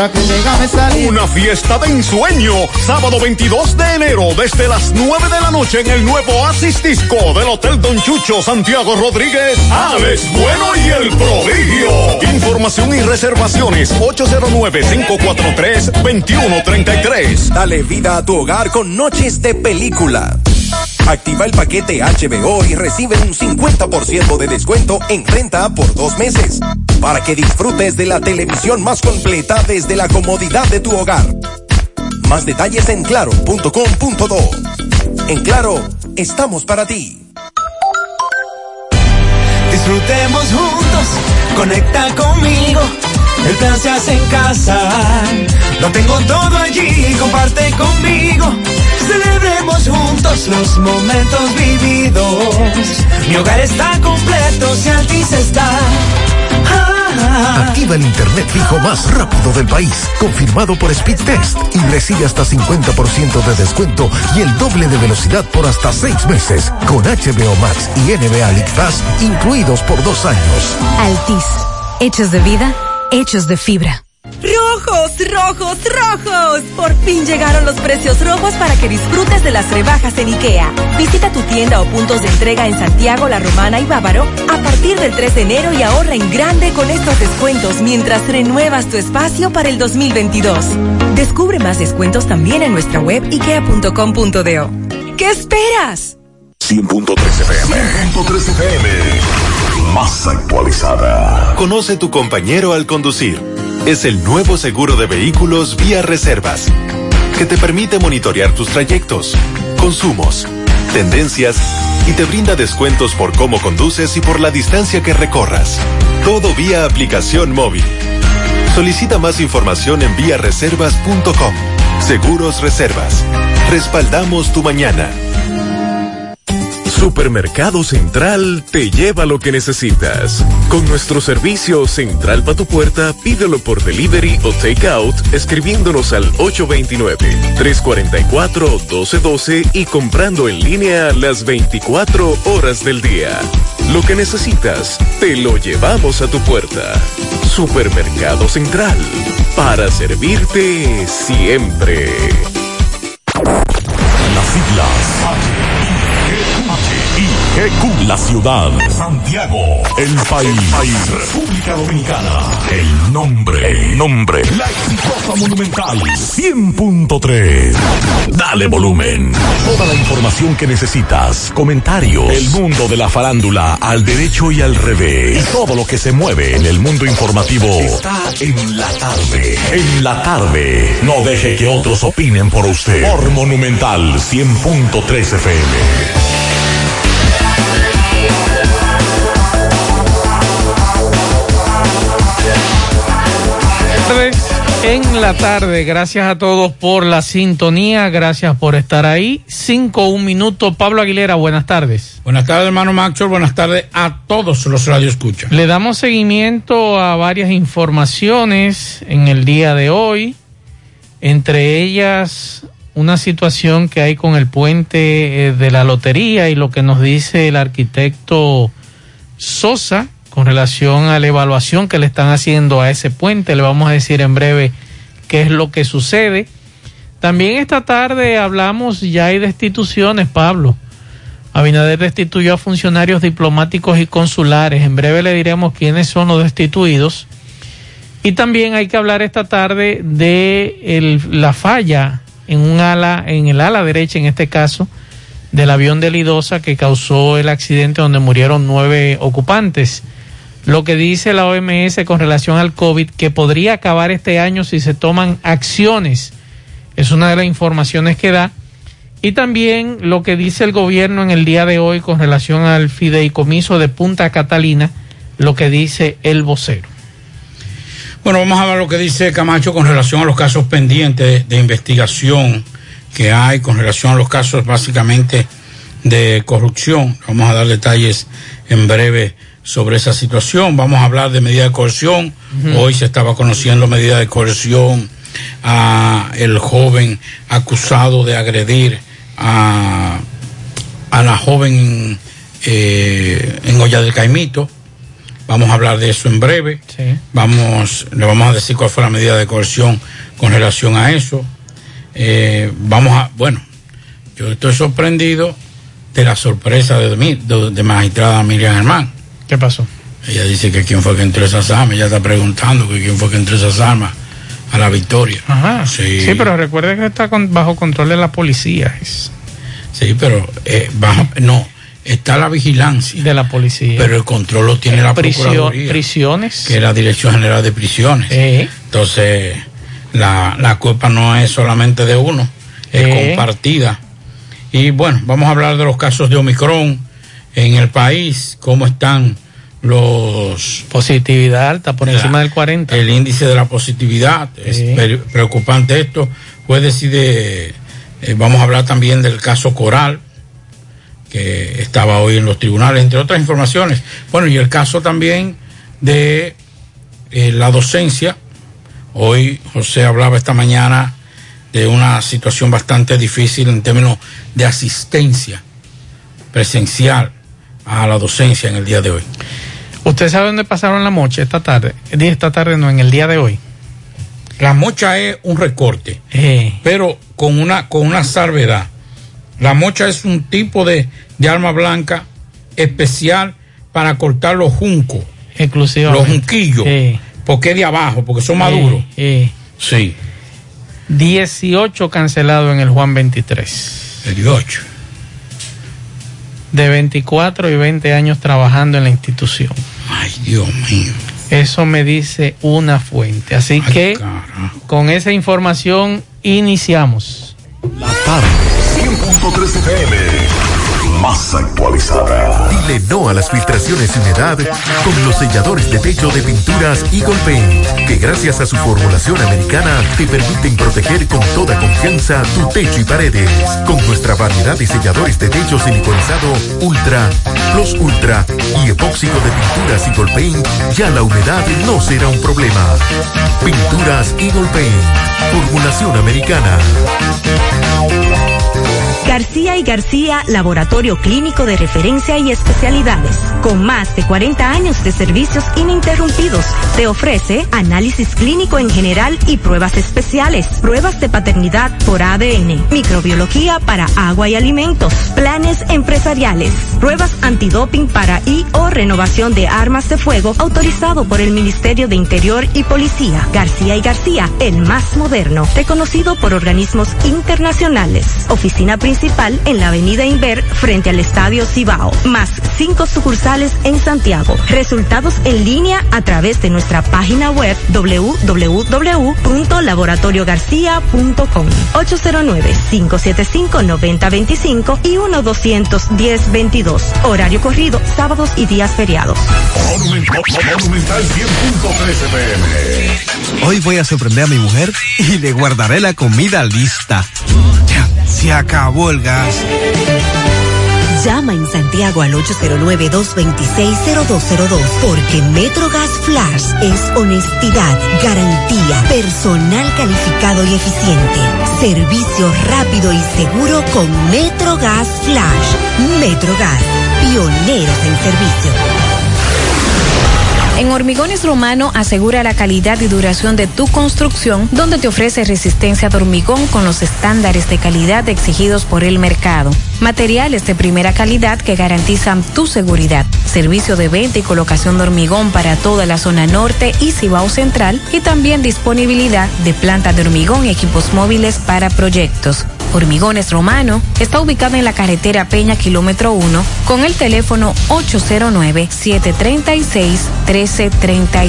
ahora que llega me salí. Una fiesta de ensueño, sábado 22 de enero, desde las 9 de la noche en el nuevo Oasis Disco del Hotel Don Chucho, Santiago Rodríguez, Alex Bueno y el Prodigio. Información y reservaciones 809-543-2133. Dale vida a tu hogar con noches de película. Activa el paquete HBO y recibe un 50% de descuento en renta por 2 meses, para que disfrutes de la televisión más completa desde la comodidad de tu hogar. Más detalles en claro.com.do. En Claro, estamos para ti. Disfrutemos juntos, conecta conmigo. El plan se hace en casa. Lo tengo todo allí, comparte conmigo. Celebremos juntos los momentos vividos. Mi hogar está completo si Altis está. Activa el internet fijo más rápido del país, confirmado por Speedtest, y recibe hasta 50% de descuento y el doble de velocidad por hasta 6 meses, con HBO Max y NBA League Pass incluidos por 2 años. Altis, hechos de vida, hechos de fibra. ¡Rojos, rojos, rojos! Por fin llegaron los precios rojos para que disfrutes de las rebajas en IKEA. Visita tu tienda o puntos de entrega en Santiago, La Romana y Bávaro a partir del 3 de enero y ahorra en grande con estos descuentos mientras renuevas tu espacio para el 2022. Descubre más descuentos también en nuestra web ikea.com.do. ¿Qué esperas? 100.3 FM. 100.3 FM. Más actualizada. Conoce tu compañero al conducir. Es el nuevo seguro de vehículos Vía Reservas, que te permite monitorear tus trayectos, consumos, tendencias y te brinda descuentos por cómo conduces y por la distancia que recorras. Todo vía aplicación móvil. Solicita más información en viareservas.com. Seguros Reservas. Respaldamos tu mañana. Supermercado Central te lleva lo que necesitas. Con nuestro servicio Central pa' tu puerta, pídelo por delivery o takeout escribiéndonos al 829-344-1212 y comprando en línea las 24 horas del día. Lo que necesitas, te lo llevamos a tu puerta. Supermercado Central, para servirte siempre. Las siglas HIGQ, la ciudad, Santiago, el país, República Dominicana, el nombre, la exitosa Monumental, 100.3. Dale volumen. Toda la información que necesitas, comentarios, el mundo de la farándula al derecho y al revés, y todo lo que se mueve en el mundo informativo está en la tarde. En la tarde, no deje que otros opinen por usted. Por Monumental 100.3 FM. En la tarde, gracias a todos por la sintonía, gracias por estar ahí. 5-1 minutos. Pablo Aguilera, buenas tardes. Buenas tardes, hermano Maxwell, buenas tardes a todos los radioescuchas. Le damos seguimiento a varias informaciones en el día de hoy, entre ellas una situación que hay con el puente de la lotería y lo que nos dice el arquitecto Sosa con relación a la evaluación que le están haciendo a ese puente. Le vamos a decir en breve qué es lo que sucede. También esta tarde hablamos ya hay destituciones, Pablo. Abinader destituyó a funcionarios diplomáticos y consulares. En breve le diremos quiénes son los destituidos. Y también hay que hablar esta tarde de la falla en el ala derecha, en este caso, del avión de Lidosa que causó el accidente donde murieron 9 ocupantes. Lo que dice la OMS con relación al COVID, que podría acabar este año si se toman acciones, es una de las informaciones que da. Y también lo que dice el gobierno en el día de hoy con relación al fideicomiso de Punta Catalina, lo que dice el vocero. Bueno, vamos a ver lo que dice Camacho con relación a los casos pendientes de investigación que hay, con relación a los casos básicamente de corrupción. Vamos a dar detalles en breve sobre esa situación. Vamos a hablar de medidas de coerción. Hoy se estaba conociendo medidas de coerción a el joven acusado de agredir a la joven en Olla del Caimito. Vamos a hablar de eso en breve. Sí. Le vamos a decir cuál fue la medida de coerción con relación a eso. Yo estoy sorprendido de la sorpresa de magistrada Miriam Germán. ¿Qué pasó? Ella dice que quién fue que entró esas armas. Ella está preguntando que quién fue que entró esas armas a La Victoria. Ajá. Sí, pero recuerde que está bajo control de la policía. Sí, pero está la vigilancia de la policía. Pero el control lo tiene la Procuraduría. Prisiones. Que es la Dirección General de Prisiones. Entonces, la culpa no es solamente de uno, es compartida. Y bueno, vamos a hablar de los casos de Omicron en el país, cómo están los... Positividad alta, por encima del 40. El índice de la positividad, es preocupante esto. Vamos a hablar también del caso Coral, que estaba hoy en los tribunales, entre otras informaciones. Bueno, y el caso también de la docencia. Hoy José hablaba esta mañana de una situación bastante difícil en términos de asistencia presencial a la docencia en el día de hoy. ¿Usted sabe dónde pasaron la mocha esta tarde? En el día de hoy. La mocha es un recorte, pero con una salvedad. La mocha es un tipo de arma blanca especial para cortar los juncos, los junquillos, porque es de abajo, porque son maduros. Sí. 18 cancelados en el Juan 23. 18. De 24 y 20 años trabajando en la institución. Ay, Dios mío. Eso me dice una fuente. Así que, con esa información, iniciamos. La tarde, 100.3 FM. Más actualizada. Dile no a las filtraciones y humedad con los selladores de techo de Pinturas Eagle Paint, que gracias a su formulación americana te permiten proteger con toda confianza tu techo y paredes. Con nuestra variedad de selladores de techo siliconizado Ultra, Plus Ultra y epóxico de Pinturas Eagle Paint, ya la humedad no será un problema. Pinturas Eagle Paint, formulación americana. García y García, laboratorio clínico de referencia y especialidades. Con más de 40 años de servicios ininterrumpidos, te ofrece análisis clínico en general y pruebas especiales, pruebas de paternidad por ADN, microbiología para agua y alimentos, planes empresariales, pruebas antidoping para y o renovación de armas de fuego autorizado por el Ministerio de Interior y Policía. García y García, el más moderno, reconocido por organismos internacionales. Oficina principal en la avenida Inver frente al Estadio Cibao, más 5 sucursales en Santiago. Resultados en línea a través de nuestra página web www.laboratoriogarcia.com 809-575-9025 y 1-210-22. Horario corrido, sábados y días feriados. Monumental 100.13 PM. Hoy voy a sorprender a mi mujer y le guardaré la comida lista. Se acabó el gas. Llama en Santiago al 809-226-0202 porque MetroGas Flash es honestidad, garantía, personal calificado y eficiente, servicio rápido y seguro con MetroGas Flash. MetroGas, pioneros en servicio. En Hormigones Romano asegura la calidad y duración de tu construcción, donde te ofrece resistencia de hormigón con los estándares de calidad exigidos por el mercado. Materiales de primera calidad que garantizan tu seguridad. Servicio de venta y colocación de hormigón para toda la zona norte y Cibao Central, y también disponibilidad de planta de hormigón y equipos móviles para proyectos. Hormigones Romano está ubicado en la carretera Peña kilómetro 1 con el teléfono 809-736-1335.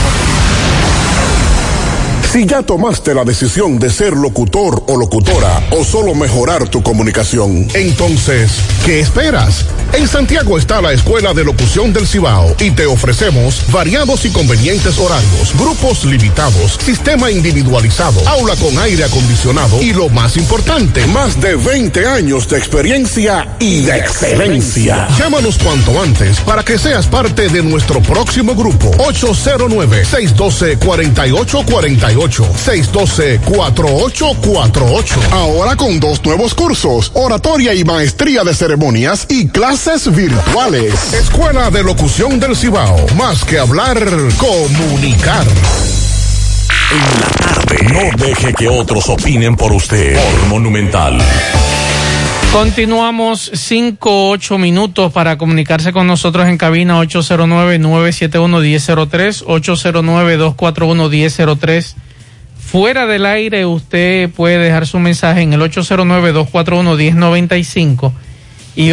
Si ya tomaste la decisión de ser locutor o locutora o solo mejorar tu comunicación, entonces, ¿qué esperas? En Santiago está la Escuela de Locución del Cibao y te ofrecemos variados y convenientes horarios, grupos limitados, sistema individualizado, aula con aire acondicionado y lo más importante, más de 20 años de experiencia y de excelencia. Llámanos cuanto antes para que seas parte de nuestro próximo grupo. 809-612-4848 612-4848. Ahora con 2 nuevos cursos, oratoria y maestría de ceremonias y clases virtuales. Escuela de Locución del Cibao. Más que hablar, comunicar. En la tarde. No deje que otros opinen por usted. Por Monumental. Continuamos 5-8 minutos para comunicarse con nosotros en cabina 809-971-1003, 809-241-1003. Fuera del aire usted puede dejar su mensaje en el 809-241-1095 y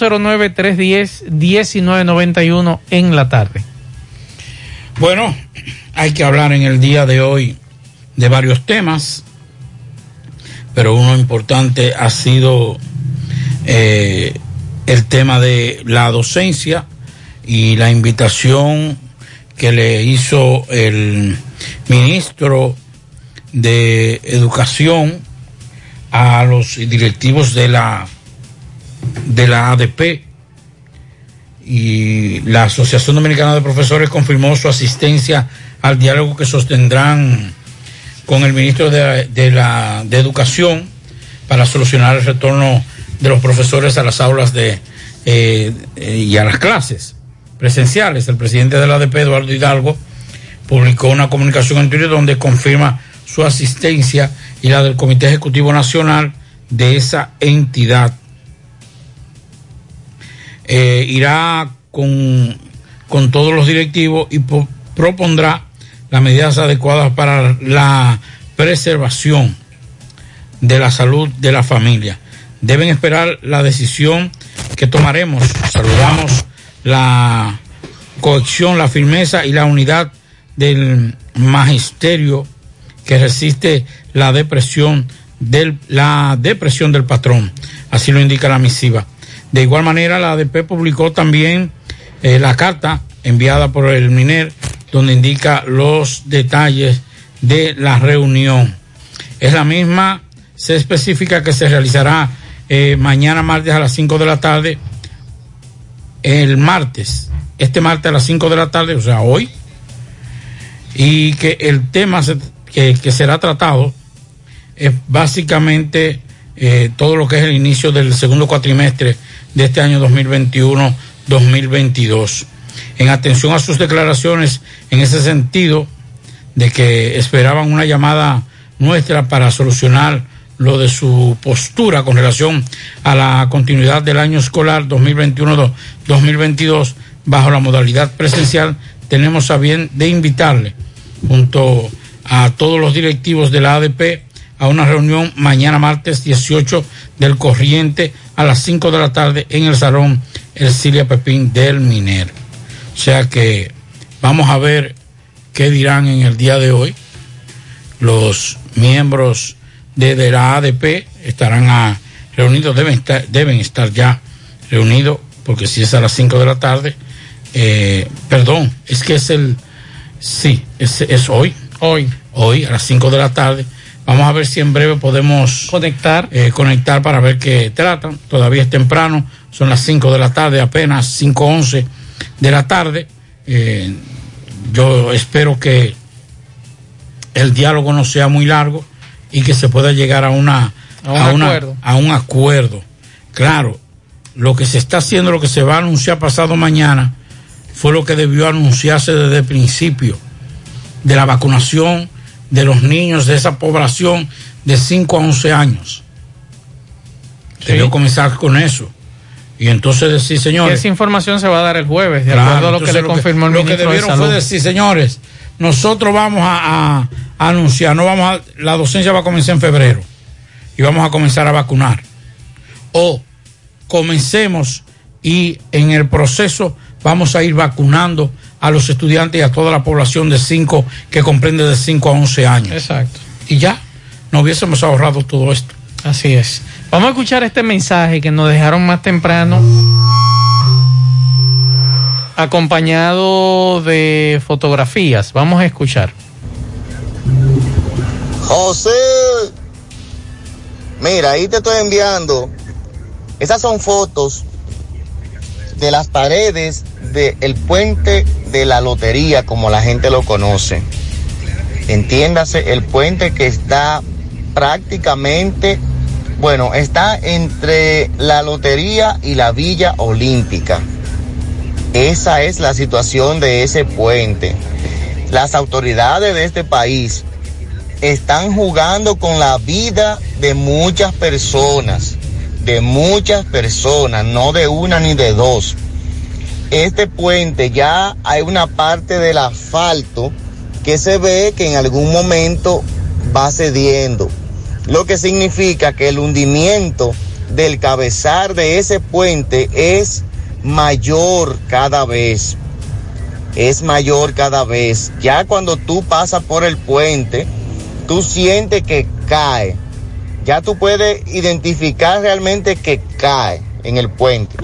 809-310-1991 en la tarde. Bueno, hay que hablar en el día de hoy de varios temas, pero uno importante ha sido el tema de la docencia y la invitación que le hizo el ministro de Educación a los directivos de la ADP, y la Asociación Dominicana de Profesores confirmó su asistencia al diálogo que sostendrán con el ministro de Educación para solucionar el retorno de los profesores a las aulas y a las clases presenciales. El presidente de la ADP, Eduardo Hidalgo, publicó una comunicación en Twitter donde confirma su asistencia y la del Comité Ejecutivo Nacional de esa entidad. Irá con todos los directivos y propondrá las medidas adecuadas para la preservación de la salud de la familia. Deben esperar la decisión que tomaremos. Saludamos la cohesión, la firmeza y la unidad del magisterio que resiste la depresión del patrón. Así lo indica la misiva. De igual manera, la ADP publicó también la carta enviada por el MINER, donde indica los detalles de la reunión. Es la misma, se especifica que se realizará mañana martes a las 5 de la tarde, este martes a las 5 de la tarde, o sea, hoy, y que el tema que será tratado es básicamente todo lo que es el inicio del segundo cuatrimestre de este año 2021-2022. En atención a sus declaraciones en ese sentido, de que esperaban una llamada nuestra para solucionar lo de su postura con relación a la continuidad del año escolar 2021-2022 bajo la modalidad presencial, tenemos a bien de invitarle junto a todos los directivos de la ADP a una reunión mañana martes 18 del corriente a las 5 de la tarde en el Salón Ercilia Pepín del MINER. O sea que vamos a ver qué dirán en el día de hoy. Los miembros de la ADP estarán reunidos, deben estar ya reunidos, porque si es a las 5 de la tarde, perdón, es que es hoy a las 5 de la tarde. Vamos a ver si en breve podemos conectar para ver qué tratan. Todavía es temprano, son las 5 de la tarde, apenas 5:11 de la tarde. Yo espero que el diálogo no sea muy largo y que se pueda llegar a un acuerdo. Claro, lo que se está haciendo, lo que se va a anunciar pasado mañana, fue lo que debió anunciarse desde el principio, de la vacunación de los niños de esa población de 5 a 11 años. Sí. Debió comenzar con eso. Y entonces decir, señores... Esa información se va a dar el jueves, de acuerdo a lo que le confirmó el ministro de Salud. Lo que debieron fue decir, señores, nosotros vamos a anunciar, la docencia va a comenzar en febrero y vamos a comenzar a vacunar. O comencemos y en el proceso vamos a ir vacunando a los estudiantes y a toda la población que comprende de 5 a 11 años. Exacto. Y ya nos hubiésemos ahorrado todo esto. Así es. Vamos a escuchar este mensaje que nos dejaron más temprano, acompañado de fotografías. Vamos a escuchar. José, mira, ahí te estoy enviando. Esas son fotos de las paredes del puente de la lotería, como la gente lo conoce. Entiéndase, el puente que está prácticamente, bueno, está entre la Lotería y la Villa Olímpica. Esa es la situación de ese puente. Las autoridades de este país están jugando con la vida de muchas personas, no de una ni de dos. Este puente ya hay una parte del asfalto que se ve que en algún momento va cediendo, lo que significa que el hundimiento del cabezal de ese puente es mayor cada vez. Ya cuando tú pasas por el puente, tú sientes que cae. Ya tú puedes identificar realmente que cae en el puente.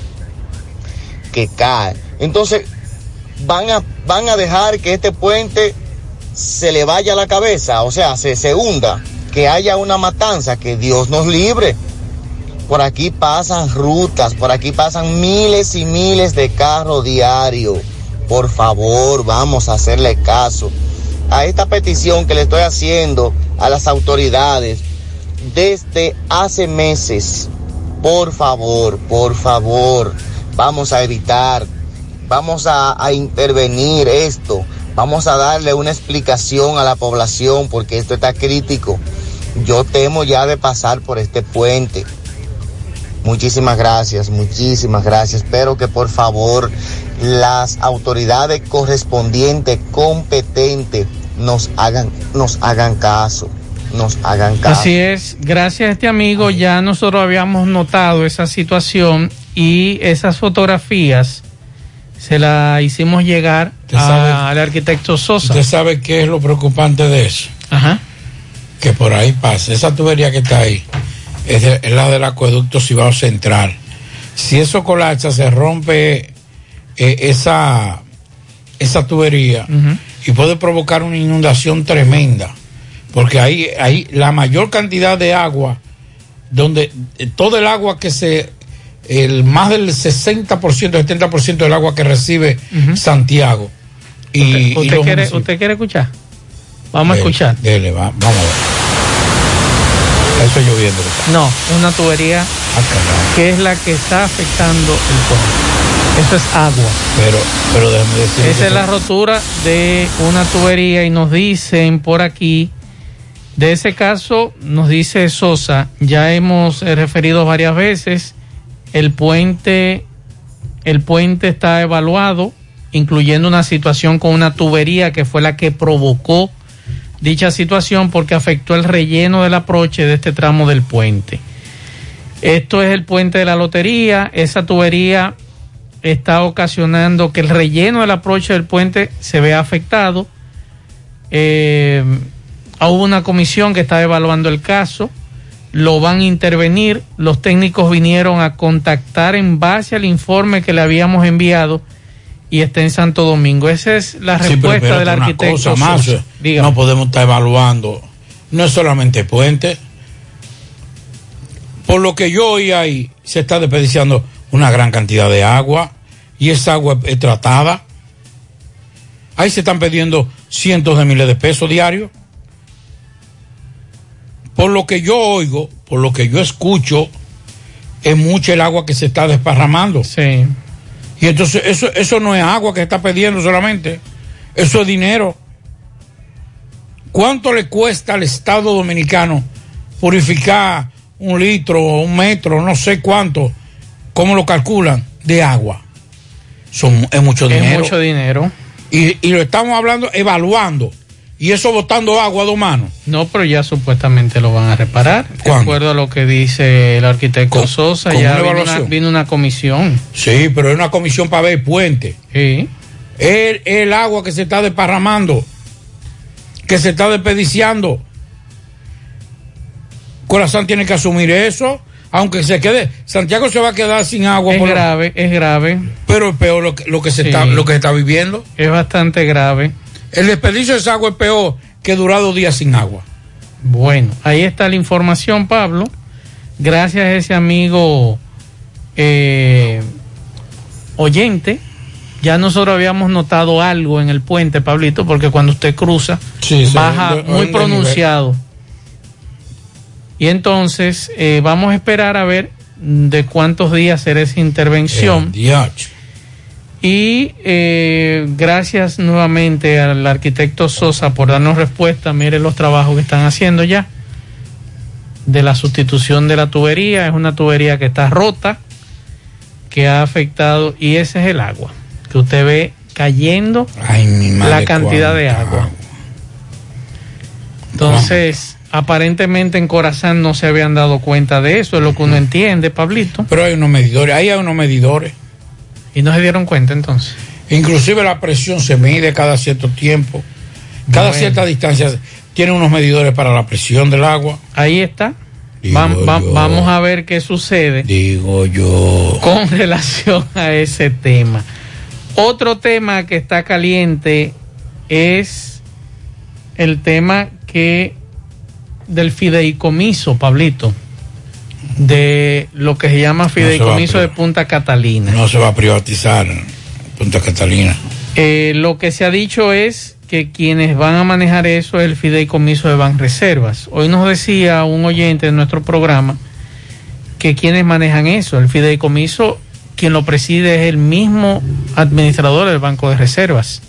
Que cae. Entonces, van a dejar que este puente se le vaya la cabeza, o sea, se hunda, que haya una matanza, que Dios nos libre. Por aquí pasan rutas, por aquí pasan miles y miles de carros diarios. Por favor, vamos a hacerle caso a esta petición que le estoy haciendo a las autoridades desde hace meses. Por favor, vamos a evitar, vamos a intervenir esto, vamos a darle una explicación a la población porque esto está crítico. Yo temo ya de pasar por este puente. Muchísimas gracias. Espero que por favor las autoridades correspondientes, competentes, nos hagan caso. Así es, gracias a este amigo ya nosotros habíamos notado esa situación y esas fotografías se las hicimos llegar al arquitecto Sosa. ¿Usted sabe qué es lo preocupante de eso? Ajá. Que por ahí pasa, esa tubería que está ahí es la del acueducto Cibao Central. Si eso colapsa, se rompe esa tubería y puede provocar una inundación tremenda, porque ahí la mayor cantidad de agua, donde todo el agua que más del 60%, 70% del agua que recibe Santiago. ¿Usted quiere escuchar? Vamos a escuchar. Vamos a ver. Eso lloviendo. No, una tubería que es la que está afectando el puente. Eso es agua. Pero déjame decir. Esa es la rotura de una tubería y nos dicen por aquí, de ese caso, nos dice Sosa, ya hemos referido varias veces, el puente está evaluado, incluyendo una situación con una tubería que fue la que provocó dicha situación porque afectó el relleno del aproche de este tramo del puente. Esto es el puente de la Lotería. Esa tubería está ocasionando que el relleno del aproche del puente se vea afectado. Hubo una comisión que está evaluando el caso, lo van a intervenir. Los técnicos vinieron a contactar en base al informe que le habíamos enviado y está en Santo Domingo. Esa es la respuesta del arquitecto Sosa. No podemos estar evaluando, no es solamente puente. Por lo que yo oí ahí, se está desperdiciando una gran cantidad de agua y esa agua es tratada. Ahí se están perdiendo cientos de miles de pesos diarios. Por lo que yo oigo, por lo que yo escucho, es mucho el agua que se está desparramando. Sí. Y entonces eso no es agua que se está perdiendo solamente, eso es dinero. ¿Cuánto le cuesta al Estado Dominicano purificar 1 litro, 1 metro, no sé cuánto, cómo lo calculan, de agua? Es mucho dinero. Es mucho dinero. Y lo estamos hablando, evaluando. Y eso botando agua a 2 manos. No, pero ya supuestamente lo van a reparar. De acuerdo a lo que dice el arquitecto Sosa, ya vino una comisión. Sí, pero es una comisión para ver el puente. Sí. El agua que se está desparramando, que se está desperdiciando. Corazón tiene que asumir eso, aunque se quede. Santiago se va a quedar sin agua. Es grave. Pero es peor lo que se está viviendo. Es bastante grave. El desperdicio de esa agua es peor que durar 2 días sin agua. Bueno, ahí está la información, Pablo. Gracias a ese amigo oyente Ya nosotros habíamos notado algo en el puente, Pablito, porque cuando usted cruza, baja muy pronunciado. Y entonces vamos a esperar a ver de cuántos días será esa intervención. Y gracias nuevamente al arquitecto Sosa por darnos respuesta. Mire los trabajos que están haciendo ya de la sustitución de la tubería. Es una tubería que está rota, que ha afectado, y ese es el agua que usted ve cayendo. La cantidad de agua. Entonces, aparentemente en Corazán no se habían dado cuenta de eso, es lo que uno entiende, Pablito. Pero hay unos medidores, ahí hay unos medidores. ¿Y no se dieron cuenta entonces? Inclusive la presión se mide cada cierto tiempo, cada cierta distancia tiene unos medidores para la presión del agua. Ahí está. Vamos a ver qué sucede. Digo yo. Con relación a ese tema. Otro tema que está caliente es el tema del fideicomiso, Pablito, de lo que se llama fideicomiso de Punta Catalina. No se va a privatizar Punta Catalina. Lo que se ha dicho es que quienes van a manejar eso es el fideicomiso de Banreservas. Hoy nos decía un oyente de nuestro programa que quienes manejan eso, el fideicomiso, quien lo preside es el mismo administrador del Banco de Reservas.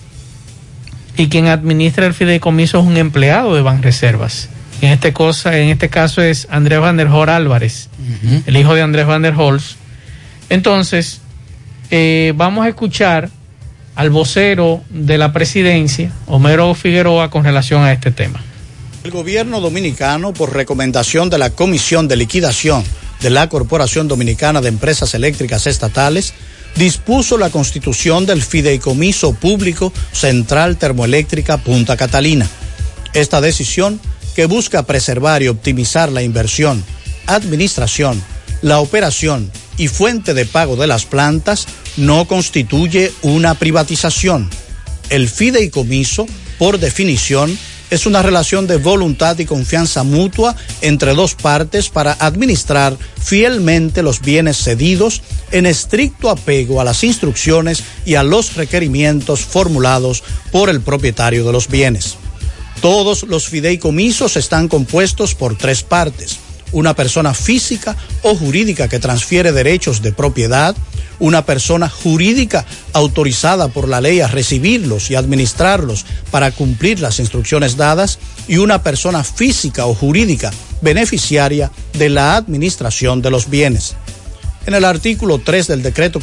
Y quien administra el fideicomiso es un empleado de Banreservas. En este caso es Andrés Van der Hoel Álvarez, el hijo de Andrés Van der Hoel. Entonces, vamos a escuchar al vocero de la presidencia, Homero Figueroa, con relación a este tema. El gobierno dominicano, por recomendación de la Comisión de Liquidación de la Corporación Dominicana de Empresas Eléctricas Estatales, dispuso la constitución del Fideicomiso Público Central Termoeléctrica Punta Catalina. Esta decisión, que busca preservar y optimizar la inversión, administración, la operación y fuente de pago de las plantas, no constituye una privatización. El fideicomiso, por definición, es una relación de voluntad y confianza mutua entre dos partes para administrar fielmente los bienes cedidos en estricto apego a las instrucciones y a los requerimientos formulados por el propietario de los bienes. Todos los fideicomisos están compuestos por tres partes: una persona física o jurídica que transfiere derechos de propiedad, una persona jurídica autorizada por la ley a recibirlos y administrarlos para cumplir las instrucciones dadas, y una persona física o jurídica beneficiaria de la administración de los bienes. En el artículo 3 del decreto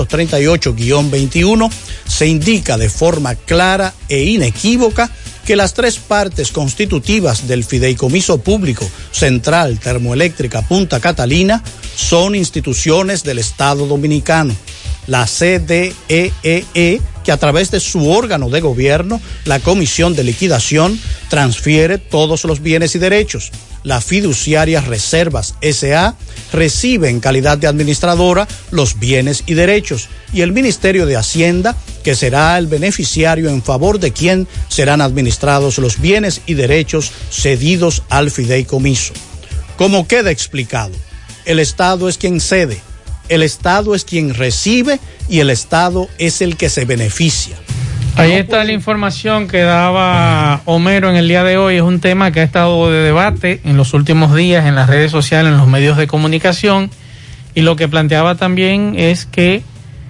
538-21 se indica de forma clara e inequívoca que las tres partes constitutivas del Fideicomiso Público Central Termoeléctrica Punta Catalina son instituciones del Estado Dominicano. La CDEE, que a través de su órgano de gobierno, la Comisión de Liquidación, transfiere todos los bienes y derechos. La fiduciaria Reservas S.A. recibe en calidad de administradora los bienes y derechos, y el Ministerio de Hacienda, que será el beneficiario en favor de quien serán administrados los bienes y derechos cedidos al fideicomiso. Como queda explicado, el Estado es quien cede, el Estado es quien recibe y el Estado es el que se beneficia. Ahí está la información que daba Homero en el día de hoy. Es un tema que ha estado de debate en los últimos días en las redes sociales, en los medios de comunicación, y lo que planteaba también es que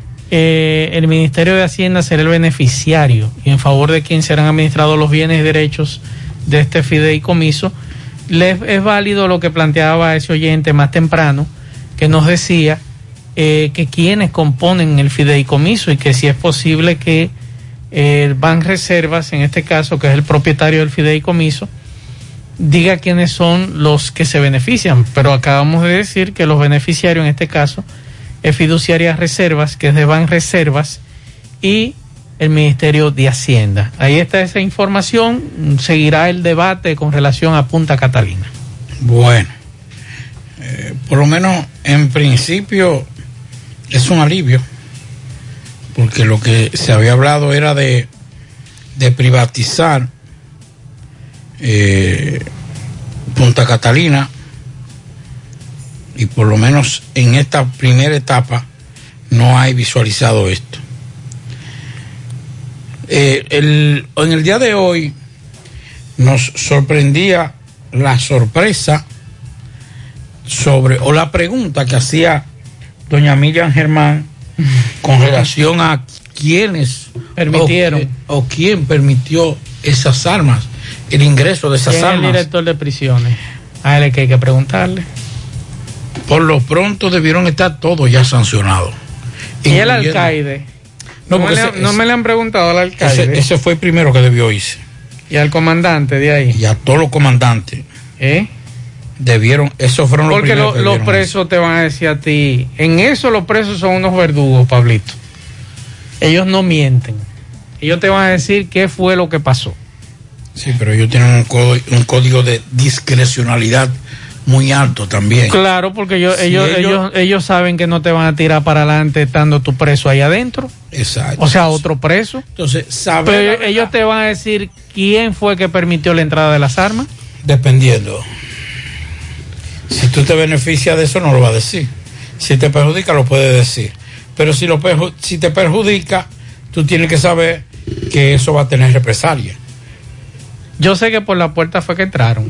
el Ministerio de Hacienda será el beneficiario y en favor de quien serán administrados los bienes y derechos de este fideicomiso. Es válido lo que planteaba ese oyente más temprano, que nos decía que quienes componen el fideicomiso, y que si es posible que el Banreservas, en este caso, que es el propietario del fideicomiso, diga quiénes son los que se benefician. Pero acabamos de decir que los beneficiarios en este caso es Fiduciaria Reservas, que es de Banreservas, y el Ministerio de Hacienda. Ahí está esa información. Seguirá el debate con relación a Punta Catalina. Bueno, por lo menos en principio es un alivio, porque lo que se había hablado era de privatizar Punta Catalina, y por lo menos en esta primera etapa no hay visualizado esto. En el día de hoy nos sorprendía la sorpresa o la pregunta que hacía doña Miriam Germán con relación a quiénes permitieron o quién permitió esas armas, el ingreso de esas armas. ¿Quién es el director de prisiones? A él es que hay que preguntarle. Por lo pronto debieron estar todos ya sancionados. ¿Y el alcaide? No me le han preguntado al alcaide. Ese fue el primero que debió irse. ¿Y al comandante de ahí? Y a todos los comandantes. Debieron, esos fueron los primeros. Porque los presos te van a decir a ti, en eso los presos son unos verdugos, Pablito. Ellos no mienten. Ellos te van a decir qué fue lo que pasó. Sí, pero ellos tienen un código de discrecionalidad muy alto también. Claro, porque ellos saben que no te van a tirar para adelante estando tu preso ahí adentro. Exacto. O sea, otro preso. Entonces, pero ellos te van a decir quién fue que permitió la entrada de las armas. Dependiendo. Si tú te beneficias de eso, no lo va a decir. Si te perjudica, lo puede decir. Pero si te perjudica, tú tienes que saber que eso va a tener represalia. Yo sé que por la puerta fue que entraron.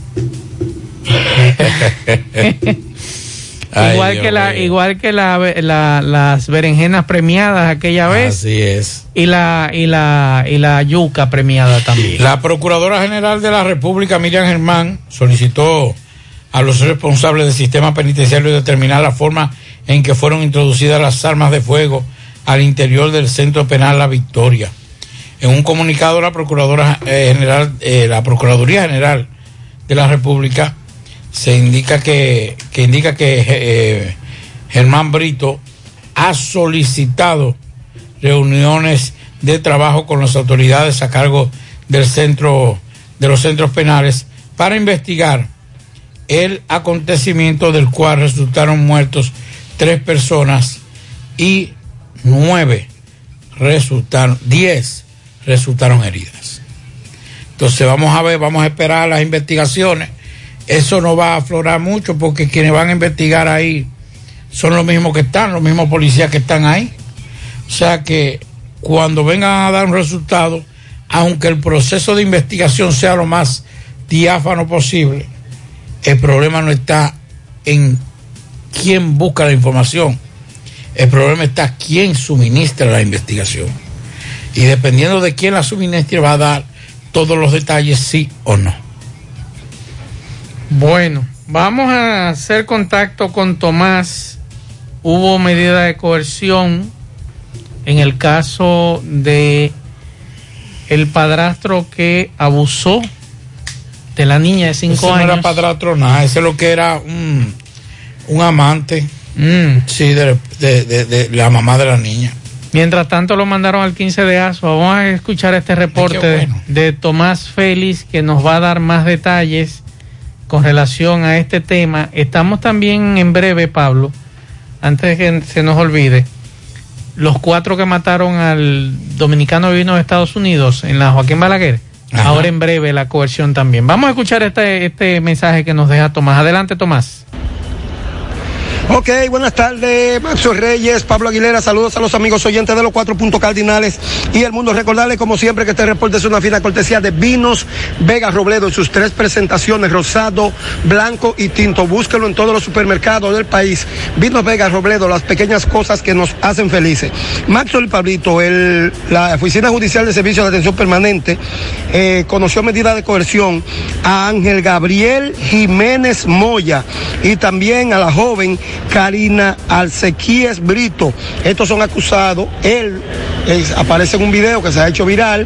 igual que las berenjenas premiadas aquella vez. Así es. Y la yuca premiada también. La Procuradora General de la República, Miriam Germán, solicitó a los responsables del sistema penitenciario determinar la forma en que fueron introducidas las armas de fuego al interior del Centro Penal La Victoria. En un comunicado, la Procuraduría General de la República se indica que Germán Brito ha solicitado reuniones de trabajo con las autoridades a cargo de los centros penales para investigar el acontecimiento del cual resultaron muertos 3 personas y 10 resultaron heridas. Entonces vamos a esperar las investigaciones. Eso no va a aflorar mucho porque quienes van a investigar ahí son los mismos policías que están ahí. O sea que cuando vengan a dar un resultado, aunque el proceso de investigación sea lo más diáfano posible, el problema no está en quién busca la información. El problema está quién suministra la investigación. Y dependiendo de quién la suministre, va a dar todos los detalles, sí o no. Bueno, vamos a hacer contacto con Tomás. Hubo medida de coerción en el caso de el padrastro que abusó de la niña de 5 años. No era padrastro nada, ese es lo que era un amante, sí, de la mamá de la niña. Mientras tanto lo mandaron al 15 de Asua. Vamos a escuchar este reporte de Tomás Félix, que nos va a dar más detalles con relación a este tema. Estamos también en breve, Pablo, antes de que se nos olvide, los 4 que mataron al dominicano viviendo en Estados Unidos, en la Joaquín Balaguer. Ajá. Ahora en breve la coerción también. Vamos a escuchar este mensaje que nos deja Tomás. Adelante, Tomás. Ok, buenas tardes, Maxo Reyes, Pablo Aguilera, saludos a los amigos oyentes de los 4 puntos cardinales y el mundo. Recordarles, como siempre, que este reporte es una fina cortesía de Vinos Vega Robledo en sus 3 presentaciones, rosado, blanco y tinto. Búsquelo en todos los supermercados del país. Vinos Vega Robledo, las pequeñas cosas que nos hacen felices. Maxo y Pablito, la Oficina Judicial de Servicio de Atención Permanente conoció medida de coerción a Ángel Gabriel Jiménez Moya y también a la joven Karina Alcequíes Brito. Estos son acusados. Aparece en un video que se ha hecho viral,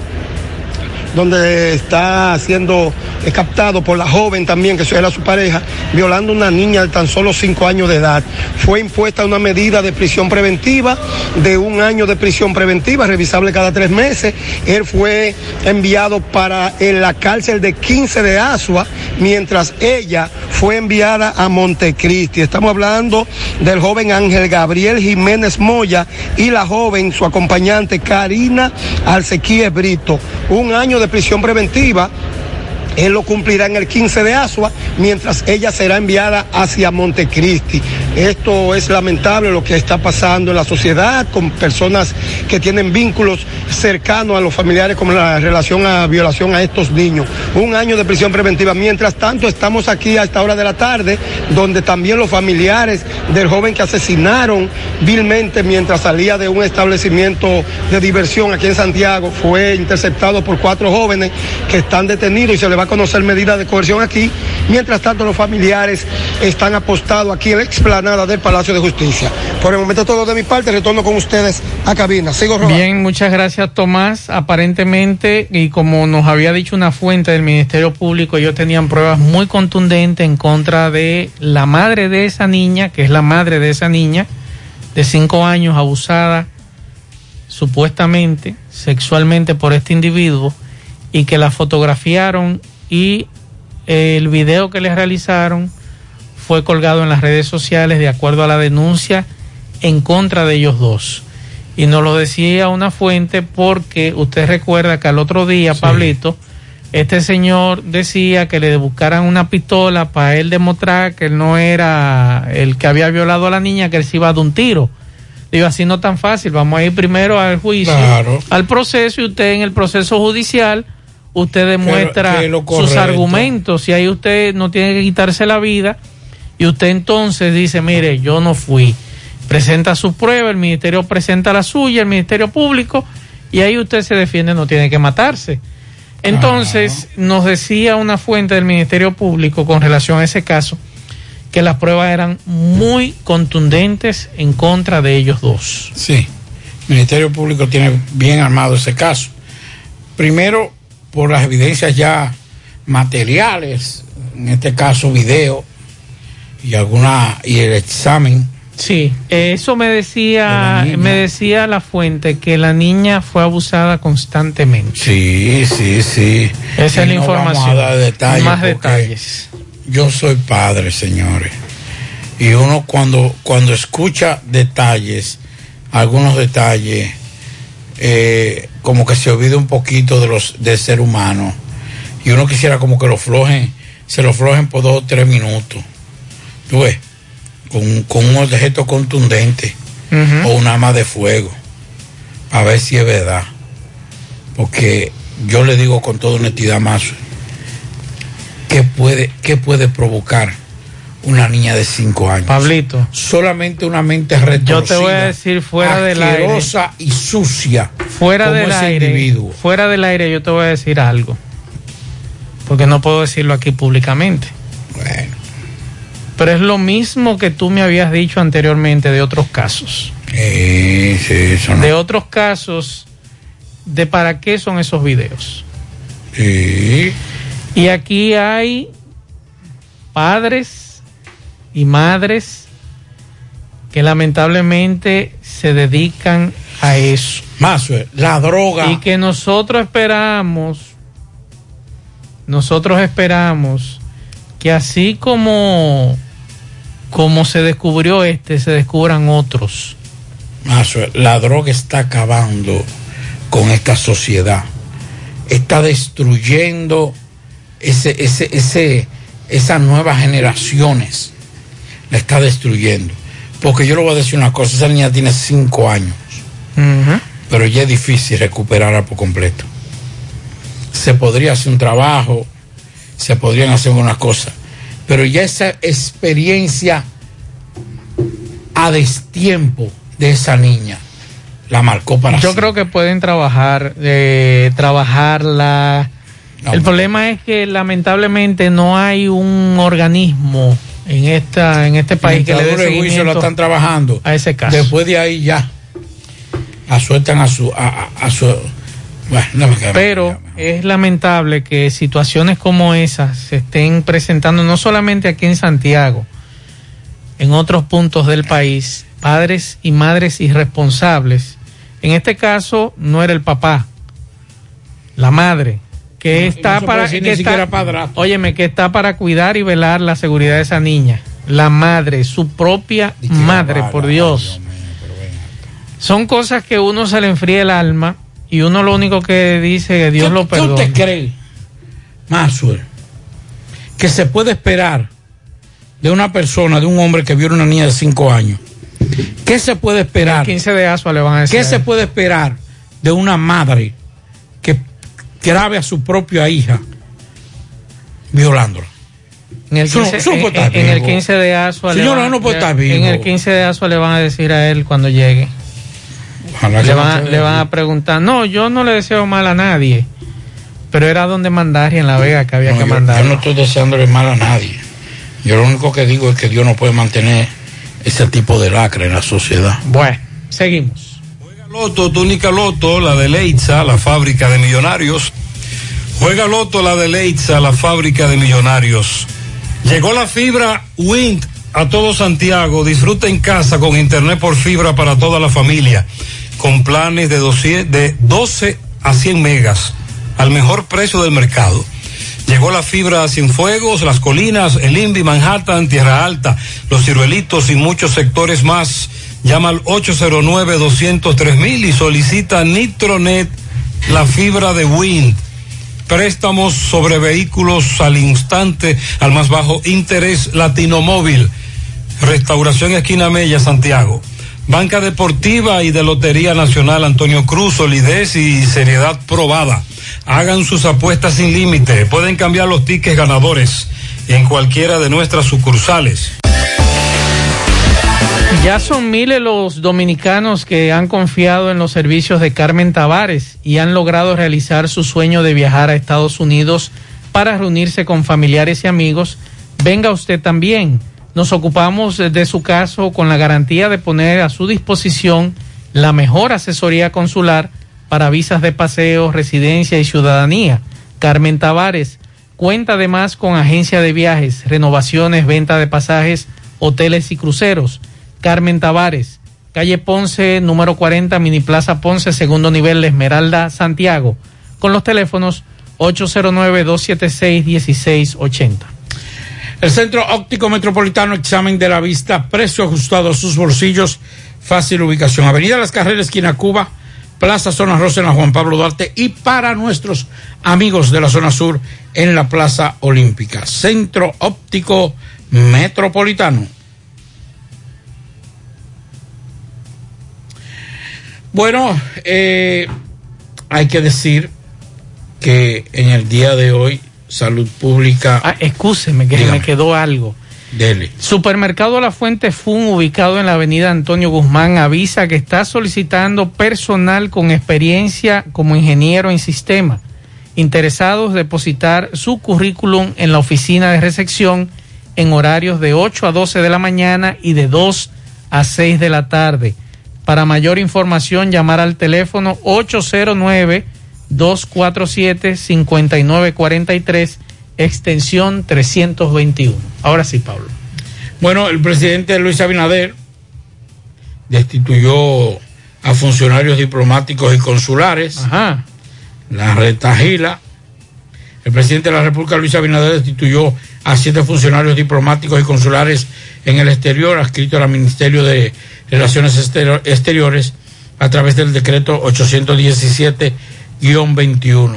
donde está siendo captado por la joven también, que era su pareja, violando a una niña de tan solo 5 años de edad. Fue impuesta una medida de prisión preventiva de 1 año de prisión preventiva, revisable cada 3 meses. Él fue enviado para la cárcel de 15 de Asua, mientras ella fue enviada a Montecristi. Estamos hablando del joven Ángel Gabriel Jiménez Moya y la joven, su acompañante, Karina Alcequíes Brito. 1 año de prisión preventiva. Él lo cumplirá en el 15 de Asua, mientras ella será enviada hacia Montecristi. Esto es lamentable lo que está pasando en la sociedad con personas que tienen vínculos cercanos a los familiares como la relación a violación a estos niños. 1 año de prisión preventiva. Mientras tanto, estamos aquí a esta hora de la tarde, donde también los familiares del joven que asesinaron vilmente mientras salía de un establecimiento de diversión aquí en Santiago, fue interceptado por 4 jóvenes que están detenidos y se le va a conocer medida de coerción aquí. Mientras tanto, los familiares están apostados aquí en la explanada del Palacio de Justicia. Por el momento todo de mi parte, retorno con ustedes a cabina. Sigo rodando. Bien, muchas gracias, Tomás. Aparentemente, y como nos había dicho una fuente del Ministerio Público, ellos tenían pruebas muy contundentes en contra de la madre de esa niña, que es la madre de esa niña de 5 años, abusada supuestamente sexualmente por este individuo, y que la fotografiaron, y el video que les realizaron fue colgado en las redes sociales de acuerdo a la denuncia en contra de ellos dos. Y nos lo decía una fuente porque usted recuerda que al otro día, sí, Pablito, este señor decía que le buscaran una pistola para él demostrar que él no era el que había violado a la niña, que él se iba de un tiro. Digo, así no tan fácil, vamos a ir primero al juicio, claro, al proceso, y usted en el proceso judicial usted demuestra sus argumentos, y ahí usted no tiene que quitarse la vida, y usted entonces dice, mire, yo no fui, presenta sus pruebas, el ministerio presenta la suya, el Ministerio Público, y ahí usted se defiende, no tiene que matarse. Entonces, nos decía una fuente del Ministerio Público con relación a ese caso, que las pruebas eran muy contundentes en contra de ellos dos. Sí, el Ministerio Público tiene bien armado ese caso. Primero, por las evidencias ya materiales, en este caso video y el examen. Sí, eso me decía la fuente, que la niña fue abusada constantemente. Sí. Esa es la información. Vamos a dar detalles, más detalles. Yo soy padre, señores, y uno cuando escucha detalles, algunos detalles, como que se olvida un poquito del ser humano, y uno quisiera como que se lo flojen por 2 o 3 minutos, tú ves, con un objeto contundente, o un arma de fuego, a ver si es verdad, porque yo le digo con toda honestidad, más ¿qué puede provocar una niña de 5 años? Pablito, solamente una mente retorcida. Yo te voy a decir fuera del aire, asquerosa y sucia, fuera del aire, individuo. Fuera del aire, yo te voy a decir algo, porque no puedo decirlo aquí públicamente. Bueno, pero es lo mismo que tú me habías dicho anteriormente de otros casos. Sí, eso no. De otros casos, de para qué son esos videos. Sí. Y aquí hay padres y madres que lamentablemente se dedican a eso. Más la droga. Y que nosotros esperamos que así como se descubrió se descubran otros. Más la droga está acabando con esta sociedad. Está destruyendo esas nuevas generaciones, la está destruyendo. Porque yo le voy a decir una cosa, esa niña tiene 5 años, pero ya es difícil recuperarla por completo. Se podría hacer un trabajo, se podrían hacer unas cosas, pero ya esa experiencia a destiempo de esa niña la marcó para siempre. Yo creo que pueden trabajarla. El problema es que lamentablemente no hay un organismo en este país que le dé seguimiento. Lo están trabajando a ese caso. Después de ahí ya asueltan a su bueno, pero es lamentable que situaciones como esas se estén presentando no solamente aquí en Santiago, en otros puntos del país. Padres y madres irresponsables. En este caso no era el papá, la madre, que está para cuidar y velar la seguridad de esa niña. La madre, su propia madre, por Dios. Son cosas que uno se le enfría el alma y uno lo único que dice que Dios lo perdone. ¿Tú te crees, Maxwell, que se puede esperar de una persona, de un hombre que viola a una niña de 5 años, ¿qué se puede esperar? El 15 de Asua le van a decir. ¿Qué se puede esperar de una madre que grabe a su propia hija violándola? En el 15 de Asua señora, no puede estar vivo. En el 15 de Asua le van a decir a él cuando llegue. Le van a preguntar. No, yo no le deseo mal a nadie, pero era donde mandar y en La Vega que había que mandar. Yo no estoy deseándole mal a nadie. Yo lo único que digo es que Dios no puede mantener ese tipo de lacra en la sociedad. Bueno, seguimos. Juega Loto, túnica Loto, la de Leitza, la fábrica de millonarios. Juega Loto, la de Leitza, la fábrica de millonarios. Llegó la fibra Wind a todo Santiago. Disfruta en casa con internet por fibra para toda la familia, con planes de 12 a 100 megas al mejor precio del mercado. Llegó la fibra a Cienfuegos, Las Colinas, El Invi, Manhattan, Tierra Alta, Los Ciruelitos y muchos sectores más. Llama al 809-203,000 y solicita Nitronet, la fibra de Wind. Préstamos sobre vehículos al instante, al más bajo interés. Latino Móvil. Restauración Esquina Mella, Santiago. Banca Deportiva y de Lotería Nacional Antonio Cruz, solidez y seriedad probada. Hagan sus apuestas sin límite. Pueden cambiar los tickets ganadores en cualquiera de nuestras sucursales. Ya son miles los dominicanos que han confiado en los servicios de Carmen Tavares y han logrado realizar su sueño de viajar a Estados Unidos para reunirse con familiares y amigos. Venga usted también. Nos ocupamos de su caso con la garantía de poner a su disposición la mejor asesoría consular para visas de paseo, residencia y ciudadanía. Carmen Tavares cuenta además con agencia de viajes, renovaciones, venta de pasajes, hoteles y cruceros. Carmen Tavares, calle Ponce, número 40, Mini Plaza Ponce, segundo nivel, La Esmeralda, Santiago, con los teléfonos 809-276-1680. El Centro Óptico Metropolitano, examen de la vista, precio ajustado a sus bolsillos, fácil ubicación. Avenida Las Carreras, esquina Cuba, Plaza Zona Rosa en la Juan Pablo Duarte, y para nuestros amigos de la zona sur en la Plaza Olímpica. Centro Óptico Metropolitano. Bueno, hay que decir que en el día de hoy Salud Pública... excúseme, que me quedó algo. Dele. Supermercado La Fuente Fun, ubicado en la avenida Antonio Guzmán, avisa que está solicitando personal con experiencia como ingeniero en sistema, interesados depositar su currículum en la oficina de recepción en horarios de 8 a 12 de la mañana y de 2 a 6 de la tarde. Para mayor información, llamar al teléfono 809-247-5943, extensión 321. Ahora sí, Pablo. Bueno, el presidente Luis Abinader destituyó a funcionarios diplomáticos y consulares. Ajá. La retahila. El presidente de la República, Luis Abinader, destituyó a 7 funcionarios diplomáticos y consulares en el exterior, adscritos al Ministerio de Relaciones Exteriores, a través del decreto 817-21.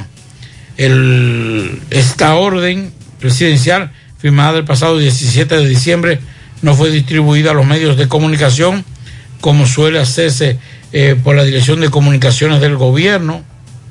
Esta orden presidencial, firmada el pasado 17 de diciembre, no fue distribuida a los medios de comunicación, como suele hacerse por la Dirección de Comunicaciones del Gobierno.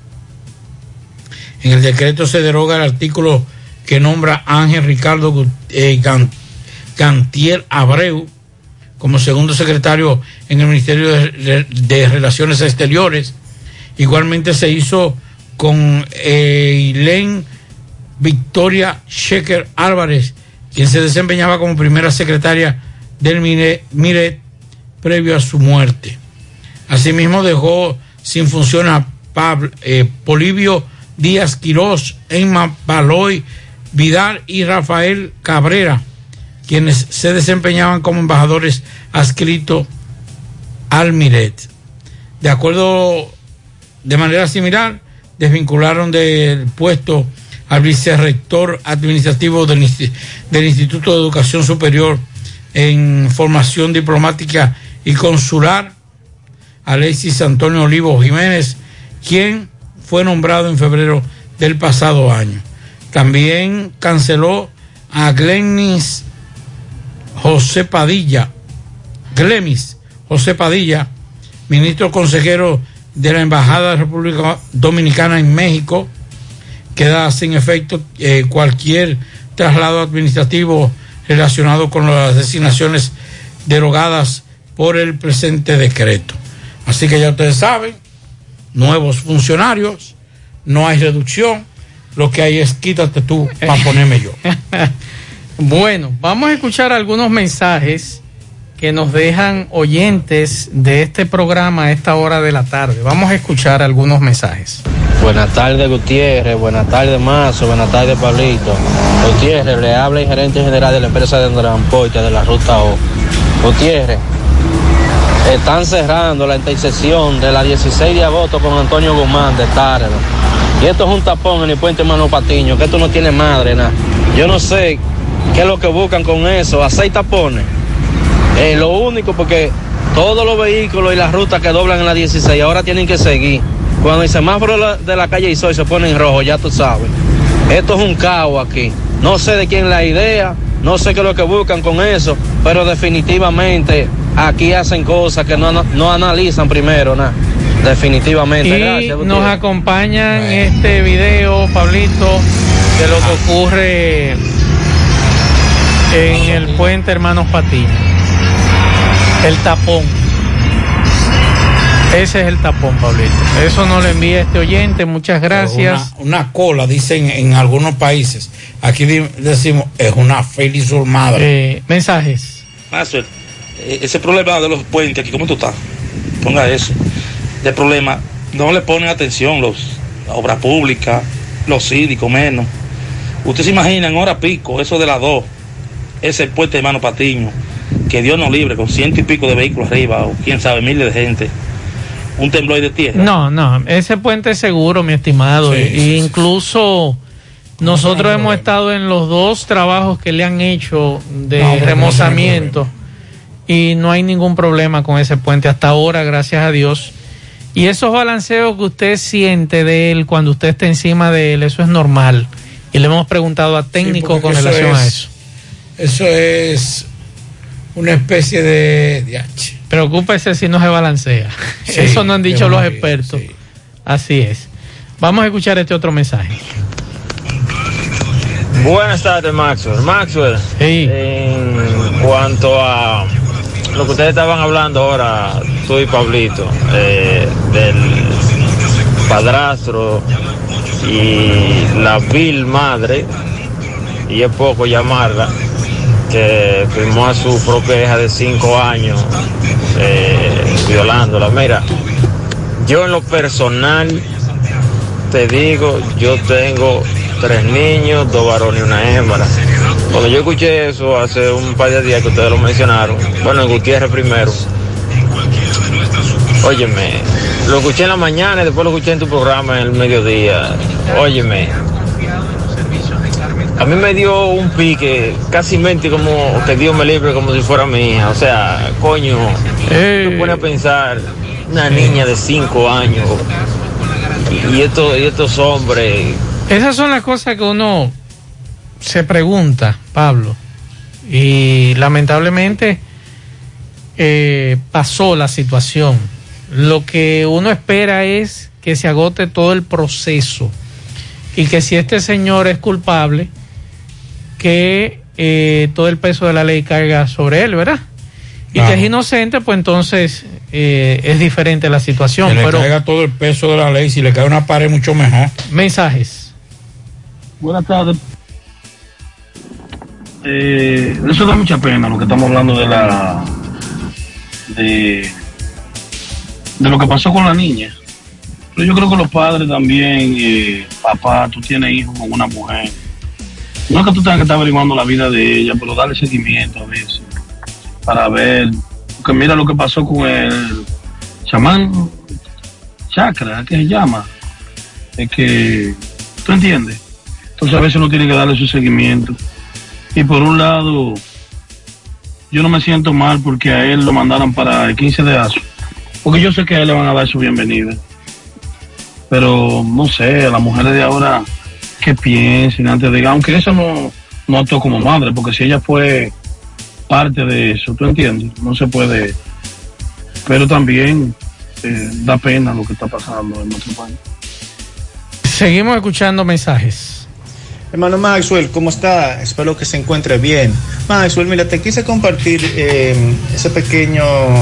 En el decreto se deroga el artículo que nombra a Ángel Ricardo Gantier Abreu como segundo secretario en el Ministerio de Relaciones Exteriores. Igualmente se hizo con Eileen Victoria Sheker Álvarez, quien se desempeñaba como primera secretaria del MIRET previo a su muerte. Asimismo dejó sin función a Polibio Díaz Quirós, Emma Baloy Vidal y Rafael Cabrera, quienes se desempeñaban como embajadores adscritos al MIRET. De manera similar, desvincularon del puesto al vicerrector administrativo del Instituto de Educación Superior en Formación Diplomática y Consular, Alexis Antonio Olivo Jiménez, quien fue nombrado en febrero del pasado año. También canceló a Glennis José Padilla, Glemis José Padilla, ministro consejero de la Embajada de la República Dominicana en México, queda sin efecto cualquier traslado administrativo relacionado con las designaciones derogadas por el presente decreto. Así que ya ustedes saben, nuevos funcionarios, no hay reducción, lo que hay es quítate tú para ponerme yo. Bueno, vamos a escuchar algunos mensajes que nos dejan oyentes de este programa a esta hora de la tarde. Vamos a escuchar algunos mensajes. Buenas tardes, Gutiérrez. Buenas tardes, Mazo. Buenas tardes, Pablito. Gutiérrez, le habla el gerente general de la empresa de transporte de la Ruta O. Gutiérrez, están cerrando la intersección de la 16 de agosto con Antonio Guzmán de Tárrega. Y esto es un tapón en el puente Mano Patiño, que esto no tiene madre, nada. Yo no sé qué es lo que buscan con eso, a 6 tapones. Lo único, porque todos los vehículos y las rutas que doblan en la 16 ahora tienen que seguir. Cuando el semáforo de la calle Isoy se pone en rojo, ya tú sabes. Esto es un caos aquí. No sé de quién es la idea, no sé qué es lo que buscan con eso, pero definitivamente aquí hacen cosas que no analizan primero, nada. Definitivamente. Y gracias, nos acompaña en este video, Pablito, de lo que ocurre en el puente Hermanos Patiño. El tapón. Ese es el tapón, Pablito. Eso nos lo envía este oyente, muchas gracias. Una cola, dicen en algunos países. Aquí decimos, es una feliz madre. Mensajes. Master, ese problema de los puentes aquí, ¿cómo tú estás? Ponga eso. De problema, no le ponen atención la obra pública, los síndicos menos. Usted se imagina en hora pico, eso de las 2, ese puente de Hermano Patiño, que Dios nos libre, con 100 y pico de vehículos arriba, o quién sabe, miles de gente. Un temblor de tierra. No, ese puente es seguro, mi estimado. Sí, incluso nosotros hemos estado en los 2 trabajos que le han hecho de remozamiento y no hay ningún problema con ese puente hasta ahora, gracias a Dios. Y esos balanceos que usted siente de él cuando usted está encima de él, eso es normal. Y le hemos preguntado a técnicos con relación a eso. Eso es una especie de Preocúpese si no se balancea. Sí, eso no han dicho los expertos. Sí. Así es. Vamos a escuchar este otro mensaje. Buenas tardes, Maxwell. Sí. En cuanto a lo que ustedes estaban hablando ahora, tú y Pablito, del padrastro y la vil madre, y es poco llamarla, que firmó a su propia hija de 5 años violándola. Mira, yo en lo personal te digo, yo tengo 3 niños, 2 varones y una hembra. Cuando yo escuché eso hace un par de días que ustedes lo mencionaron, bueno, en Gutiérrez primero, óyeme, lo escuché en la mañana y después lo escuché en tu programa en el mediodía. Óyeme, a mí me dio un pique, casi mente como que Dios me libre, como si fuera mi hija. O sea, coño, tú pones a pensar, una niña de 5 años y estos hombres. Esas son las cosas que uno se pregunta, Pablo, y lamentablemente pasó la situación. Lo que uno espera es que se agote todo el proceso y que si este señor es culpable, que todo el peso de la ley caiga sobre él, ¿verdad? Y que es inocente, pues entonces es diferente la situación. Que le caiga todo el peso de la ley, si le cae una pared mucho mejor. Mensajes. Buenas tardes. Eso da mucha pena lo que estamos hablando de lo que pasó con la niña. Pero yo creo que los padres también, papá, tú tienes hijos con una mujer. No es que tú tengas que estar averiguando la vida de ella, pero darle seguimiento a veces para ver. Porque mira lo que pasó con el chamán Chakra, ¿qué se llama? Es que, ¿tú entiendes? Entonces a veces uno tiene que darle su seguimiento. Y por un lado, yo no me siento mal porque a él lo mandaron para el 15 de azo. Porque yo sé que a él le van a dar su bienvenida. Pero no sé, a las mujeres de ahora, que piensen antes de, aunque eso no actuó como madre, porque si ella fue parte de eso, ¿tú entiendes? No se puede, pero también da pena lo que está pasando en nuestro país. Seguimos escuchando mensajes. Hermano Maxwell, ¿cómo está? Espero que se encuentre bien. Maxwell, mira, te quise compartir esa pequeña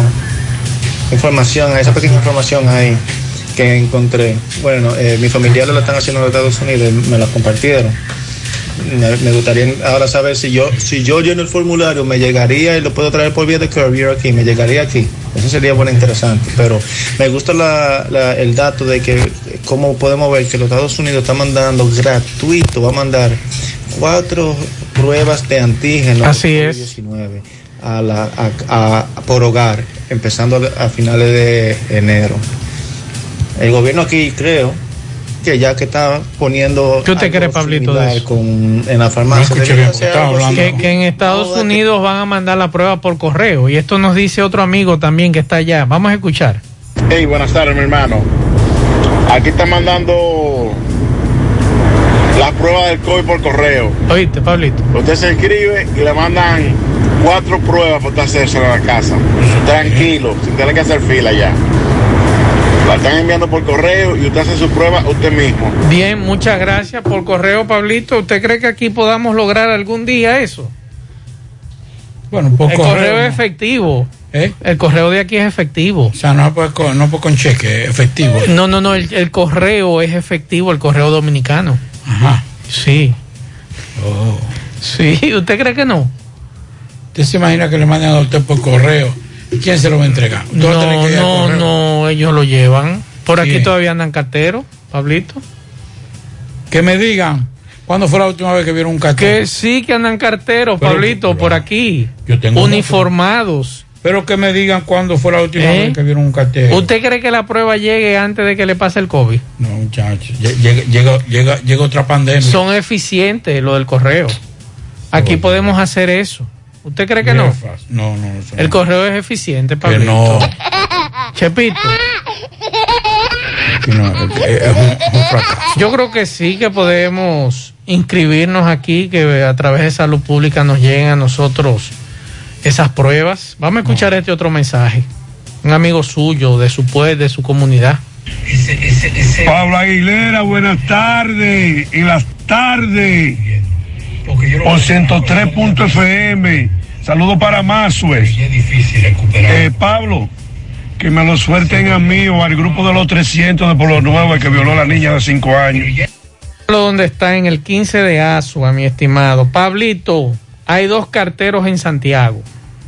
información ahí que encontré. Bueno, mis familiares lo están haciendo en los Estados Unidos y me la compartieron. Me gustaría ahora saber si yo lleno el formulario, me llegaría y lo puedo traer por vía de courier aquí, me llegaría aquí. Eso sería bueno, interesante. Pero me gusta el dato de que cómo podemos ver que los Estados Unidos está mandando gratuito, va a mandar 4 pruebas de antígeno. Así es. COVID-19 por hogar, empezando a finales de enero. El gobierno aquí, creo que ya que está poniendo... ¿Qué usted cree, Pablito, de eso? En la farmacia. Que en Estados Unidos van a mandar la prueba por correo. Y esto nos dice otro amigo también que está allá. Vamos a escuchar. Hey, buenas tardes, mi hermano. Aquí está mandando la prueba del COVID por correo. Oíste, Pablito. Usted se inscribe y le mandan 4 pruebas por hacerse en la casa. Tranquilo, sin tener que hacer fila ya. La están enviando por correo y usted hace su prueba usted mismo. Bien, muchas gracias por correo, Pablito. ¿Usted cree que aquí podamos lograr algún día eso? Bueno, por el correo es efectivo. El correo de aquí es efectivo. O sea, no con cheque, es efectivo. No, el correo es efectivo, el correo dominicano. Ajá. Sí. Oh. Sí, ¿usted cree que no? ¿Usted se imagina que le mandan a usted por correo? ¿Quién se lo va a entregar? No, ellos lo llevan. Por aquí todavía andan carteros, Pablito. Que me digan, ¿cuándo fue la última vez que vieron un cartero? Que sí, que andan carteros, Pablito, por aquí. Yo tengo uniformados. Pero que me digan cuándo fue la última vez que vieron un cartero. ¿Usted cree que la prueba llegue antes de que le pase el COVID? No, muchachos. Llega otra pandemia. Son eficientes lo del correo. Aquí podemos hacer eso. ¿Usted cree que no? No. El correo es eficiente, Pablito. Que no. Chepito. Yo creo que sí, que podemos inscribirnos aquí, que a través de Salud Pública nos lleguen a nosotros esas pruebas. Vamos a escuchar este otro mensaje. Un amigo suyo, de su pueblo, de su comunidad. Pablo Aguilera, buenas tardes. Y las tardes. Por 103.fm. Saludos para Maxwell. Es difícil recuperar. Pablo, que me lo suelten a mí o al grupo de los 300 de Pueblo Nuevo, el que violó a la niña de 5 años. Donde está en el 15 de Asua, mi estimado. Pablito, hay 2 carteros en Santiago.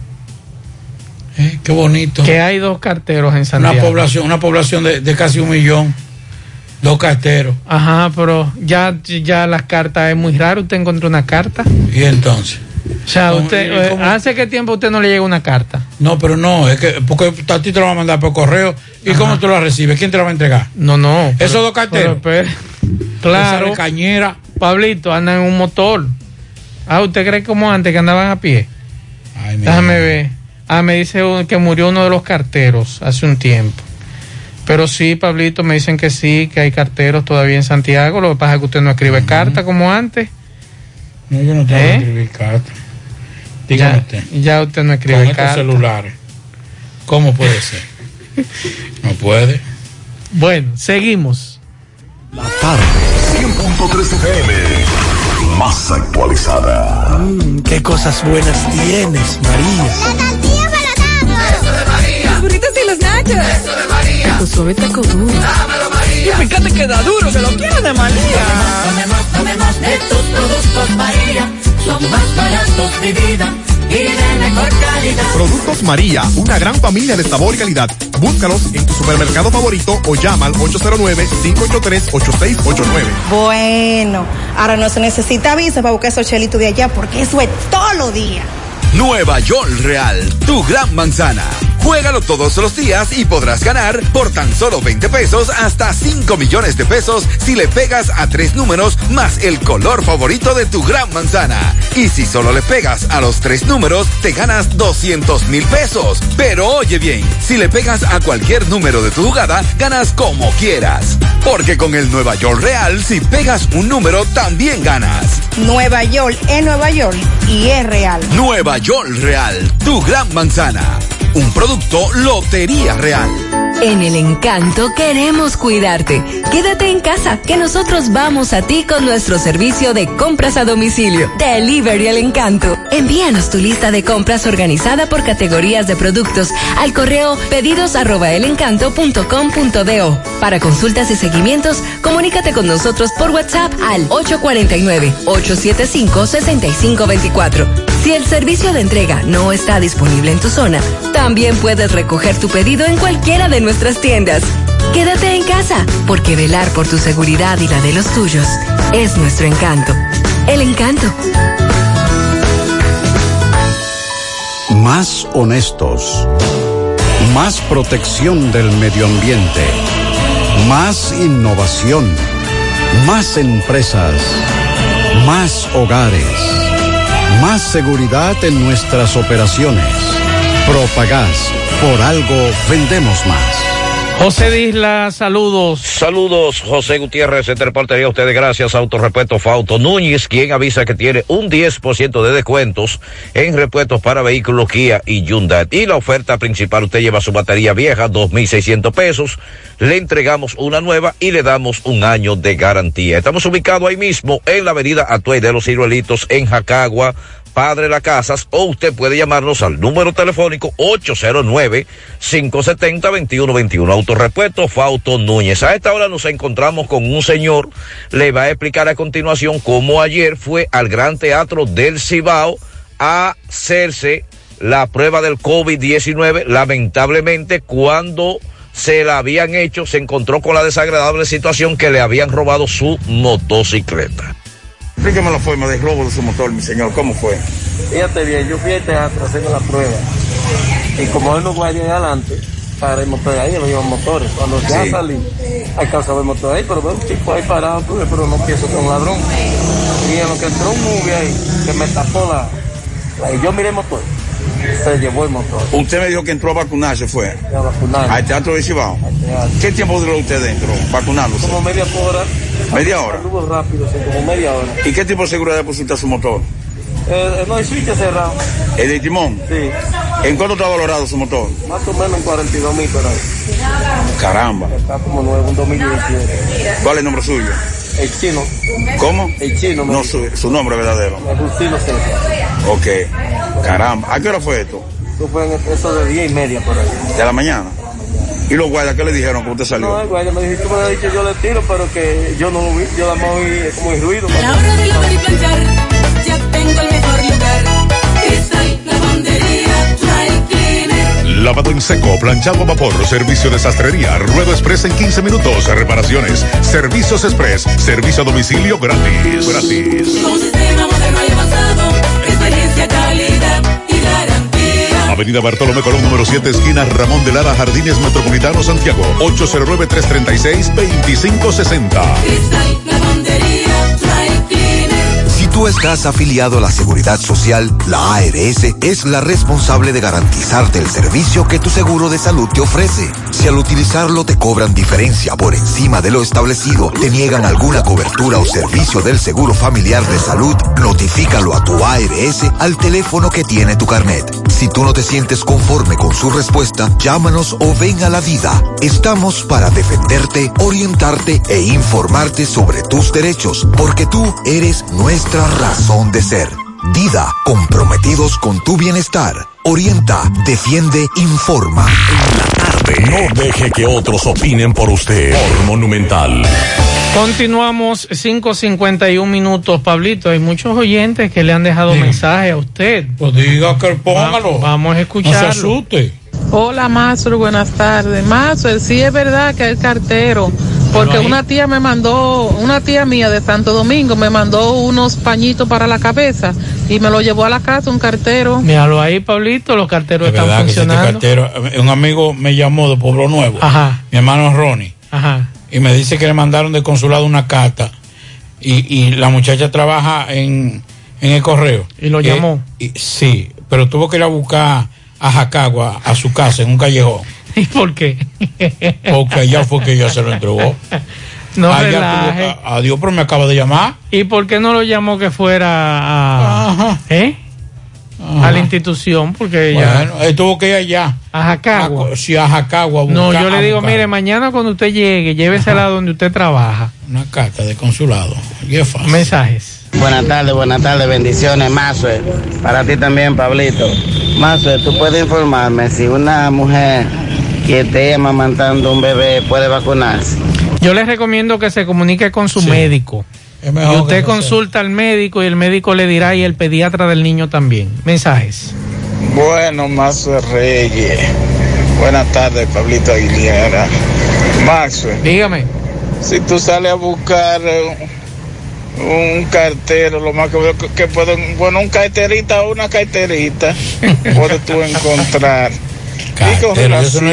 Qué bonito. Que hay 2 carteros en Santiago. Una población de casi 1 millón. 2 carteros. Ajá, pero ya las cartas es muy raro. Usted encontró una carta. ¿Y entonces? O sea, usted, ¿hace qué tiempo usted no le llega una carta? No, pero no, es que porque a ti te lo va a mandar por correo. ¿Y cómo tú la recibes? ¿Quién te la va a entregar? No. Esos 2 carteros. Claro. Cañera. Pablito, andan en un motor. ¿Usted cree como antes que andaban a pie? Ay, déjame ver. Me dice que murió uno de los carteros hace un tiempo. Pero sí, Pablito, me dicen que sí, que hay carteros todavía en Santiago. Lo que pasa es que usted no escribe carta como antes. No, yo no tengo que escribir carta. Dígame usted. Ya usted no escribe con carta. Estos celulares. ¿Cómo puede ser? No puede. Bueno, seguimos. La tarde, 100.3 FM. Más actualizada. Qué cosas buenas tienes, María. La tortilla para Eso de María. Los burritos y los nachos. Eso de María. Taco suave, taco duro. Dámelo, María. Y fíjate que da duro, que lo quiero de María. Tomemos de tus productos, María. Son más baratos de vida y de mejor calidad. Productos María, una gran familia de sabor y calidad. Búscalos en tu supermercado favorito o llama al 809-583-8689. Bueno, ahora no se necesita visa para buscar esos chelitos de allá, porque eso es todo lo día. Nueva York Real, tu gran manzana. Juégalo todos los días y podrás ganar por tan solo 20 pesos hasta 5 millones de pesos si le pegas a 3 números más el color favorito de tu gran manzana. Y si solo le pegas a los 3 números, te ganas 200,000 pesos. Pero oye bien, si le pegas a cualquier número de tu jugada, ganas como quieras. Porque con el Nueva York Real, si pegas un número, también ganas. Nueva York es Nueva York y es real. Nueva York Real, tu gran manzana. Un producto Lotería Real. En El Encanto queremos cuidarte. Quédate en casa, que nosotros vamos a ti con nuestro servicio de compras a domicilio. Delivery El Encanto. Envíanos tu lista de compras organizada por categorías de productos al correo pedidos@elencanto.com.do. Para consultas y seguimientos, comunícate con nosotros por WhatsApp al 849-875-6524. Si el servicio de entrega no está disponible en tu zona, también puedes recoger tu pedido en cualquiera de nuestras tiendas. Quédate en casa, porque velar por tu seguridad y la de los tuyos es nuestro encanto. El Encanto. Más honestos. Más protección del medio ambiente. Más innovación. Más empresas. Más hogares. Más seguridad en nuestras operaciones. Propagás, por algo vendemos más. José Disla, saludos. Saludos, José Gutiérrez, se te reportaría a ustedes gracias a Autorepuesto Fausto Núñez, quien avisa que tiene un 10% de descuentos en repuestos para vehículos Kia y Hyundai. Y la oferta principal, usted lleva su batería vieja, 2,600 pesos, le entregamos una nueva y le damos un año de garantía. Estamos ubicados ahí mismo en la avenida Atuey de los Ciruelitos, en Jacagua, Padre Las Casas, o usted puede llamarnos al número telefónico 809-570-2121. Autorepuesto Fausto Núñez. A esta hora nos encontramos con un señor, le va a explicar a continuación cómo ayer fue al Gran Teatro del Cibao a hacerse la prueba del COVID-19. Lamentablemente, cuando se la habían hecho, se encontró con la desagradable situación que le habían robado su motocicleta. Explíqueme la forma de robo de su motor, mi señor, ¿cómo fue? Fíjate bien, yo fui al teatro a hacerme la prueba y como él no guardia de adelante, para el motor ahí, lo llevan motores. Cuando ya salí, alcanzó a ver el motor ahí, pero veo un tipo ahí parado, pero no pienso que es un ladrón. Y en lo que entró un movie ahí, que me tapó y yo miré el motor, se llevó el motor. Usted me dijo que entró a vacunarse, ¿fue? A vacunarse. ¿Al teatro de Cibao? ¿Qué tiempo duró usted dentro vacunándose? Como media hora. ¿Media hora? Estuvo rápido, sí, como media hora. ¿Y qué tipo de seguridad puso usted a su motor? No hay switch cerrado. ¿El de timón? Sí. ¿En cuánto está valorado su motor? Más o menos en 42,000 por ahí. Caramba. Está como nuevo, un 2017. ¿Cuál es el nombre suyo? El Chino. ¿Cómo? El Chino. No, su nombre verdadero. El Justino César. Ok. Caramba. ¿A qué hora fue esto? Esto fue en eso de 10:30 por ahí. ¿De la mañana? ¿Y los guardias qué le dijeron cuando usted salió? No, el guardia me dijo, tú me has dicho yo le tiro, pero que yo no lo vi, yo la más oí como el ruido. A la hora de lavar y planchar, ya tengo el mejor lugar. Cristal, lavandería, dry cleaner. Lavado en seco, planchado a vapor, servicio de sastrería, ruedo express en 15 minutos, reparaciones, servicios express, servicio a domicilio gratis. Con sistema moderno y avanzado, experiencia, calidad y garantía. Avenida Bartolomé Colón, número 7, esquina Ramón de Lara, Jardines Metropolitano, Santiago, 809-336-2560. Cristal, lavandería, dry cleaner. Si tú estás afiliado a la Seguridad Social, la ARS es la responsable de garantizarte el servicio que tu seguro de salud te ofrece. Si al utilizarlo te cobran diferencia por encima de lo establecido, te niegan alguna cobertura o servicio del Seguro Familiar de Salud, notifícalo a tu ARS al teléfono que tiene tu carnet. Si tú no te sientes conforme con su respuesta, llámanos o ven a la vida. Estamos para defenderte, orientarte e informarte sobre tus derechos, porque tú eres nuestra razón de ser. Dida, comprometidos con tu bienestar. Orienta, defiende, informa. En la tarde. No deje que otros opinen por usted. Por Monumental. Continuamos 5:51 minutos, Pablito. Hay muchos oyentes que le han dejado mensaje a usted. Pues diga que póngalo. Vamos a escucharlo. No se asuste. Hola, Mazo, buenas tardes. Mazo, sí es verdad que es cartero, porque una tía mía de Santo Domingo me mandó unos pañitos para la cabeza y me lo llevó a la casa un cartero. Míralo ahí, Pablito, los carteros están funcionando. Un amigo me llamó de Pueblo Nuevo, mi hermano Ronnie, y me dice que le mandaron del consulado una carta y la muchacha trabaja en el correo. ¿Y lo llamó? Sí, pero tuvo que ir a buscar a Jacagua, a su casa, en un callejón. ¿Y por qué? Porque allá fue que ella se lo entregó. No relaje. Adiós, pero me acaba de llamar. ¿Y por qué no lo llamó que fuera a la institución? Porque bueno, tuvo que ir allá. A Jacagua. Sí, a Jacagua. No, yo le digo, mire, mañana cuando usted llegue, llévesela donde usted trabaja. Una carta de consulado. Y es fácil. Mensajes. Buenas tardes, bendiciones, Mazue. Para ti también, Pablito. Mazue, ¿tú puedes informarme si una mujer que esté amamantando un bebé puede vacunarse? Yo les recomiendo que se comunique con su médico. Y usted consulta al médico y el médico le dirá, y el pediatra del niño también. Mensajes. Bueno, Mazue Reyes. Buenas tardes, Pablito Aguilera. Maxue. Dígame. Si tú sales a buscar un cartero, lo más que pueden, bueno, un carterita o una carterita, puedes tú encontrar. Y con relación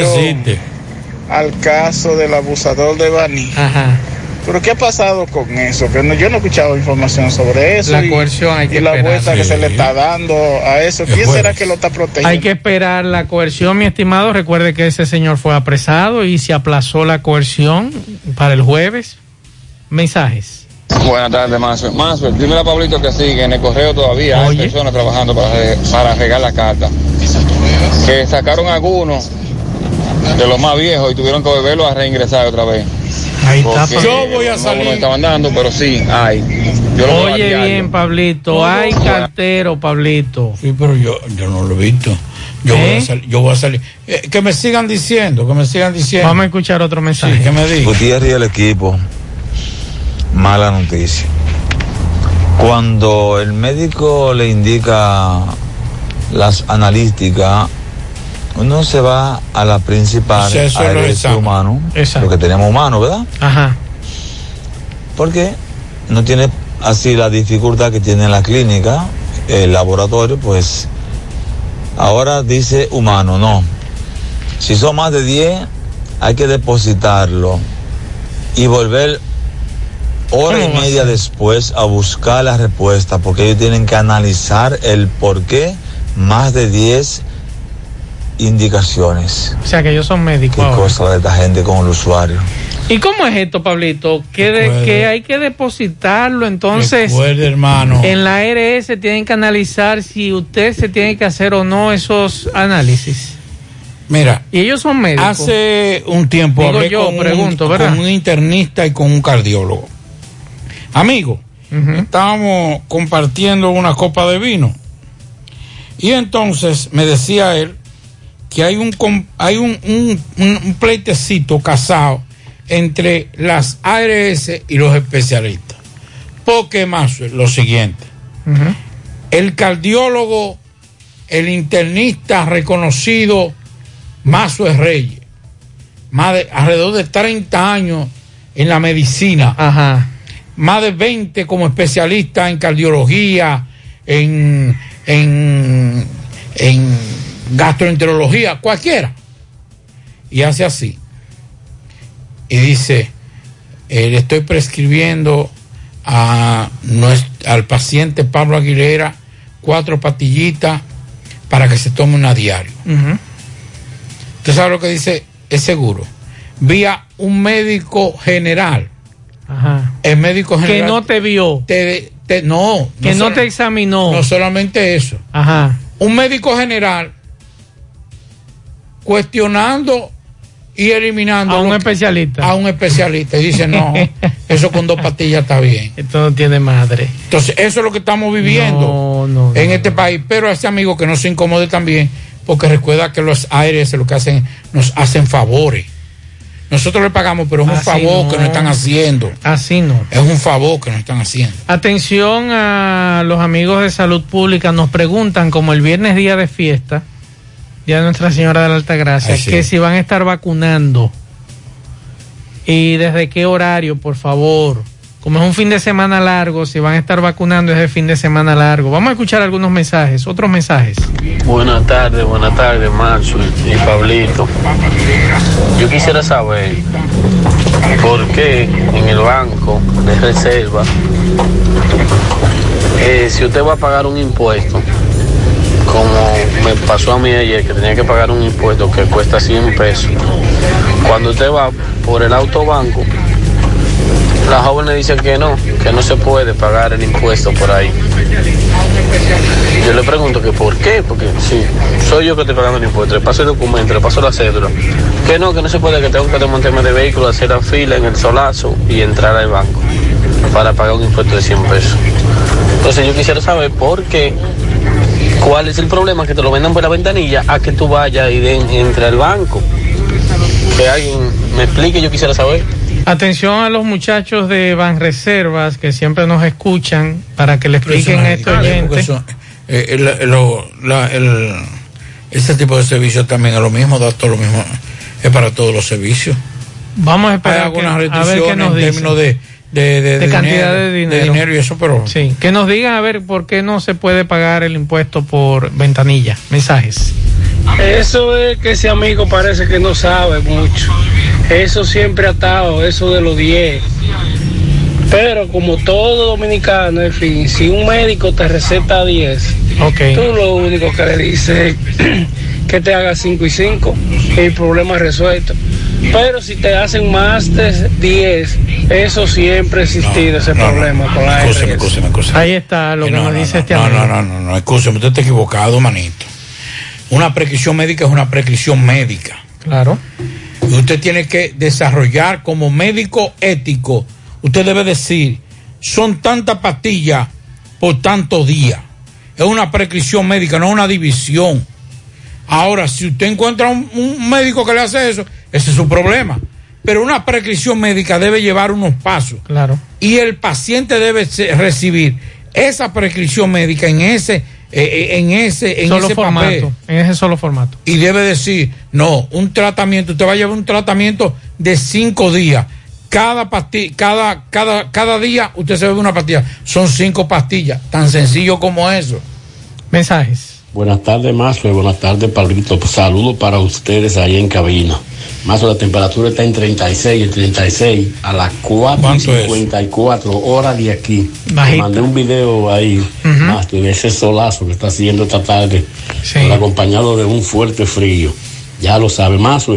al caso del abusador de Baní. Ajá. Pero ¿qué ha pasado con eso? Que yo no he escuchado información sobre eso. La coerción hay que la esperar. vuelta que se le está dando a eso. ¿Quién será que lo está protegiendo? Hay que esperar la coerción, mi estimado. Recuerde que ese señor fue apresado y se aplazó la coerción para el jueves. Mensajes. Buenas tardes, Mazue. Dime a Pablito que sí, que en el correo todavía hay personas trabajando para regar la carta. Que sacaron algunos de los más viejos y tuvieron que volverlos a reingresar otra vez. Ahí está. Yo voy a salir. No estaban dando, pero sí, hay. Oye bien, Pablito, hay cartero, Pablito. Sí, pero yo no lo he visto. Yo voy a salir. Que me sigan diciendo. Vamos a escuchar otro mensaje. Sí, que me diga. Gutiérrez y el equipo. Mala noticia. Cuando el médico le indica las analíticas, uno se va a la principal, al humano, lo que tenemos humano, ¿verdad? Ajá. Porque no tiene así la dificultad que tiene en la clínica, el laboratorio, pues ahora dice humano, no. Si son más de 10, hay que depositarlo y volver hora y media después a buscar la respuesta, porque ellos tienen que analizar el por qué más de 10 indicaciones. O sea que ellos son médicos. Qué cosa de esta gente con el usuario. ¿Y cómo es esto, Pablito? Que hay que depositarlo, entonces. Recuerde, hermano. En la ARS tienen que analizar si usted se tiene que hacer o no esos análisis. Mira. Y ellos son médicos. Hace un tiempo hablé con un internista y con un cardiólogo. Amigo, estábamos compartiendo una copa de vino. Y entonces me decía él que hay un pleitecito casado entre las ARS y los especialistas. Porque más lo siguiente, el cardiólogo, el internista reconocido Mazue Reyes, alrededor de 30 años en la medicina, más de 20 como especialista en cardiología, en gastroenterología, cualquiera, y hace así y dice, le estoy prescribiendo al paciente Pablo Aguilera 4 pastillitas para que se tome una diario. ¿Usted sabe lo que dice? Es seguro, vía un médico general. El médico general que no te vio, no te examinó. No solamente eso. Un médico general cuestionando y eliminando a un especialista. Y dice, no, eso con 2 pastillas está bien. Esto no tiene madre. Entonces, eso es lo que estamos viviendo en este país. Pero a ese amigo que no se incomode también, porque recuerda que los ARS lo que hacen, nos hacen favores. Nosotros le pagamos, pero es un favor que nos están haciendo. Así no. Es un favor que nos están haciendo. Atención a los amigos de salud pública, nos preguntan, como el viernes día de fiesta, día de Nuestra Señora de la Altagracia, que si van a estar vacunando y desde qué horario, por favor. Como es un fin de semana largo, si van a estar vacunando desde el fin de semana largo. Vamos a escuchar algunos mensajes, otros mensajes. Buenas tardes, Marzo y Pablito. Yo quisiera saber por qué en el banco de reserva, si usted va a pagar un impuesto, como me pasó a mí ayer, que tenía que pagar un impuesto que cuesta 100 pesos, cuando usted va por el autobanco, La joven dice que no se puede pagar el impuesto por ahí. Yo le pregunto que por qué, porque si soy yo que estoy pagando el impuesto, le paso el documento, le paso la cédula, que no se puede, que tengo que desmontarme de vehículo, hacer la fila en el solazo y entrar al banco para pagar un impuesto de 100 pesos. Entonces yo quisiera saber por qué, cuál es el problema, que te lo vendan por la ventanilla a que tú vayas y entre al banco. Que alguien me explique, yo quisiera saber. Atención a los muchachos de Banreservas que siempre nos escuchan para que le expliquen a estos oyentes. Ese tipo de servicios también es lo mismo, da todo lo mismo, es para todos los servicios. Vamos a esperar hay algunas a ver qué nos en términos de cantidad de dinero y eso, pero sí, que nos digan a ver por qué no se puede pagar el impuesto por ventanilla. Mensajes. Eso es que ese amigo parece que no sabe mucho. Eso siempre ha estado, eso de los 10. Pero como todo dominicano, en fin, si un médico te receta 10, tú lo único que le dices es que te haga 5 y 5 y el problema es resuelto. Pero si te hacen más de 10, eso siempre ha existido, ese problema con la Escúcheme. Ahí está lo que nos dice este amigo. No, escúcheme, usted está equivocado, manito. Una prescripción médica es una prescripción médica. Claro. Y usted tiene que desarrollar como médico ético, usted debe decir, son tantas pastillas por tantos días. Es una prescripción médica, no una división. Ahora, si usted encuentra un médico que le hace eso, ese es su problema. Pero una prescripción médica debe llevar unos pasos. Claro. Y el paciente debe recibir esa prescripción médica en ese formato, papel. En ese solo formato. Y debe decir, no, un tratamiento, usted va a llevar un tratamiento de 5 días. Cada día usted se bebe una pastilla. Son 5 pastillas, tan sencillo como eso. Mensajes. Buenas tardes, Mazo, y buenas tardes, Pablito. Saludos para ustedes ahí en cabina. Mazo, la temperatura está en 36 a las 4:54 horas de aquí. Bajita. Mandé un video ahí, Mazo, de ese solazo que está haciendo esta tarde, acompañado de un fuerte frío. Ya lo sabe, Mazo.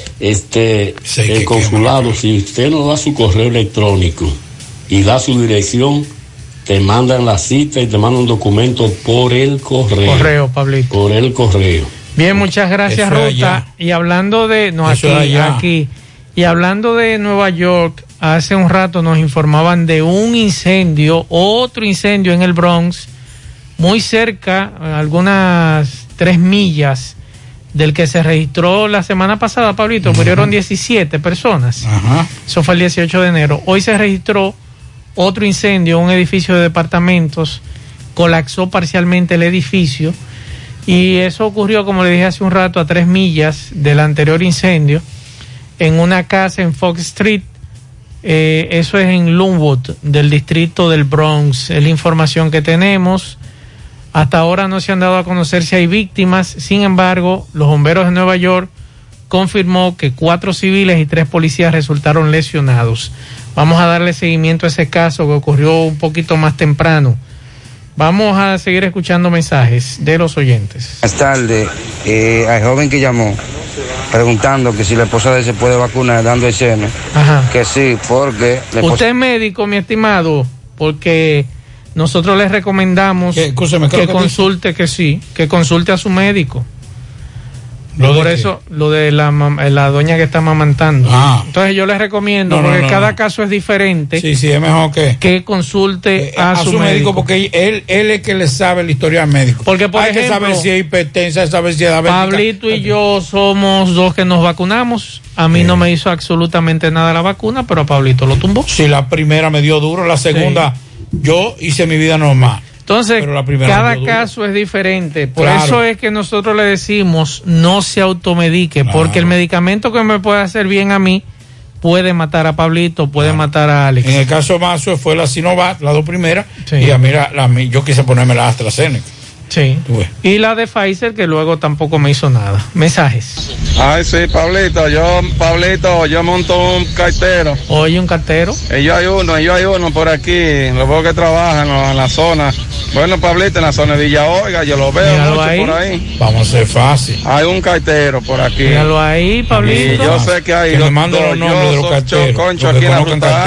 El consulado, si usted no da su correo electrónico y da su dirección, te mandan la cita y te mandan un documento por el correo. Pablito. Por el correo. Bien, muchas gracias, Ruta. Y hablando de, aquí, y hablando de Nueva York, hace un rato nos informaban de un incendio, otro incendio en el Bronx, muy cerca, algunas 3 millas del que se registró la semana pasada, Pablito. Murieron 17 personas. Eso fue el 18 de enero. Hoy se registró otro incendio, un edificio de departamentos, colapsó parcialmente el edificio y eso ocurrió, como le dije hace un rato, a 3 millas del anterior incendio, en una casa en Fox Street, eso es en Loonwood, del distrito del Bronx. Es la información que tenemos. Hasta ahora no se han dado a conocer si hay víctimas, sin embargo, los bomberos de Nueva York confirmó que 4 civiles y 3 policías resultaron lesionados. Vamos a darle seguimiento a ese caso que ocurrió un poquito más temprano. Vamos a seguir escuchando mensajes de los oyentes. Buenas tardes. Al joven que llamó preguntando que si la esposa de él se puede vacunar dando el seno. Que sí, porque... Usted es médico, mi estimado, porque nosotros les recomendamos que consulte, que consulte a su médico. Por eso, lo de la doña que está amamantando. Entonces yo les recomiendo, porque cada caso es diferente. Sí, es mejor que consulte a su médico. Porque él es que le sabe el historial médico. Porque, por ejemplo, hay que saber si es hipertensa, saber si es diabética. Pablito y yo somos 2 que nos vacunamos. A mí no me hizo absolutamente nada la vacuna, pero a Pablito lo tumbó. Sí, la primera me dio duro, la segunda yo hice mi vida normal. Entonces, cada caso es diferente. Por eso es que nosotros le decimos no se automedique, porque el medicamento que me puede hacer bien a mí puede matar a Pablito, puede matar a Alex. En el caso más fue la Sinovac, las 2 primeras, y a mí yo quise ponerme la AstraZeneca. Sí. Y la de Pfizer, que luego tampoco me hizo nada. Mensajes. Ay, sí, Pablito, yo monto un cartero. Oye, un cartero. Yo hay uno por aquí, los veo que trabajan en la zona. Bueno, Pablito, en la zona de Villa Olga, yo lo veo mucho por ahí. Vamos a ser fácil. Hay un cartero por aquí. Míralo ahí, Pablito. Y yo sé que hay que me manden los nombres de los carteros, Concho aquí en la fruta.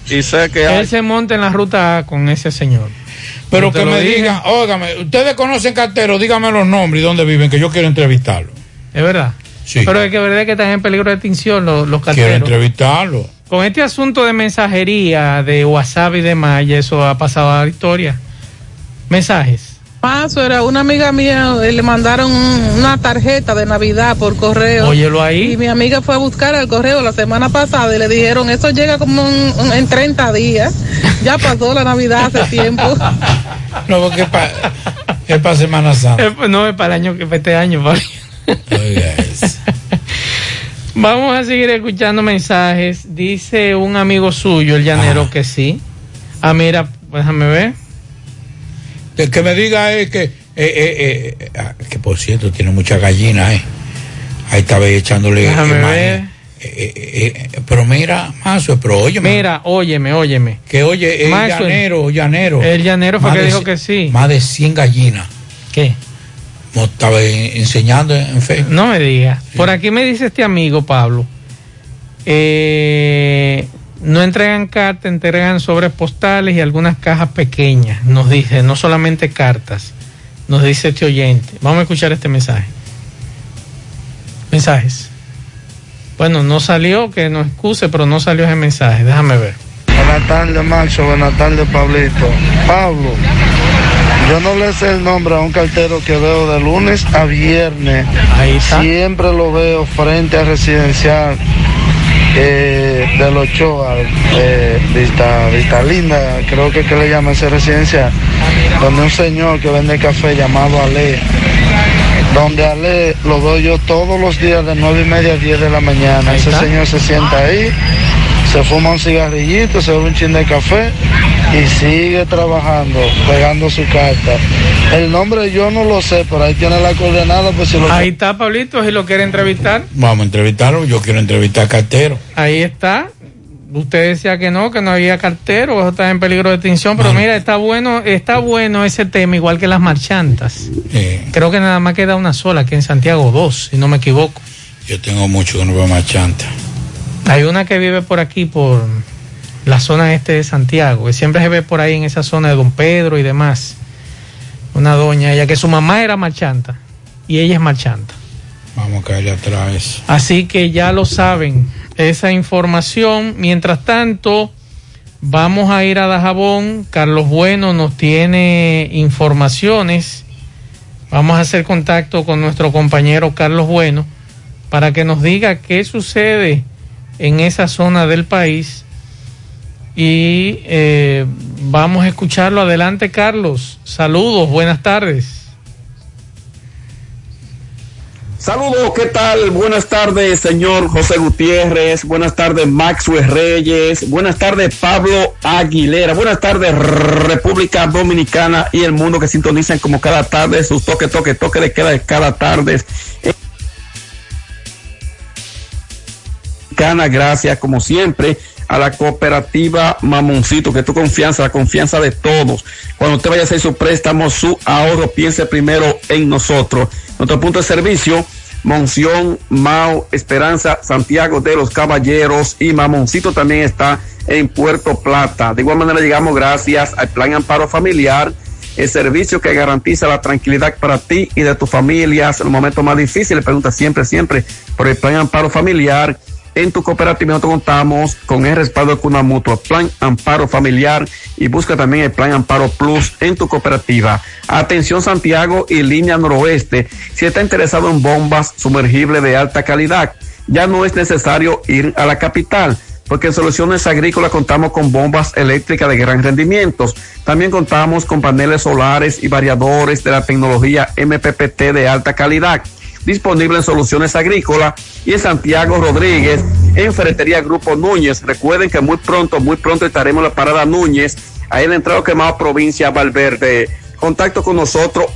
y sé que él se monta en la ruta A con ese señor. Pero que me digan, óigame, ustedes conocen carteros, díganme los nombres y dónde viven, que yo quiero entrevistarlo. Es verdad. Sí. Pero es que verdad que están en peligro de extinción los carteros. Quiero entrevistarlo. Con este asunto de mensajería, de WhatsApp y demás, ya eso ha pasado a la historia. Mensajes. Era una amiga mía, le mandaron una tarjeta de Navidad por correo. Óyelo ahí. Y mi amiga fue a buscar al correo la semana pasada y le dijeron, eso llega como en 30 días. Ya pasó la Navidad hace tiempo. No, porque es para Semana Santa. No, es para el año, para este año. Oiga eso. Vamos a seguir escuchando mensajes. Dice un amigo suyo, el llanero, que sí. Ah, mira, déjame ver. Que me diga que por cierto tiene mucha gallina, ahí estaba echándole. Déjame ver. Pero mira, Mazo, pero óyeme. Mira, óyeme. Que oye, llanero. El llanero fue que dijo que sí. Más de 100 gallinas. ¿Qué? Como estaba enseñando en Facebook. No me digas. Sí. Por aquí me dice este amigo, Pablo. No entregan cartas, entregan sobres postales y algunas cajas pequeñas. Nos dice, no solamente cartas. Nos dice este oyente. Vamos a escuchar este mensaje. Mensajes. Bueno, no salió, que no excuse, pero no salió ese mensaje. Déjame ver. Buenas tardes, Macho. Buenas tardes, Pablito. Pablo, yo no le sé el nombre a un cartero que veo de lunes a viernes. Ahí está. Siempre lo veo frente al residencial de los Ochoa, Vista Linda, creo que le llama ese residencial, donde un señor que vende café llamado Ale, donde Ale lo veo yo todos los días de 9:30 a 10 de la mañana. Ese señor se sienta ahí, se fuma un cigarrillito, se bebe un chin de café y sigue trabajando, pegando su carta. El nombre yo no lo sé, pero ahí tiene la coordenada. Pues si ahí está, Pablito, si lo quiere entrevistar. Vamos a entrevistarlo, yo quiero entrevistar a cartero. Ahí está. Usted decía que no había cartero, eso está en peligro de extinción, pero mira, está bueno ese tema, igual que las marchantas. Creo que nada más queda una sola, aquí en Santiago, 2, si no me equivoco. Yo tengo mucho que no veo marchanta. Hay una que vive por aquí, por la zona este de Santiago, que siempre se ve por ahí en esa zona de Don Pedro y demás. Una doña, ella que su mamá era marchanta y ella es marchanta. Vamos a caerle atrás. Así que ya lo saben, esa información. Mientras tanto, vamos a ir a Dajabón. Carlos Bueno nos tiene informaciones. Vamos a hacer contacto con nuestro compañero Carlos Bueno para que nos diga qué sucede en esa zona del país. Y vamos a escucharlo. Adelante, Carlos. Saludos, buenas tardes. Saludos, ¿qué tal? Buenas tardes, señor José Gutiérrez. Buenas tardes, Maxwell Reyes. Buenas tardes, Pablo Aguilera. Buenas tardes, República Dominicana y el mundo que sintonizan como cada tarde sus toque de queda de cada tarde. Gracias, como siempre, a la cooperativa Mamoncito, que tu confianza, la confianza de todos. Cuando usted vaya a hacer su préstamo, su ahorro, piense primero en nosotros. Nuestro punto de servicio, Monción, Mao, Esperanza, Santiago de los Caballeros, y Mamoncito también está en Puerto Plata. De igual manera llegamos gracias al Plan Amparo Familiar, el servicio que garantiza la tranquilidad para ti y de tus familias en los momentos más difíciles. Pregunta siempre por el Plan Amparo Familiar. En tu cooperativa nosotros contamos con el respaldo de Cuna Mutua, Plan Amparo Familiar, y busca también el Plan Amparo Plus en tu cooperativa. Atención Santiago y línea noroeste, si está interesado en bombas sumergibles de alta calidad, ya no es necesario ir a la capital, porque en Soluciones Agrícolas contamos con bombas eléctricas de gran rendimiento. También contamos con paneles solares y variadores de la tecnología MPPT de alta calidad. Disponible en Soluciones Agrícolas y en Santiago Rodríguez, en Ferretería Grupo Núñez. Recuerden que muy pronto estaremos en la Parada Núñez, ahí en la entrada Quemado, provincia Valverde. Contacto con nosotros,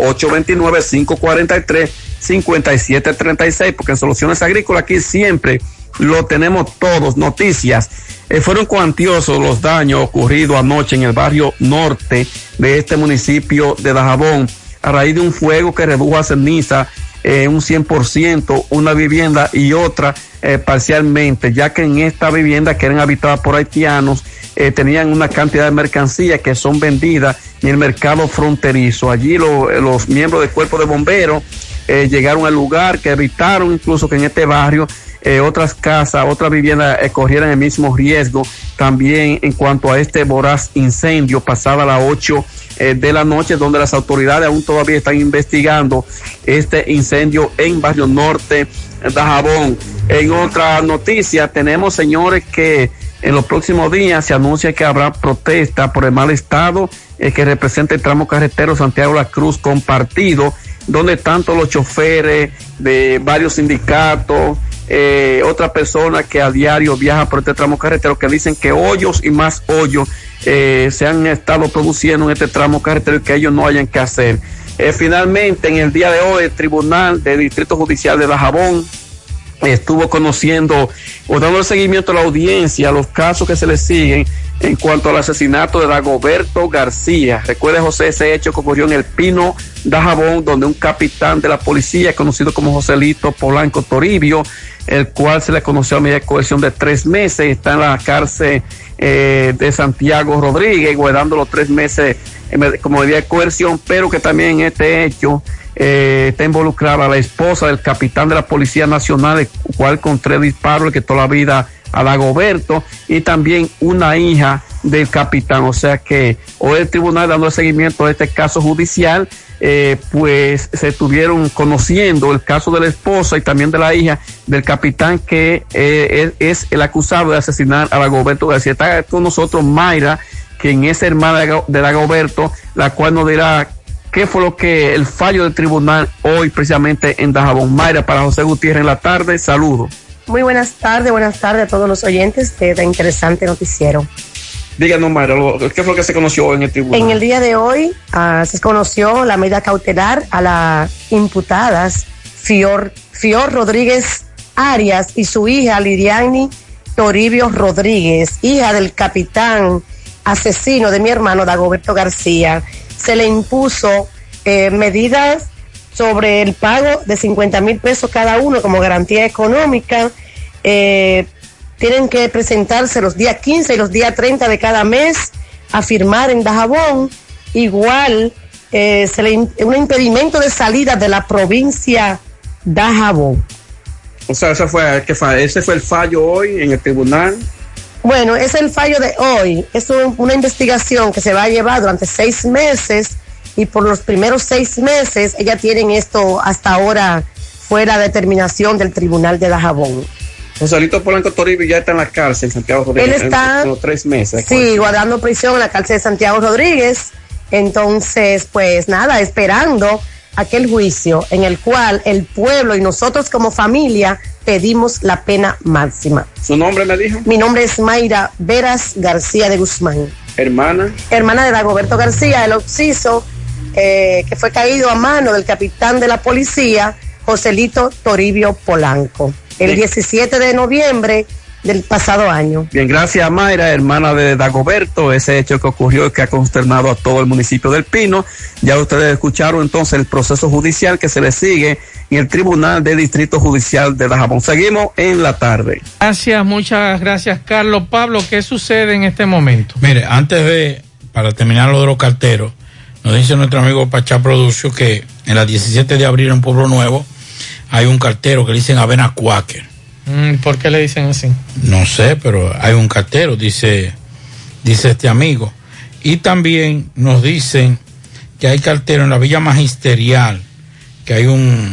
829-543-5736, porque en Soluciones Agrícolas aquí siempre lo tenemos todos. Noticias. Fueron cuantiosos los daños ocurridos anoche en el barrio norte de este municipio de Dajabón, a raíz de un fuego que redujo a ceniza un 100% una vivienda y otra parcialmente, ya que en esta vivienda que eran habitadas por haitianos, tenían una cantidad de mercancías que son vendidas en el mercado fronterizo. Allí los miembros del cuerpo de bomberos llegaron al lugar, que evitaron incluso que en este barrio otras casas, otras viviendas corrieran el mismo riesgo también en cuanto a este voraz incendio pasada las 8 de la noche, donde las autoridades aún todavía están investigando este incendio en Barrio Norte de Dajabón. En otra noticia tenemos, señores, que en los próximos días se anuncia que habrá protesta por el mal estado que representa el tramo carretero Santiago La Cruz compartido, donde tanto los choferes de varios sindicatos, otra persona que a diario viaja por este tramo carretero, que dicen que hoyos y más hoyos se han estado produciendo en este tramo carretero y que ellos no hayan que hacer. Finalmente, en el día de hoy, el Tribunal del Distrito Judicial de Dajabón estuvo conociendo o dando seguimiento a la audiencia, a los casos que se le siguen en cuanto al asesinato de Dagoberto García. Recuerde, José, ese hecho que ocurrió en El Pino, Dajabón, donde un capitán de la policía, conocido como Joselito Polanco Toribio, el cual se le conoció a medida de coerción de 3 meses, está en la cárcel de Santiago Rodríguez, guardando los 3 meses como medida de coerción, pero que también en este hecho está involucrada la esposa del capitán de la Policía Nacional, el cual con 3 disparos le quitó la vida a Dagoberto, y también una hija del capitán. O sea que hoy el tribunal, dando seguimiento a este caso judicial, pues se estuvieron conociendo el caso de la esposa y también de la hija del capitán, que es el acusado de asesinar a Dagoberto García. Está con nosotros Mayra, quien es hermana de Dagoberto, la cual nos dirá qué fue lo que el fallo del tribunal hoy precisamente en Dajabón. Mayra, para José Gutiérrez en la tarde, saludos. Muy buenas tardes a todos los oyentes de este interesante noticiero. Díganos, Mayra, ¿qué fue lo que se conoció hoy en el tribunal? En el día de hoy se conoció la medida cautelar a las imputadas Fior Rodríguez Arias y su hija Lidiani Toribio Rodríguez, hija del capitán asesino de mi hermano Dagoberto García. Se le impuso medidas sobre el pago de 50,000 pesos cada uno como garantía económica. Tienen que presentarse los días 15 y los días 30 de cada mes a firmar en Dajabón. Igual un impedimento de salida de la provincia Dajabón. O sea, ese fue el fallo hoy en el tribunal. Bueno, es el fallo de hoy. Es una investigación que se va a llevar durante 6 meses, y por los primeros 6 meses ellas tienen esto hasta ahora fuera de determinación del tribunal de Dajabón. Joselito Polanco Toribio ya está en la cárcel en Santiago Rodríguez. Él está en los 3 meses. Sí, guardando prisión en la cárcel de Santiago Rodríguez. Entonces, pues nada, esperando aquel juicio en el cual el pueblo y nosotros como familia pedimos la pena máxima. ¿Su nombre me dijo? Mi nombre es Mayra Veras García de Guzmán. ¿Hermana? Hermana de Dagoberto García, el occiso, que fue caído a mano del capitán de la policía, Joselito Toribio Polanco, el 17 de noviembre del pasado año. Bien, gracias, Mayra, hermana de Dagoberto. Ese hecho que ocurrió y que ha consternado a todo el municipio del Pino. Ya ustedes escucharon entonces el proceso judicial que se le sigue en el Tribunal del Distrito Judicial de Dajabón. Seguimos en la tarde. Gracias, muchas gracias, Carlos. Pablo, ¿qué sucede en este momento? Mire, para terminar lo de los carteros, nos dice nuestro amigo Pachá Producio que en la 17 de abril en Pueblo Nuevo hay un cartero que le dicen Avena Quaker. ¿Por qué le dicen así? No sé, pero hay un cartero, dice este amigo. Y también nos dicen que hay cartero en la Villa Magisterial, que hay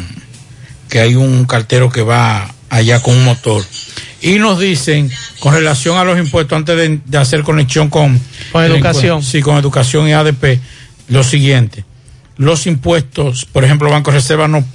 un cartero que va allá con un motor. Y nos dicen, con relación a los impuestos, antes de hacer conexión con educación. Sí, con educación y ADP, lo siguiente. Los impuestos, por ejemplo, Banco Reserva no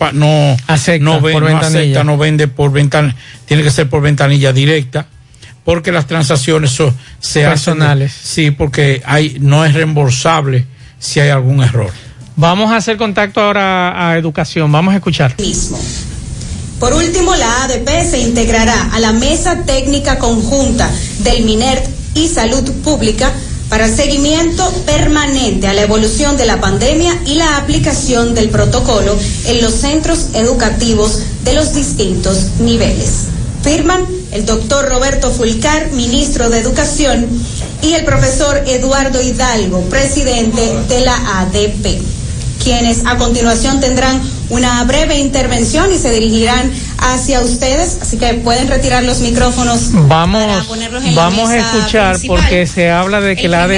vende por ventanilla, tiene que ser por ventanilla directa, porque las transacciones se personales. Sí, porque no es reembolsable si hay algún error. Vamos a hacer contacto ahora a educación, vamos a escuchar. Por último, la ADP se integrará a la mesa técnica conjunta del MINERT y Salud Pública para seguimiento permanente a la evolución de la pandemia y la aplicación del protocolo en los centros educativos de los distintos niveles. Firman el doctor Roberto Fulcar, ministro de Educación, y el profesor Eduardo Hidalgo, presidente de la ADP, quienes a continuación tendrán una breve intervención y se dirigirán hacia ustedes, así que pueden retirar los micrófonos. Vamos a escuchar principal, porque se habla de que la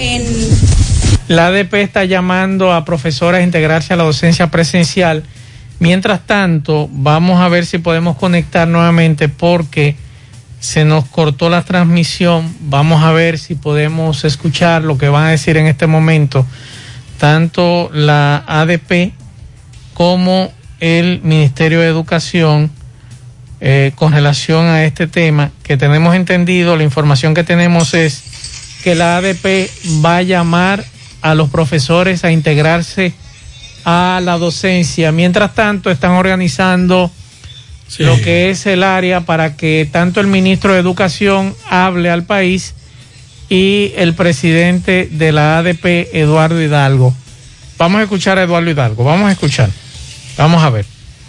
ADP está llamando a profesores a integrarse a la docencia presencial. Mientras tanto, vamos a ver si podemos conectar nuevamente porque se nos cortó la transmisión. Vamos a ver si podemos escuchar lo que van a decir en este momento tanto la ADP como el Ministerio de Educación con relación a este tema, que tenemos entendido, la información que tenemos es que la ADP va a llamar a los profesores a integrarse a la docencia. Mientras tanto, están organizando lo que es el área para que tanto el ministro de Educación hable al país y el presidente de la ADP, Eduardo Hidalgo. Vamos a escuchar a Eduardo Hidalgo, vamos a escuchar. Vamos a ver.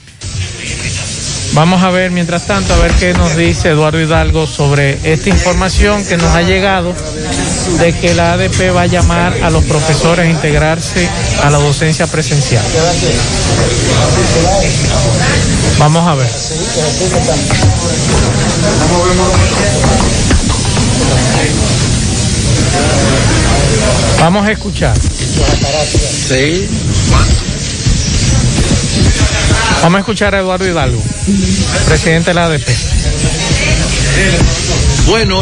Vamos a ver, mientras tanto, a ver qué nos dice Eduardo Hidalgo sobre esta información que nos ha llegado de que la ADP va a llamar a los profesores a integrarse a la docencia presencial. Vamos a ver. Vamos a escuchar. Sí. Vamos a escuchar a Eduardo Hidalgo, presidente de la ADP. Bueno,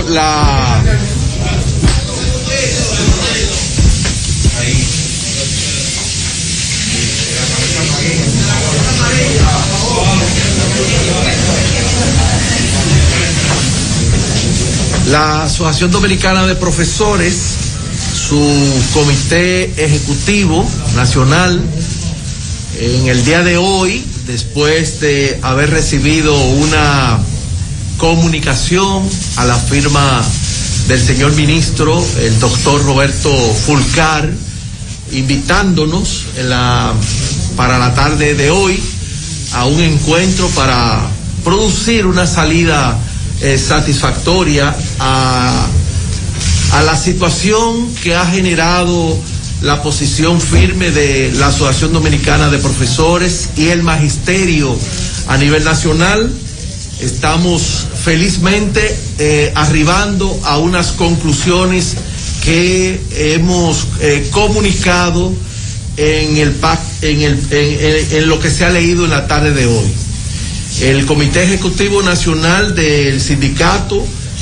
la Asociación Dominicana de Profesores, su comité ejecutivo nacional, en el día de hoy, después de haber recibido una comunicación a la firma del señor ministro, el doctor Roberto Fulcar, invitándonos para la tarde de hoy a un encuentro para producir una salida satisfactoria a la situación que ha generado la posición firme de la Asociación Dominicana de Profesores y el magisterio a nivel nacional. Estamos felizmente arribando a unas conclusiones que hemos comunicado en lo que se ha leído en la tarde de hoy. El Comité Ejecutivo Nacional del Sindicato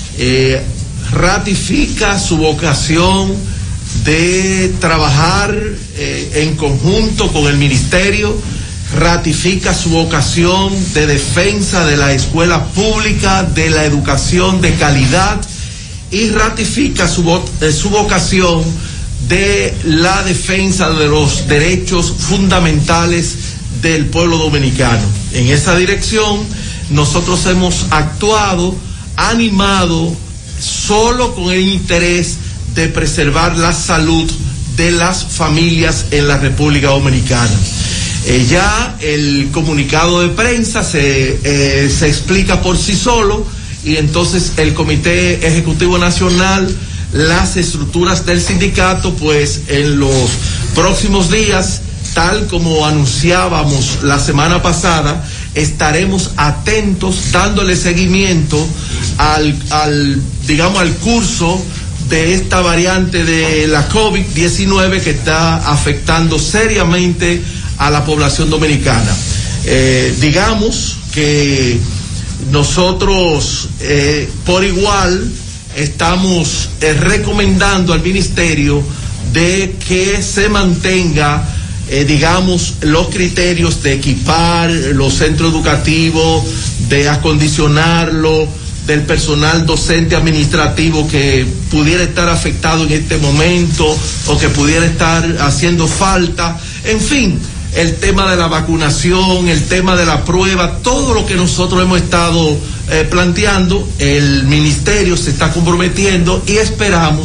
ratifica su vocación de trabajar en conjunto con el Ministerio, ratifica su vocación de defensa de la escuela pública, de la educación de calidad, y ratifica su vocación de la defensa de los derechos fundamentales del pueblo dominicano. En esa dirección, nosotros hemos actuado, animado, solo con el interés de preservar la salud de las familias en la República Dominicana. Ya el comunicado de prensa se explica por sí solo, y entonces el Comité Ejecutivo Nacional, las estructuras del sindicato, pues en los próximos días, tal como anunciábamos la semana pasada, estaremos atentos dándole seguimiento al curso de esta variante de la COVID-19 que está afectando seriamente a la población dominicana. Digamos que nosotros por igual estamos recomendando al ministerio de que se mantenga los criterios de equipar los centros educativos, de acondicionarlo, del personal docente administrativo que pudiera estar afectado en este momento o que pudiera estar haciendo falta. En fin, el tema de la vacunación, el tema de la prueba, todo lo que nosotros hemos estado planteando, el ministerio se está comprometiendo y esperamos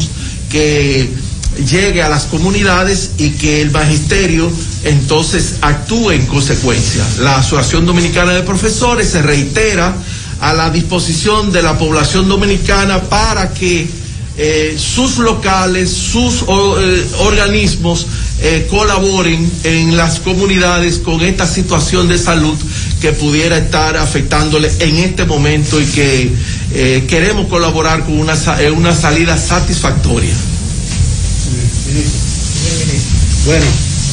que llegue a las comunidades y que el magisterio entonces actúe en consecuencia. La Asociación Dominicana de Profesores se reitera a la disposición de la población dominicana para que sus locales, sus organismos colaboren en las comunidades con esta situación de salud que pudiera estar afectándole en este momento y que queremos colaborar con una salida satisfactoria. Bueno,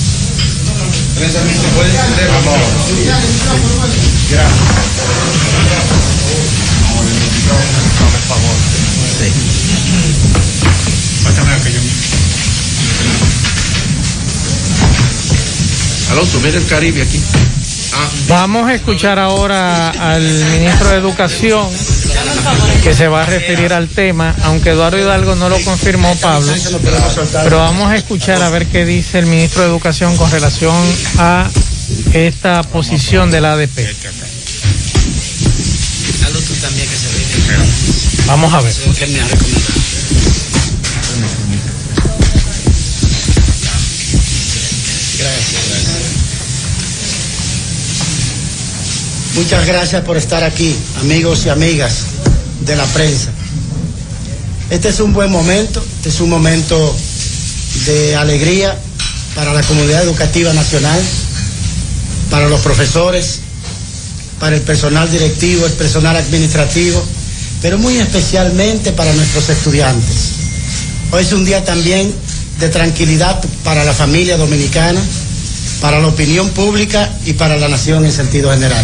Alonso, mira el Caribe aquí. Vamos a escuchar ahora al ministro de Educación, que se va a referir al tema, aunque Eduardo Hidalgo no lo confirmó, Pablo, pero vamos a escuchar a ver qué dice el ministro de Educación con relación a esta posición de la ADP. Vamos a ver. Muchas gracias por estar aquí, amigos y amigas de la prensa. Este es un buen momento, este es un momento de alegría para la comunidad educativa nacional, para los profesores, para el personal directivo, el personal administrativo, pero muy especialmente para nuestros estudiantes. Hoy es un día también de tranquilidad para la familia dominicana, para la opinión pública y para la nación en sentido general.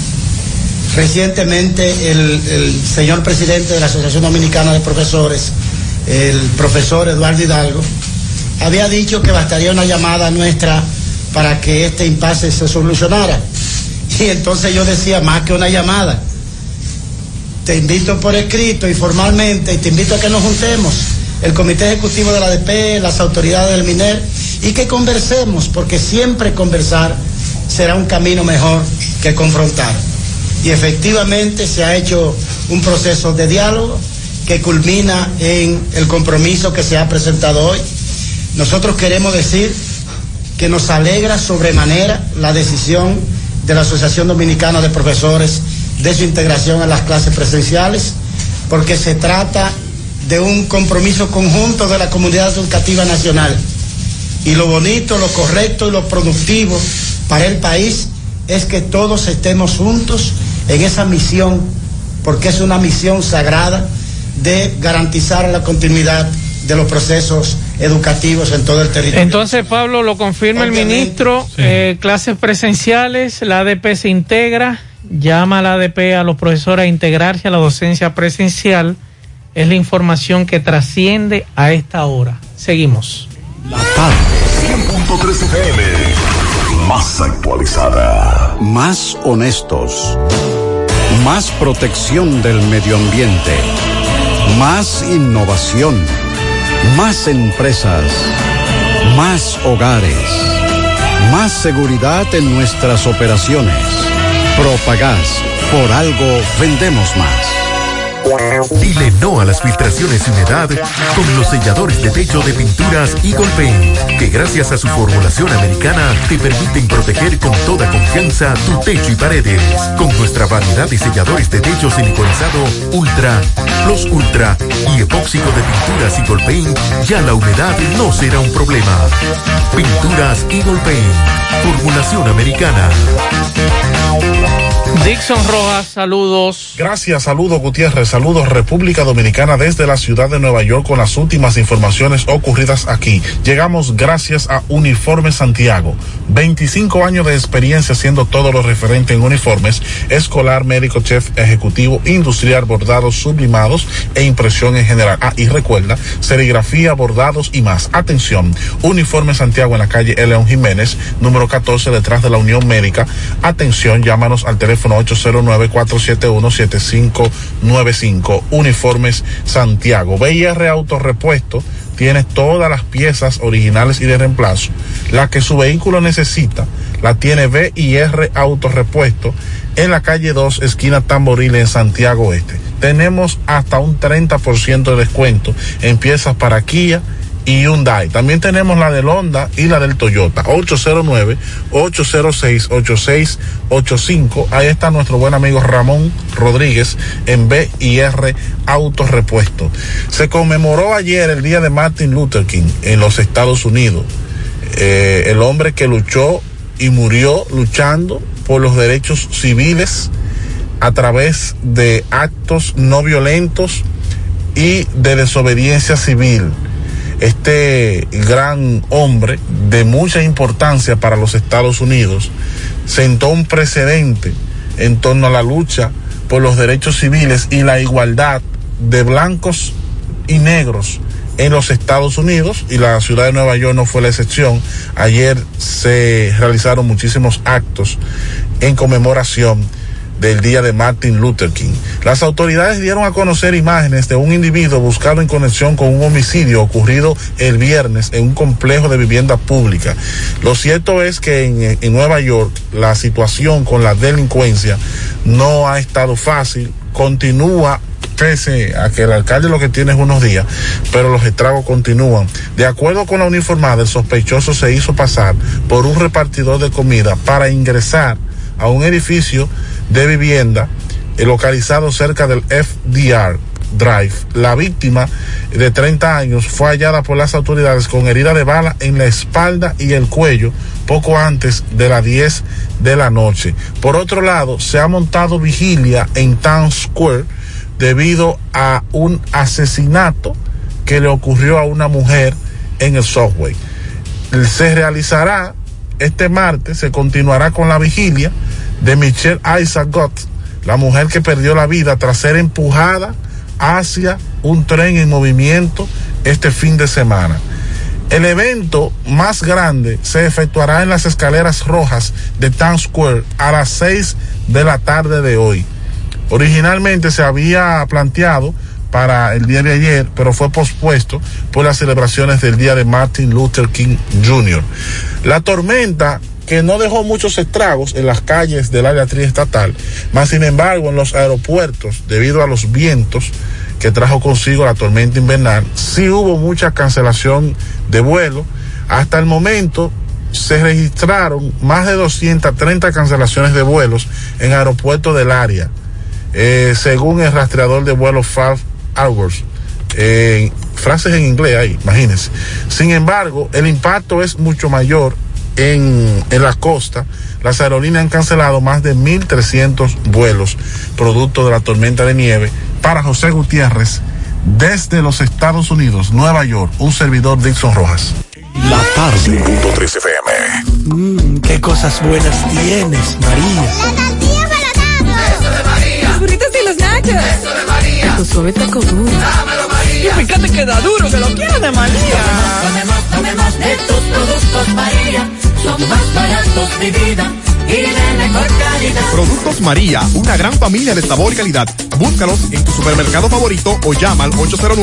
Recientemente el señor presidente de la Asociación Dominicana de Profesores, el profesor Eduardo Hidalgo, había dicho que bastaría una llamada nuestra para que este impasse se solucionara. Y entonces yo decía, más que una llamada, te invito por escrito y formalmente, y te invito a que nos juntemos, el Comité Ejecutivo de la ADP, las autoridades del MINER, y que conversemos, porque siempre conversar será un camino mejor que confrontar. Y efectivamente se ha hecho un proceso de diálogo que culmina en el compromiso que se ha presentado hoy. Nosotros queremos decir que nos alegra sobremanera la decisión de la Asociación Dominicana de Profesores de su integración en las clases presenciales, porque se trata de un compromiso conjunto de la comunidad educativa nacional. Y lo bonito, lo correcto y lo productivo para el país es que todos estemos juntos en esa misión, porque es una misión sagrada de garantizar la continuidad de los procesos educativos en todo el territorio. Entonces, Pablo, lo confirma el ministro, sí. Clases presenciales, la ADP se integra, llama a la ADP a los profesores a integrarse a la docencia presencial, es la información que trasciende a esta hora. Seguimos. La tarde, 100.3 FM, más actualizada. Más honestos, más protección del medio ambiente, más innovación, más empresas, más hogares, más seguridad en nuestras operaciones. Propagás, por algo vendemos más. Dile no a las filtraciones y humedad con los selladores de techo de Pinturas Eagle Paint, que gracias a su formulación americana te permiten proteger con toda confianza tu techo y paredes. Con nuestra variedad de selladores de techo siliconizado Ultra, Plus Ultra y epóxico de Pinturas Eagle Paint, ya la humedad no será un problema. Pinturas Eagle Paint, formulación americana. Dixon Rojas, saludos. Gracias, saludos Gutiérrez, saludos República Dominicana desde la ciudad de Nueva York con las últimas informaciones ocurridas aquí. Llegamos gracias a Uniformes Santiago, 25 años de experiencia haciendo todo lo referente en uniformes, escolar, médico, chef, ejecutivo, industrial, bordados, sublimados e impresión en general. Y recuerda, serigrafía, bordados y más. Atención, Uniformes Santiago en la calle León Jiménez, número 14, detrás de la Unión Médica. Atención, llámanos al teléfono 809-471-7595. Uniformes Santiago. BIR Autorepuesto tiene todas las piezas originales y de reemplazo. La que su vehículo necesita, la tiene BIR Autorepuesto en la calle 2, esquina Tamboril, en Santiago Este. tenemos hasta un 30% de descuento en piezas para Kia y Hyundai. También tenemos la del Honda y la del Toyota. 809-806-8685. Ahí está nuestro buen amigo Ramón Rodríguez en B&R Autorepuesto. Se conmemoró ayer el día de Martin Luther King en los Estados Unidos. El hombre que luchó y murió luchando por los derechos civiles a través de actos no violentos y de desobediencia civil. Este gran hombre de mucha importancia para los Estados Unidos sentó un precedente en torno a la lucha por los derechos civiles y la igualdad de blancos y negros en los Estados Unidos, y la ciudad de Nueva York no fue la excepción. Ayer se realizaron muchísimos actos en conmemoración del día de Martin Luther King. Las autoridades dieron a conocer imágenes de un individuo buscado en conexión con un homicidio ocurrido el viernes en un complejo de vivienda pública. Lo cierto es que en Nueva York la situación con la delincuencia no ha estado fácil, continúa, pese a que el alcalde lo que tiene es unos días, pero los estragos continúan. De acuerdo con la uniformada, el sospechoso se hizo pasar por un repartidor de comida para ingresar a un edificio de vivienda localizado cerca del FDR Drive. La víctima de 30 años fue hallada por las autoridades con herida de bala en la espalda y el cuello poco antes de las 10 de la noche. Por otro lado, se ha montado vigilia en Times Square debido a un asesinato que le ocurrió a una mujer en el subway. Se realizará este martes, se continuará con la vigilia de Michelle Isaac Gott, la mujer que perdió la vida tras ser empujada hacia un tren en movimiento este fin de semana. El evento más grande se efectuará en las escaleras rojas de Times Square a las 6 de la tarde de hoy. Originalmente se había planteado para el día de ayer, pero fue pospuesto por las celebraciones del día de Martin Luther King Jr. La tormenta, que no dejó muchos estragos en las calles del área triestatal, más sin embargo en los aeropuertos, debido a los vientos que trajo consigo la tormenta invernal, sí hubo mucha cancelación de vuelo. Hasta el momento se registraron más de 230 cancelaciones de vuelos en aeropuertos del área, según el rastreador de vuelos 5 Hours. Frases en inglés ahí, imagínense. Sin embargo, el impacto es mucho mayor en la costa. Las aerolíneas han cancelado más de 1.300 vuelos producto de la tormenta de nieve. Para José Gutiérrez, desde los Estados Unidos, Nueva York, un servidor, Dixon Rojas. La tarde. 103 FM. Qué cosas buenas tienes, María. La tortilla para tacos. Eso de María. Los burritos y los nachos. Eso de María. Tu suave taco duro. Dámelo, María. Y fíjate que da duro, que lo quiero de María. Tomemos de tus productos, María. Son más baratos, de vida, y de mejor calidad. Productos María, una gran familia de sabor y calidad. Búscalos en tu supermercado favorito o llama al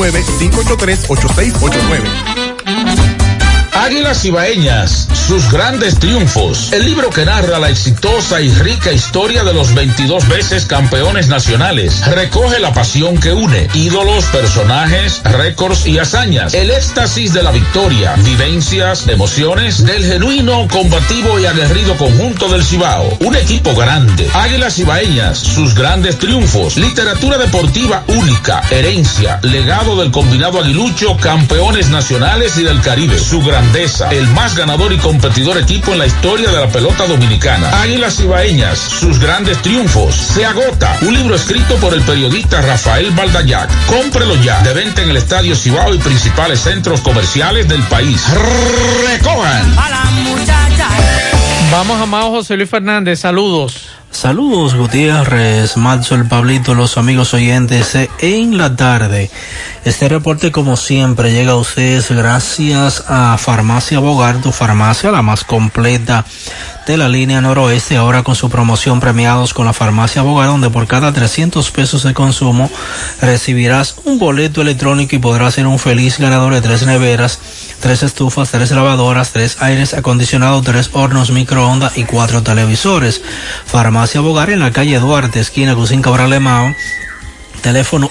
809-583-8689. Águilas Ibaeñas, sus grandes triunfos. El libro que narra la exitosa y rica historia de los 22 veces campeones nacionales. Recoge la pasión que une, ídolos, personajes, récords y hazañas. El éxtasis de la victoria, vivencias, emociones del genuino, combativo y aguerrido conjunto del Cibao. Un equipo grande. Águilas Ibaeñas, sus grandes triunfos. Literatura deportiva única, herencia, legado del combinado aguilucho, campeones nacionales y del Caribe. Su grandeza, el más ganador y competidor equipo en la historia de la pelota dominicana. Águilas Ibaeñas, sus grandes triunfos. Se agota. Un libro escrito por el periodista Rafael Baldayac. Cómprelo ya. De venta en el Estadio Cibao y principales centros comerciales del país. Recojan. A la muchacha. Vamos, amado José Luis Fernández, saludos. Saludos, Gutiérrez, Matzo, el Pablito, los amigos oyentes en la tarde. Este reporte, como siempre, llega a ustedes gracias a Farmacia Bogar, tu farmacia, la más completa de la línea noroeste, ahora con su promoción premiados con la Farmacia Bogar, donde por cada 300 pesos de consumo recibirás un boleto electrónico y podrás ser un feliz ganador de 3 neveras, 3 estufas, 3 lavadoras, 3 aires acondicionados, 3 hornos microondas y 4 televisores. Farmacia Bogar en la calle Duarte, esquina Cusín Cabral Emao. teléfono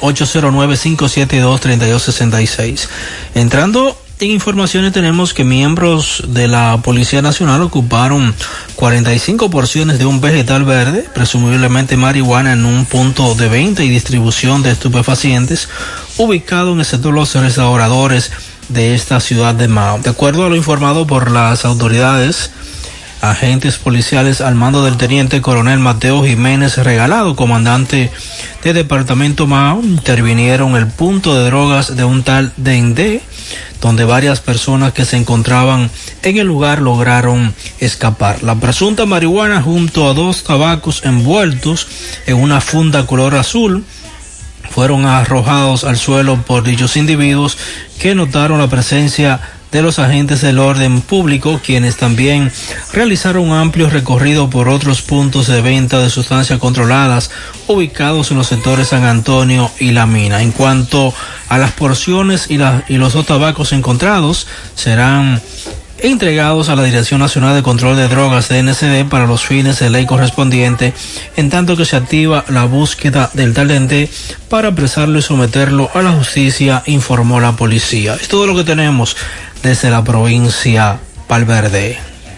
809-572-3266. Entrando en informaciones, tenemos que miembros de la Policía Nacional ocuparon 45 porciones de un vegetal verde, presumiblemente marihuana, en un punto de venta y distribución de estupefacientes ubicado en el sector Los Restauradores de esta ciudad de Mao. De acuerdo a lo informado por las autoridades, agentes policiales al mando del teniente coronel Mateo Jiménez Regalado, comandante de departamento Mao, intervinieron en el punto de drogas de un tal Dende, donde varias personas que se encontraban en el lugar lograron escapar. La presunta marihuana junto a 2 tabacos envueltos en una funda color azul fueron arrojados al suelo por dichos individuos, que notaron la presencia de los agentes del orden público, quienes también realizaron un amplio recorrido por otros puntos de venta de sustancias controladas ubicados en los sectores San Antonio y La Mina. En cuanto a las porciones y los 2 tabacos encontrados, serán entregados a la Dirección Nacional de Control de Drogas, DNCD, para los fines de ley correspondiente, en tanto que se activa la búsqueda del talente para apresarlo y someterlo a la justicia, informó la policía. Es todo lo que tenemos desde la provincia Valverde.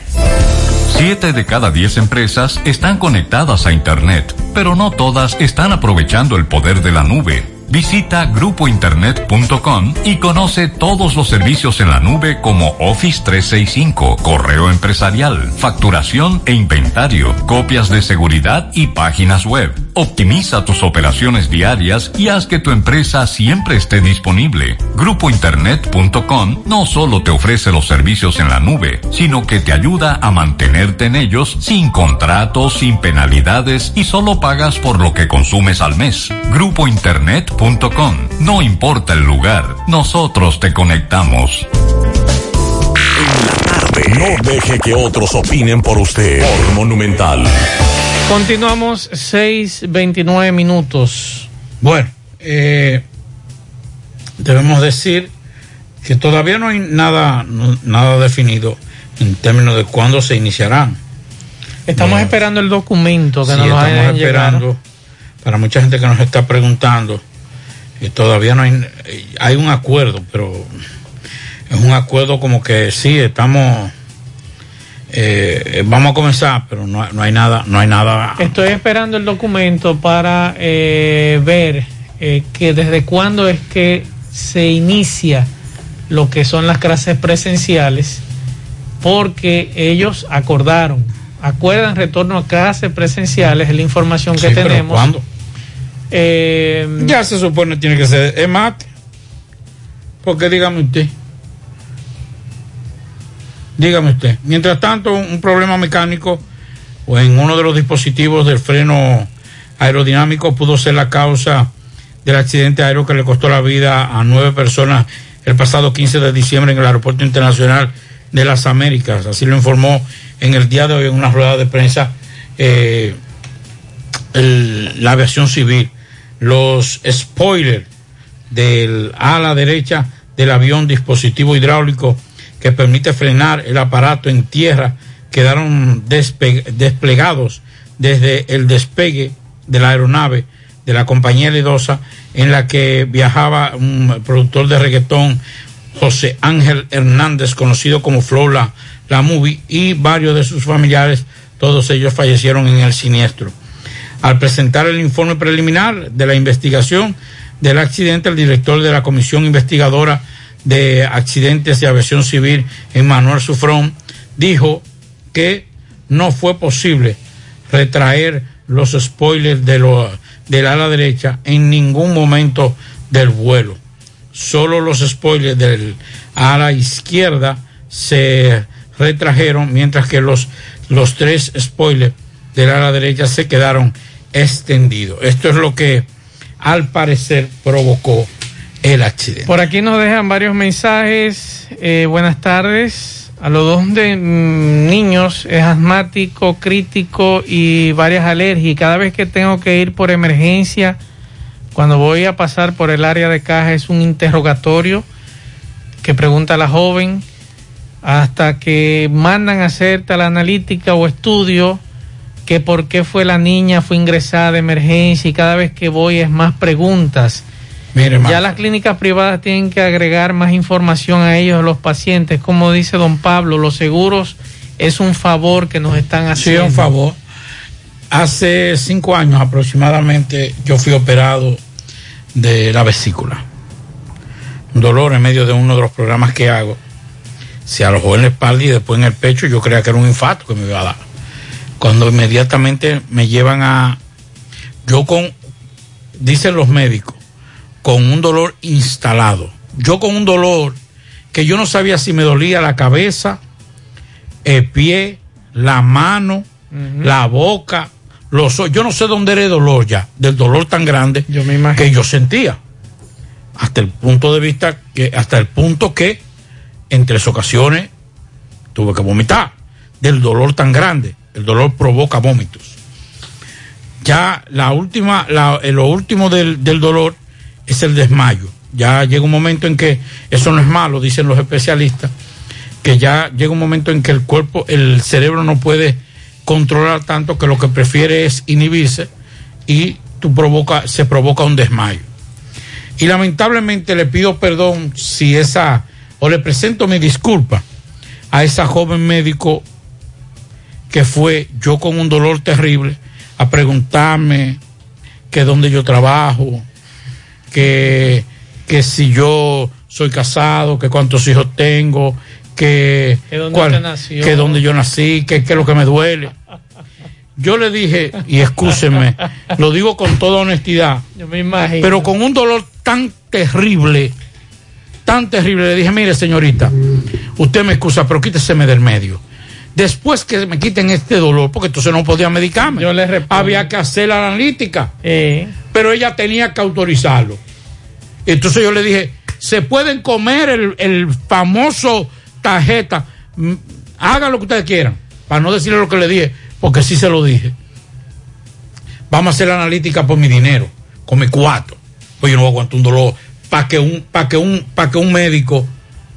7 de cada 10 empresas están conectadas a Internet, pero no todas están aprovechando el poder de la nube. Visita grupointernet.com y conoce todos los servicios en la nube como Office 365, correo empresarial, facturación e inventario, copias de seguridad y páginas web. Optimiza tus operaciones diarias y haz que tu empresa siempre esté disponible. Grupointernet.com no solo te ofrece los servicios en la nube, sino que te ayuda a mantenerte en ellos sin contratos, sin penalidades y solo pagas por lo que consumes al mes. Grupointernet.com. No importa el lugar, nosotros te conectamos. En la tarde, no deje que otros opinen por usted. Por Monumental. Continuamos, 6:29 minutos. Bueno, debemos decir que todavía no hay nada definido en términos de cuándo se iniciarán. Estamos esperando el documento que sí, nos lo hayan estamos esperando llegado. Para mucha gente que nos está preguntando, todavía no hay un acuerdo, pero es un acuerdo como que sí, estamos vamos a comenzar, pero no hay nada. Estoy esperando el documento para ver que desde cuándo es que se inicia lo que son las clases presenciales, porque ellos acuerdan retorno a clases presenciales, es la información que tenemos. ¿Pero cuándo? Ya se supone tiene que ser EMAT, porque dígame usted, mientras tanto un problema mecánico o en uno de los dispositivos del freno aerodinámico pudo ser la causa del accidente aéreo que le costó la vida a 9 personas el pasado 15 de diciembre en el Aeropuerto Internacional de las Américas. Así lo informó en el día de hoy en una rueda de prensa la aviación civil. Los spoilers del ala derecha del avión, dispositivo hidráulico que permite frenar el aparato en tierra, quedaron desplegados desde el despegue de la aeronave de la compañía Ledosa, en la que viajaba un productor de reggaetón, José Ángel Hernández, conocido como Flow la Movie, y varios de sus familiares, todos ellos fallecieron en el siniestro. Al presentar el informe preliminar de la investigación del accidente, el director de la Comisión Investigadora de Accidentes de Aviación Civil, Emmanuel Sufrón, dijo que no fue posible retraer los spoilers del ala derecha en ningún momento del vuelo. Solo los spoilers del ala izquierda se retrajeron, mientras que los 3 spoilers del ala derecha se quedaron extendidos. Esto es lo que al parecer provocó el accidente. Por aquí nos dejan varios mensajes. Buenas tardes. A los 2 niños es asmático, crítico y varias alergias. Cada vez que tengo que ir por emergencia, cuando voy a pasar por el área de caja, es un interrogatorio que pregunta la joven, hasta que mandan a hacer tal analítica o estudio, que por qué fue la niña, fue ingresada de emergencia y cada vez que voy es más preguntas. Mire, ya las clínicas privadas tienen que agregar más información a ellos, a los pacientes. Como dice don Pablo, los seguros es un favor que nos están haciendo. Sí, un favor. Hace 5 años aproximadamente yo fui operado de la vesícula. Un dolor en medio de uno de los programas que hago. Se alojó en la espalda y después en el pecho. Yo creía que era un infarto que me iba a dar. Cuando inmediatamente me llevan dicen los médicos, con un dolor instalado. Yo con un dolor que yo no sabía si me dolía la cabeza, el pie, la mano, la boca, los ojos. Yo no sé dónde era el dolor ya, del dolor tan grande que yo sentía. Hasta el punto que en 3 ocasiones tuve que vomitar del dolor tan grande. El dolor provoca vómitos. Ya lo último del dolor es el desmayo. Ya llega un momento en que eso no es malo, dicen los especialistas, que ya llega un momento en que el cerebro no puede controlar tanto, que lo que prefiere es inhibirse y se provoca un desmayo. Y lamentablemente le pido perdón o le presento mi disculpa a esa joven médico que fue yo con un dolor terrible a preguntarme que dónde yo trabajo, que si yo soy casado, que cuántos hijos tengo, que dónde yo nací, que es lo que me duele. Yo le dije, y excúsenme, lo digo con toda honestidad, yo me imagino, pero con un dolor tan terrible, le dije, mire señorita, usted me excusa, pero quíteseme del medio. Después que me quiten este dolor, porque entonces no podía medicarme, había que hacer la analítica, pero ella tenía que autorizarlo. Entonces yo le dije, se pueden comer el famoso tarjeta, hagan lo que ustedes quieran, para no decirle lo que le dije, porque sí se lo dije. Vamos a hacer la analítica por mi dinero, con mi cuarto. Pues yo no aguanto un dolor para que un médico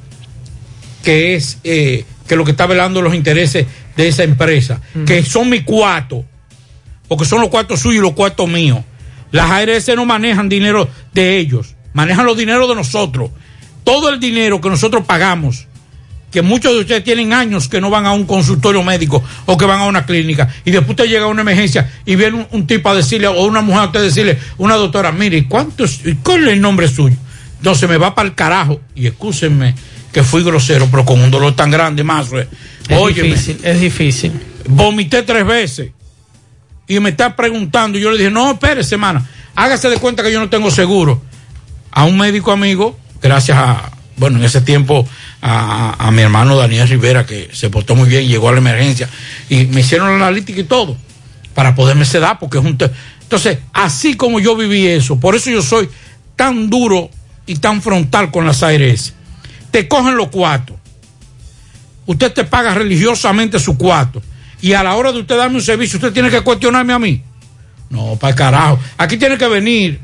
que lo que está velando los intereses de esa empresa, que son mi cuarto, porque son los cuartos suyos y los cuartos míos. Las ARS no manejan dinero de ellos, manejan los dineros de nosotros. Todo el dinero que nosotros pagamos, que muchos de ustedes tienen años que no van a un consultorio médico o que van a una clínica, y después usted llega a una emergencia y viene un tipo a decirle, o una mujer a usted decirle, una doctora, mire, ¿cuál es el nombre suyo? Entonces me va para el carajo, y excúsenme que fui grosero, pero con un dolor tan grande, más. Es difícil. Vomité 3 veces y me está preguntando, y yo le dije, no, espérese, hermana, hágase de cuenta que yo no tengo seguro. A un médico amigo, gracias en ese tiempo a mi hermano Daniel Rivera, que se portó muy bien, llegó a la emergencia y me hicieron la analítica y todo para poderme sedar, porque es entonces, así como yo viví eso, por eso yo soy tan duro y tan frontal con las ARS. Te cogen los cuartos, usted te paga religiosamente su cuarto, y a la hora de usted darme un servicio, usted tiene que cuestionarme a mí. No, para el carajo. Aquí tiene que venir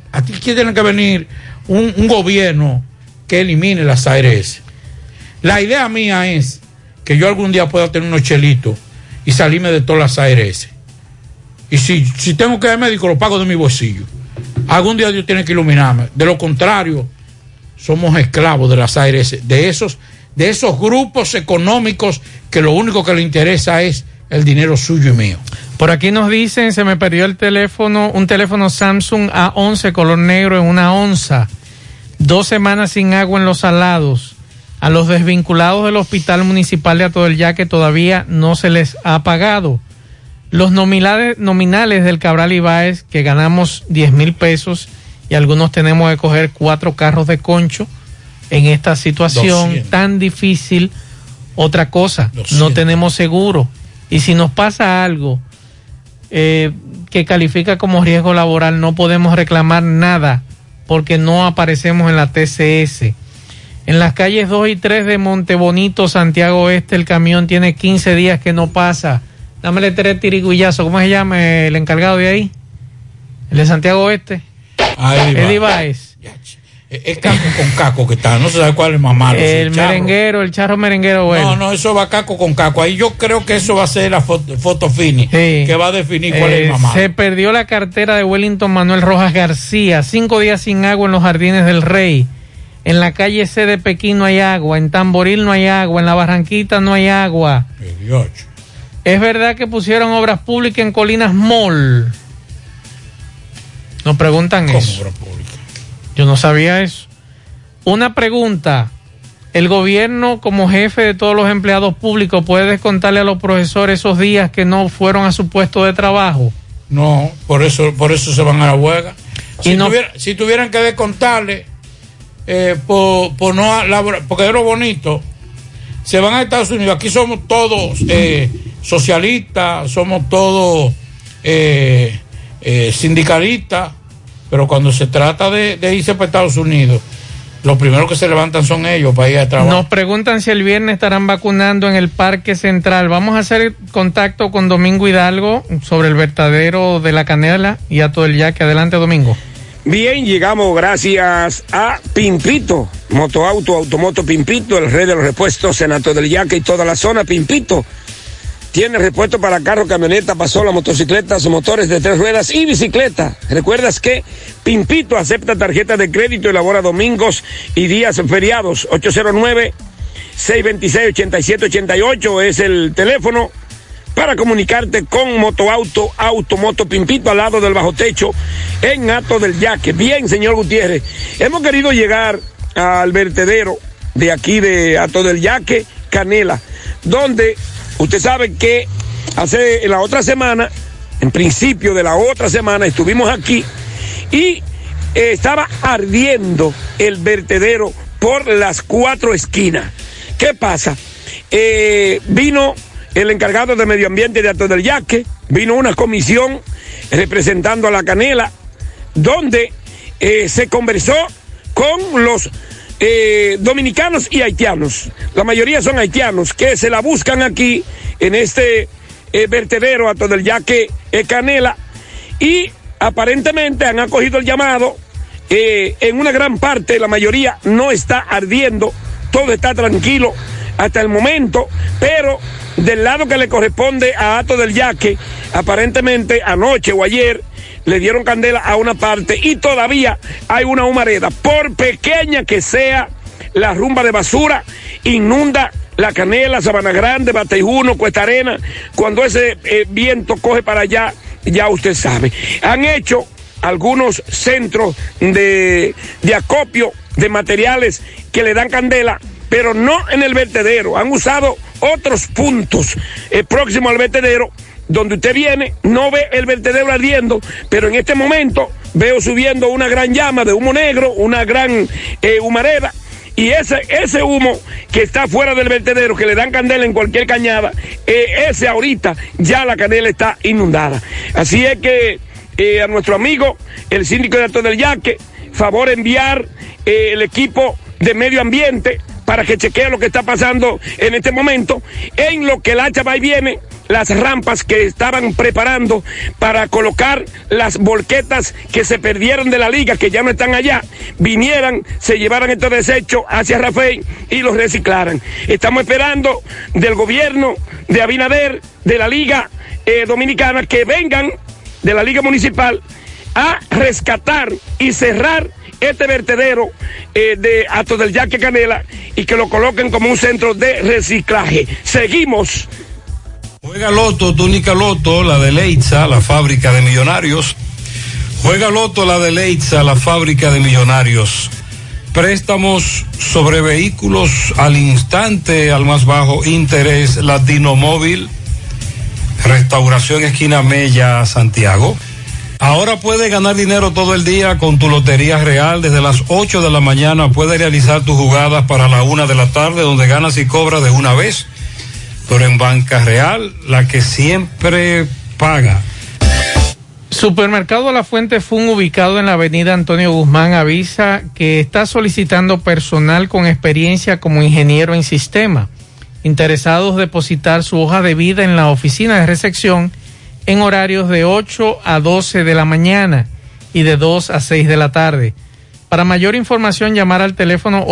un gobierno que elimine las ARS. La idea mía es que yo algún día pueda tener unos chelitos y salirme de todas las ARS. Y si tengo que ir al médico, lo pago de mi bolsillo. Algún día Dios tiene que iluminarme. De lo contrario, somos esclavos de las ARS, de esos grupos económicos que lo único que les interesa es el dinero suyo y mío. Por aquí nos dicen, se me perdió un teléfono Samsung A11 color negro en una onza. 2 semanas sin agua en Los Salados. A los desvinculados del Hospital Municipal de Hato del Yaque todavía no se les ha pagado. Los nominales del Cabral Ibáez, que ganamos 10,000 pesos y algunos tenemos que coger 4 carros de concho en esta situación 200. Tan difícil. Otra cosa, 200. No tenemos seguro. Y si nos pasa algo que califica como riesgo laboral, no podemos reclamar nada porque no aparecemos en la TCS. En las calles 2 y 3 de Montebonito, Santiago Oeste, el camión tiene 15 días que no pasa. Dámele 3 tirigullazos. ¿Cómo se llama el encargado de ahí? El de Santiago Oeste. Eddie Báez. Es caco con caco que está, no se sabe cuál es más malo. El merenguero, el charro merenguero, bueno. No, eso va caco con caco. Ahí yo creo que eso va a ser la foto fini, que va a definir cuál es el más malo. Se perdió la cartera de Wellington Manuel Rojas García. 5 días sin agua en los Jardines del Rey. En la calle C de Pekín no hay agua. En Tamboril no hay agua. En la Barranquita no hay agua. Es verdad que pusieron obras públicas en Colinas Mall. Nos preguntan eso. Obra pública? Yo no sabía eso. Una pregunta. ¿El gobierno, como jefe de todos los empleados públicos, puede descontarle a los profesores esos días que no fueron a su puesto de trabajo? No, por eso se van a la huelga. Si tuvieran que descontarle por no laborar, porque es lo bonito, se van a Estados Unidos. Aquí somos todos socialistas, somos todos sindicalistas, pero cuando se trata de irse para Estados Unidos, los primeros que se levantan son ellos para ir a trabajar. Nos preguntan si el viernes estarán vacunando en el Parque Central. Vamos a hacer contacto con Domingo Hidalgo sobre el vertedero de La Canela y a todo el yaque. Adelante, Domingo. Bien, llegamos gracias a Pimpito, Motoauto, Automoto Pimpito, el rey de los repuestos en Ato del Yaque y toda la zona. Pimpito tiene repuesto para carro, camioneta, pasola, motocicletas, motores de 3 ruedas y bicicleta. ¿Recuerdas que Pimpito acepta tarjeta de crédito y elabora domingos y días feriados? 809-626-8788 es el teléfono para comunicarte con Motoauto, Automoto Pimpito, al lado del bajo techo en Ato del Yaque. Bien, señor Gutiérrez, hemos querido llegar al vertedero de aquí de Ato del Yaque, Canela, donde usted sabe que en la otra semana, en principio de la otra semana, estuvimos aquí y estaba ardiendo el vertedero por las 4 esquinas. ¿Qué pasa? Vino el encargado de Medio Ambiente de Ato del Yaque, vino una comisión representando a La Canela, donde se conversó con los dominicanos y haitianos. La mayoría son haitianos que se la buscan aquí en este vertedero Ato del Yaque Canela, y aparentemente han acogido el llamado. En una gran parte, la mayoría no está ardiendo, todo está tranquilo hasta el momento, pero del lado que le corresponde a Ato del Yaque, aparentemente anoche o ayer le dieron candela a una parte y todavía hay una humareda. Por pequeña que sea, la rumba de basura inunda La Canela, Sabana Grande, Bateyuno, Cuesta Arena. Cuando ese viento coge para allá, ya usted sabe. Han hecho algunos centros de acopio de materiales que le dan candela, pero no en el vertedero. Han usado otros puntos próximos al vertedero, donde usted viene, no ve el vertedero ardiendo, pero en este momento veo subiendo una gran llama de humo negro, una gran humareda, y ese humo que está fuera del vertedero, que le dan candela en cualquier cañada, ese ahorita ya La Canela está inundada. Así es que a nuestro amigo, el síndico de Ato del Yaque, favor enviar el equipo de medio ambiente para que chequee lo que está pasando en este momento, en lo que el hacha va y viene, las rampas que estaban preparando para colocar las volquetas que se perdieron de la liga, que ya no están allá, vinieran, se llevaran estos desechos hacia Rafael y los reciclaran. Estamos esperando del gobierno de Abinader, de la Liga Dominicana, que vengan de la Liga Municipal a rescatar y cerrar este vertedero de Ato del Yaque Canela y que lo coloquen como un centro de reciclaje. Seguimos. Juega Loto, túnica Loto, la de Leitza, la fábrica de millonarios. Juega Loto, la de Leitza, la fábrica de millonarios. Préstamos sobre vehículos al instante, al más bajo interés. Latino Móvil, Restauración Esquina Mella, Santiago. Ahora puedes ganar dinero todo el día con tu Lotería Real. Desde las 8 de la mañana puedes realizar tus jugadas para la 1 de la tarde, donde ganas y cobras de una vez. Pero en Banca Real, la que siempre paga. Supermercado La Fuente Fun, ubicado en la avenida Antonio Guzmán, avisa que está solicitando personal con experiencia como ingeniero en sistema, interesados depositar su hoja de vida en la oficina de recepción en horarios de 8 a 12 de la mañana y de 2 a 6 de la tarde. Para mayor información, llamar al teléfono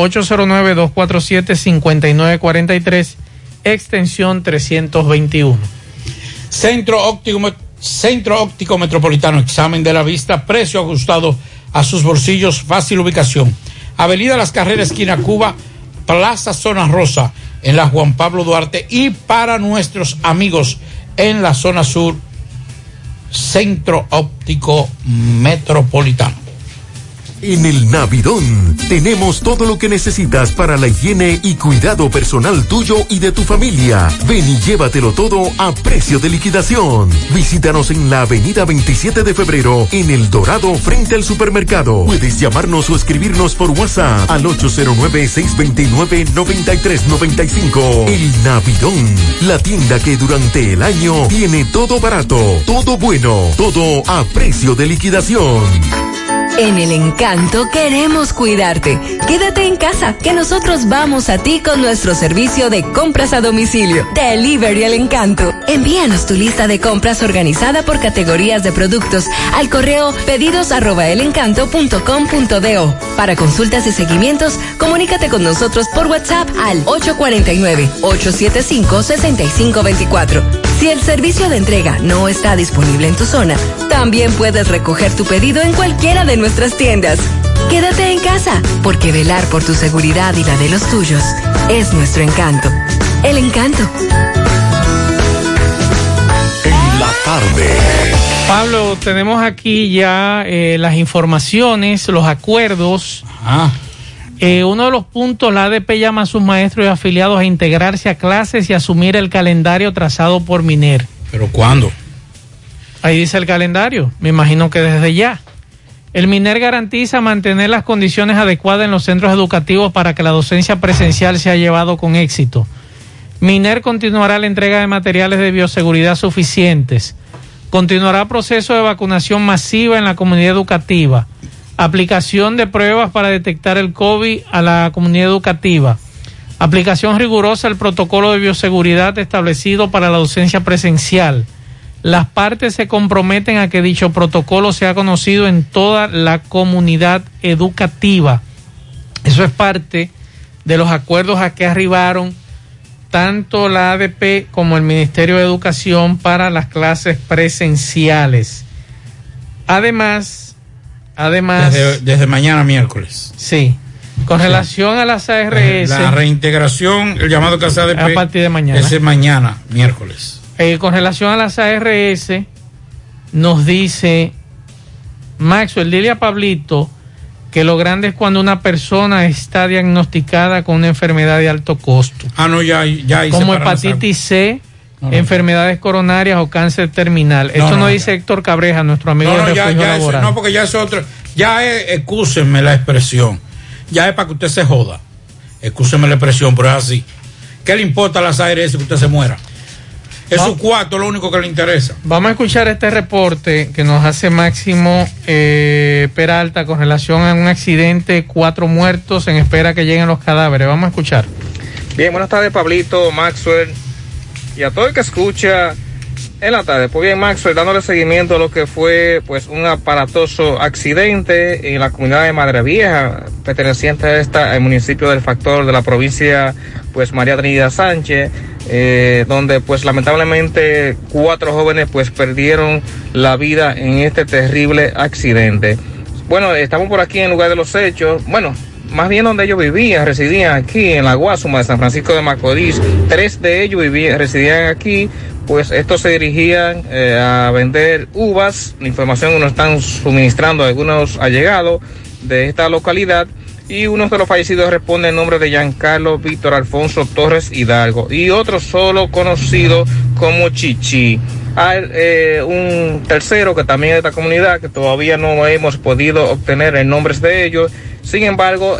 809-247-5943, extensión 321. Centro Óptico Metropolitano, examen de la vista, precio ajustado a sus bolsillos, fácil ubicación. Avenida Las Carreras, esquina Cuba, Plaza Zona Rosa, en la Juan Pablo Duarte. Y para nuestros amigos en la zona sur, Centro Óptico Metropolitano. En el Navidón tenemos todo lo que necesitas para la higiene y cuidado personal tuyo y de tu familia. Ven y llévatelo todo a precio de liquidación. Visítanos en la avenida 27 de febrero, en El Dorado, frente al supermercado. Puedes llamarnos o escribirnos por WhatsApp al 809-629-9395. El Navidón, la tienda que durante el año tiene todo barato, todo bueno, todo a precio de liquidación. En El Encanto queremos cuidarte. Quédate en casa, que nosotros vamos a ti con nuestro servicio de compras a domicilio. Delivery El Encanto. Envíanos tu lista de compras organizada por categorías de productos al correo pedidos@elencanto.com.do. Para consultas y seguimientos, comunícate con nosotros por WhatsApp al 849-875-6524. Si el servicio de entrega no está disponible en tu zona, también puedes recoger tu pedido en cualquiera de nuestras tiendas. Quédate en casa, porque velar por tu seguridad y la de los tuyos es nuestro encanto. El Encanto. En la tarde. Pablo, tenemos aquí ya las informaciones, los acuerdos. Uno de los puntos, la ADP llama a sus maestros y afiliados a integrarse a clases y asumir el calendario trazado por MINER. ¿Pero cuándo? Ahí dice el calendario, me imagino que desde ya. El MINER garantiza mantener las condiciones adecuadas en los centros educativos para que la docencia presencial sea llevado con éxito. MINER continuará la entrega de materiales de bioseguridad suficientes. Continuará proceso de vacunación masiva en la comunidad educativa. Aplicación de pruebas para detectar el COVID a la comunidad educativa. Aplicación rigurosa del protocolo de bioseguridad establecido para la docencia presencial. Las partes se comprometen a que dicho protocolo sea conocido en toda la comunidad educativa. Eso es parte de los acuerdos a que arribaron tanto la ADP como el Ministerio de Educación para las clases presenciales. Además desde mañana miércoles. Sí. Con relación a las ARS, la reintegración, el llamado que hace ADP a partir de mañana. Es mañana, miércoles. Con relación a las ARS, nos dice Maxwell, dile a Pablito que lo grande es cuando una persona está diagnosticada con una enfermedad de alto costo. Ya como hepatitis C, enfermedades coronarias o cáncer terminal. Esto no dice Héctor Cabreja, nuestro amigo de Refugio Laboral. No, porque ya es otro. Excúsenme la expresión. Ya es para que usted se joda. Excúsenme la expresión, pero es así. ¿Qué le importa a las ARS que usted se muera? Es su cuarto lo único que le interesa. Vamos a escuchar este reporte que nos hace Máximo Peralta con relación a un accidente, 4 muertos en espera que lleguen los cadáveres. Vamos a escuchar. Bien, buenas tardes, Pablito, Maxwell y a todo el que escucha en la tarde. Pues bien, Maxwell, dándole seguimiento a lo que fue pues un aparatoso accidente en la comunidad de Madre Vieja, perteneciente al municipio del Factor de la provincia pues María Trinidad Sánchez, donde pues lamentablemente 4 jóvenes pues perdieron la vida en este terrible accidente. Bueno, estamos por aquí en lugar de los hechos, bueno, más bien donde ellos residían aquí en la Guasuma de San Francisco de Macorís. 3 de ellos residían aquí, pues estos se dirigían a vender uvas. La información que nos están suministrando algunos allegados de esta localidad, y uno de los fallecidos responde el nombre de Giancarlo Víctor Alfonso Torres Hidalgo, y otro solo conocido como Chichi. Hay un tercero que también es de esta comunidad, que todavía no hemos podido obtener el nombre de ellos. Sin embargo,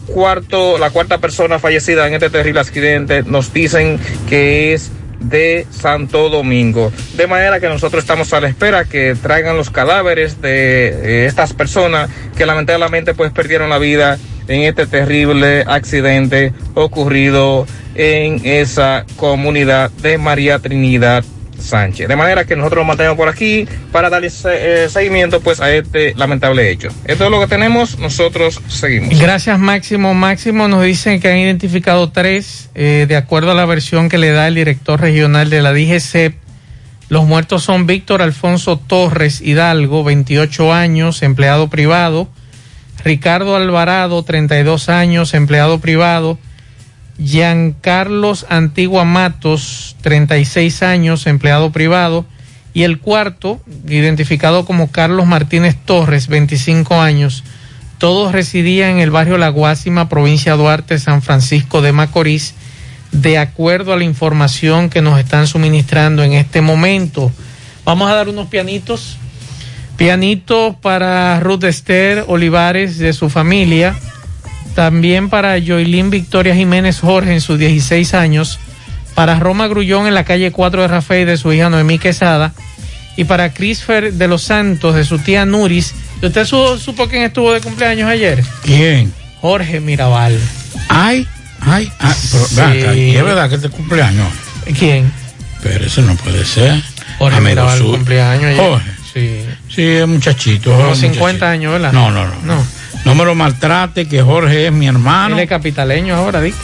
la cuarta persona fallecida en este terrible accidente nos dicen que es de Santo Domingo. De manera que nosotros estamos a la espera que traigan los cadáveres de estas personas que lamentablemente pues perdieron la vida en este terrible accidente ocurrido en esa comunidad de María Trinidad Sánchez. De manera que nosotros lo mantenemos por aquí para darle seguimiento pues a este lamentable hecho. Esto es lo que tenemos, nosotros seguimos. Gracias, Máximo. Máximo, nos dicen que han identificado 3, de acuerdo a la versión que le da el director regional de la DGCEP. Los muertos son Víctor Alfonso Torres Hidalgo, 28 años, empleado privado; Ricardo Alvarado, 32 años, empleado privado; Giancarlos Antigua Matos, 36 años, empleado privado; y el cuarto, identificado como Carlos Martínez Torres, 25 años. Todos residían en el barrio La Guásima, provincia Duarte, San Francisco de Macorís, de acuerdo a la información que nos están suministrando en este momento. Vamos a dar unos pianitos. Pianitos para Ruth Esther Olivares de su familia. También para Joylín Victoria Jiménez Jorge en sus 16 años. Para Roma Grullón en la calle 4 de Rafael de su hija Noemí Quesada. Y para Christopher de los Santos de su tía Nuris. ¿Usted supo quién estuvo de cumpleaños ayer? ¿Quién? Jorge Mirabal. Ay, sí. ¿Es verdad que es de cumpleaños? ¿Quién? Pero eso no puede ser. Jorge Mirabal cumpleaños ayer. Jorge. Sí, es muchachito. Como 50 años, ¿verdad? No me lo maltrate, que Jorge es mi hermano. Él es capitaleño ahora, Dick.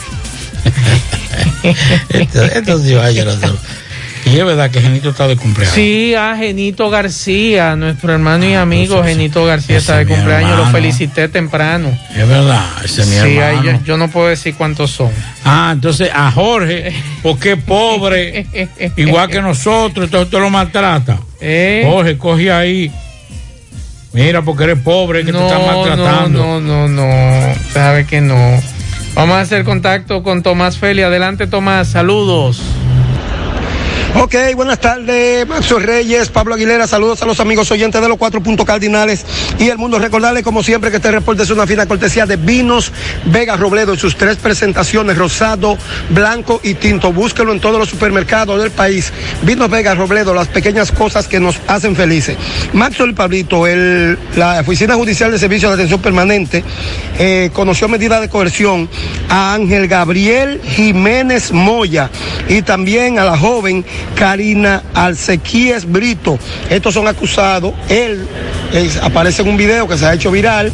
Esto sí vaya razón. Y es verdad que Genito está de cumpleaños. Sí, Genito García, nuestro hermano y amigo Genito García está de cumpleaños. Lo felicité temprano. Es verdad, ese es mi hermano. Sí, yo no puedo decir cuántos son. Entonces a Jorge, porque es pobre, igual que nosotros, entonces usted lo maltrata. Jorge, coge ahí. Mira, porque eres pobre, que te están maltratando. No, sabe que no. Vamos a hacer contacto con Tomás Feli. Adelante, Tomás, saludos. Ok, buenas tardes, Maxo Reyes, Pablo Aguilera, saludos a los amigos oyentes de los 4 puntos cardinales y el mundo. Recordarles como siempre que este reporte es una fina cortesía de Vinos Vega Robledo en sus 3 presentaciones, rosado, blanco y tinto. Búsquelo en todos los supermercados del país. Vinos Vega Robledo, las pequeñas cosas que nos hacen felices. Maxo y Pablito, la Oficina Judicial de Servicio de Atención Permanente conoció medida de coerción a Ángel Gabriel Jiménez Moya y también a la joven Karina Alcequíes Brito. Estos son acusados. Él aparece en un video que se ha hecho viral.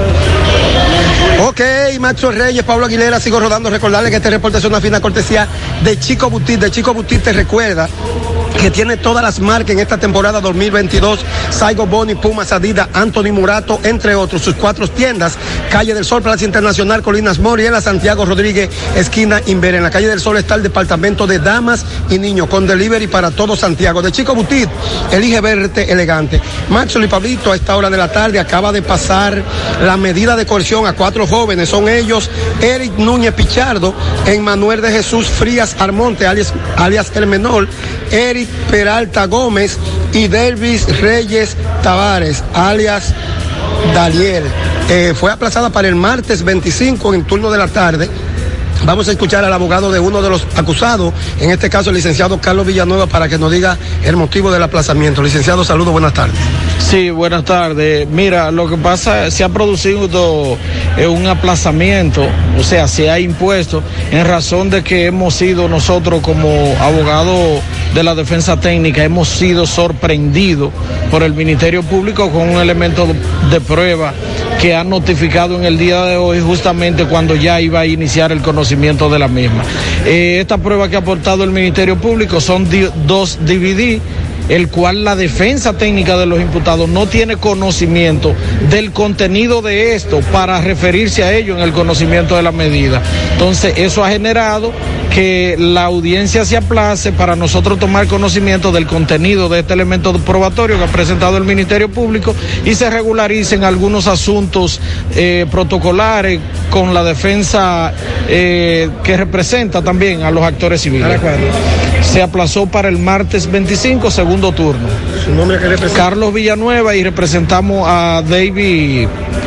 Ok, Maxo Reyes, Pablo Aguilera, sigo rodando. Recordarles que este reporte es una fina cortesía de Chico Boutique. De Chico Boutique te recuerda que tiene todas las marcas en esta temporada 2022, Saigo Boni, Pumas, Adidas, Anthony Murato, entre otros. Sus 4 tiendas, Calle del Sol, Plaza Internacional, Colinas Mori, en la Santiago Rodríguez, esquina Inver. En la Calle del Sol está el departamento de damas y niños, con delivery para todo Santiago. De Chico Boutique, elige verte elegante. Maxo y Pablito, a esta hora de la tarde acaba de pasar la medida de coerción a 4 jóvenes. Son ellos Eric Núñez Pichardo, Emmanuel de Jesús Frías Armonte, alias El Menor, Eric Peralta Gómez y Delvis Reyes Tavares, alias Daniel. Fue aplazada para el martes 25 en turno de la tarde. Vamos a escuchar al abogado de uno de los acusados, en este caso el licenciado Carlos Villanueva, para que nos diga el motivo del aplazamiento. Licenciado, saludos, buenas tardes. Sí, buenas tardes. Mira, lo que pasa, se ha producido un aplazamiento, o sea, se ha impuesto en razón de que hemos sido nosotros como abogados de la defensa técnica, hemos sido sorprendidos por el Ministerio Público con un elemento de prueba que han notificado en el día de hoy, justamente cuando ya iba a iniciar el conocimiento de la misma. Esta prueba que ha aportado el Ministerio Público son 2 DVD, el cual la defensa técnica de los imputados no tiene conocimiento del contenido de esto para referirse a ello en el conocimiento de la medida. Entonces, eso ha generado que la audiencia se aplace para nosotros tomar conocimiento del contenido de este elemento probatorio que ha presentado el Ministerio Público y se regularicen algunos asuntos protocolares con la defensa que representa también a los actores civiles. Se aplazó para el martes 25, segundo turno. ¿Su nombre que representa? Carlos Villanueva, y representamos a David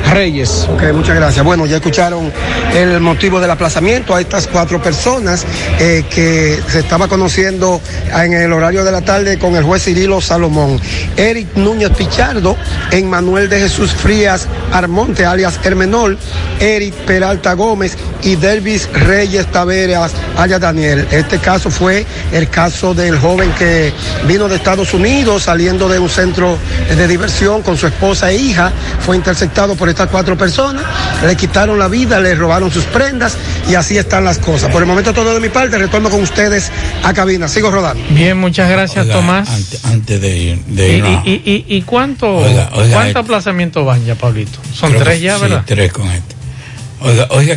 Reyes. Ok, muchas gracias. Bueno, ya escucharon el motivo del aplazamiento a estas 4 personas que se estaba conociendo en el horario de la tarde con el juez Cirilo Salomón. Eric Núñez Pichardo, Emmanuel de Jesús Frías Armonte, alias Hermenol, Eric Peralta Gómez y Delvis Reyes Taveras, alias Daniel. Este caso fue el caso del joven que vino de Estados Unidos saliendo de un centro de diversión con su esposa e hija. Fue interceptado por estas 4 personas, le quitaron la vida, le robaron sus prendas y así están las cosas. Por el momento todo de mi parte, retorno con ustedes a cabina. Sigo rodando. Bien, muchas gracias. Oiga, Tomás. Antes de ir. ¿Y cuántos aplazamientos van ya, Pablito? Son 3 ya, ¿verdad? Sí, 3 con esto. Oiga,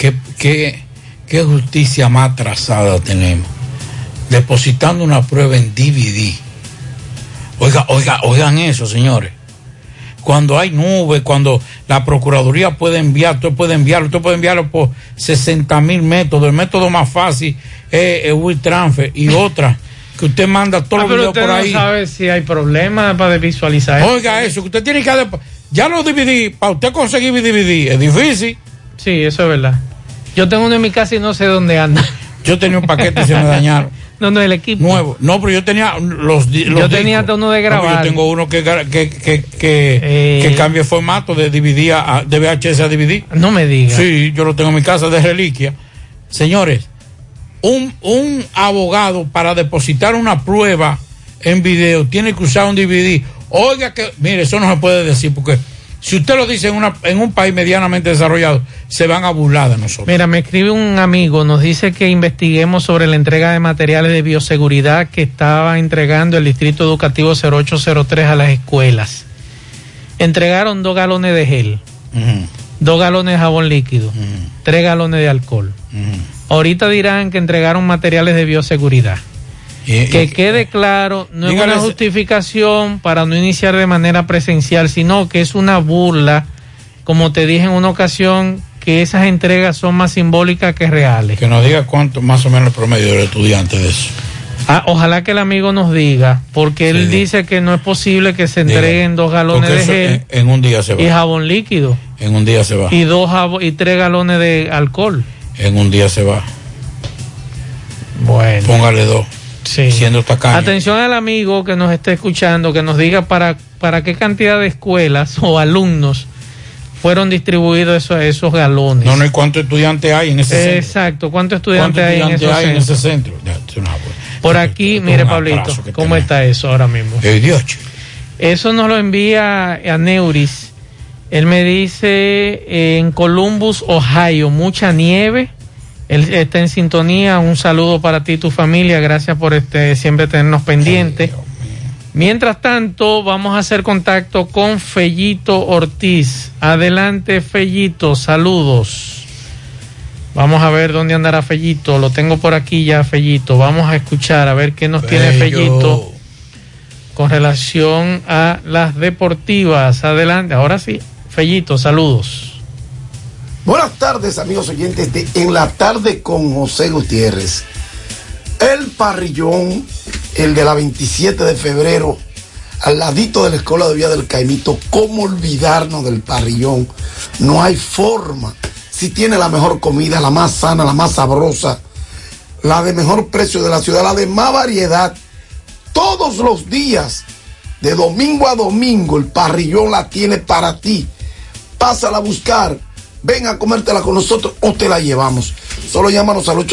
qué justicia más atrasada tenemos. Depositando una prueba en DVD. Oigan eso, señores. Cuando hay nubes, cuando la Procuraduría puede enviar, usted puede enviarlo por 60,000 métodos. El método más fácil es WeTransfer y otra que usted manda todos los videos por ahí. No sabe si hay problemas para visualizar. Oiga eso, que usted tiene que... Ya los DVD, para usted conseguir DVD, es difícil. Sí, eso es verdad. Yo tengo uno en mi casa y no sé dónde anda. Yo tenía un paquete y se me dañaron. No, el equipo. Nuevo. No, pero yo tenía los yo tenía hasta uno de grabar. Yo tengo uno que cambia el formato de DVD de VHS a DVD. No me digas. Sí, yo lo tengo en mi casa de reliquia. Señores, un abogado para depositar una prueba en video tiene que usar un DVD. Oiga que, mire, eso no se puede decir porque si usted lo dice en un país medianamente desarrollado, se van a burlar de nosotros. Mira, me escribe un amigo, nos dice que investiguemos sobre la entrega de materiales de bioseguridad que estaba entregando el Distrito Educativo 0803 a las escuelas. Entregaron 2 galones de gel, 2 galones de jabón líquido, 3 galones de alcohol. Ahorita dirán que entregaron materiales de bioseguridad. Que quede claro, no es una justificación para no iniciar de manera presencial, sino que es una burla, como te dije en una ocasión, que esas entregas son más simbólicas que reales. Que nos diga cuánto más o menos el promedio del estudiante de eso. Ojalá que el amigo nos diga, porque él dice que no es posible que se entreguen 2 galones de gel en un día se va. Y jabón líquido. En un día se va. Y 3 galones de alcohol. En un día se va. Bueno. Póngale 2. Sí. Siendo tacaño. Atención al amigo que nos esté escuchando, que nos diga para qué cantidad de escuelas o alumnos fueron distribuidos esos galones. No, y cuántos estudiantes hay en ese centro. Exacto, ¿cuántos estudiantes hay en ese centro? Por aquí, mire, Pablito, ¿cómo está eso ahora mismo? Dios. Eso nos lo envía a Neuris. Él me dice en Columbus, Ohio, mucha nieve. Él está en sintonía. Un saludo para ti y tu familia. Gracias por siempre tenernos pendientes. Mientras tanto, vamos a hacer contacto con Fellito Ortiz. Adelante, Fellito. Saludos. Vamos a ver dónde andará Fellito. Lo tengo por aquí ya, Fellito. Vamos a escuchar a ver qué nos tiene Fellito con relación a las deportivas. Adelante. Ahora sí, Fellito, saludos. Buenas tardes, amigos oyentes de En la Tarde con José Gutiérrez. El parrillón, el de la 27 de febrero, al ladito de la Escuela de Vía del Caimito. ¿Cómo olvidarnos del parrillón? No hay forma. Si tiene la mejor comida, la más sana, la más sabrosa, la de mejor precio de la ciudad, la de más variedad. Todos los días, de domingo a domingo, el parrillón la tiene para ti. Pásala a buscar. Ven a comértela con nosotros o te la llevamos. Solo llámanos al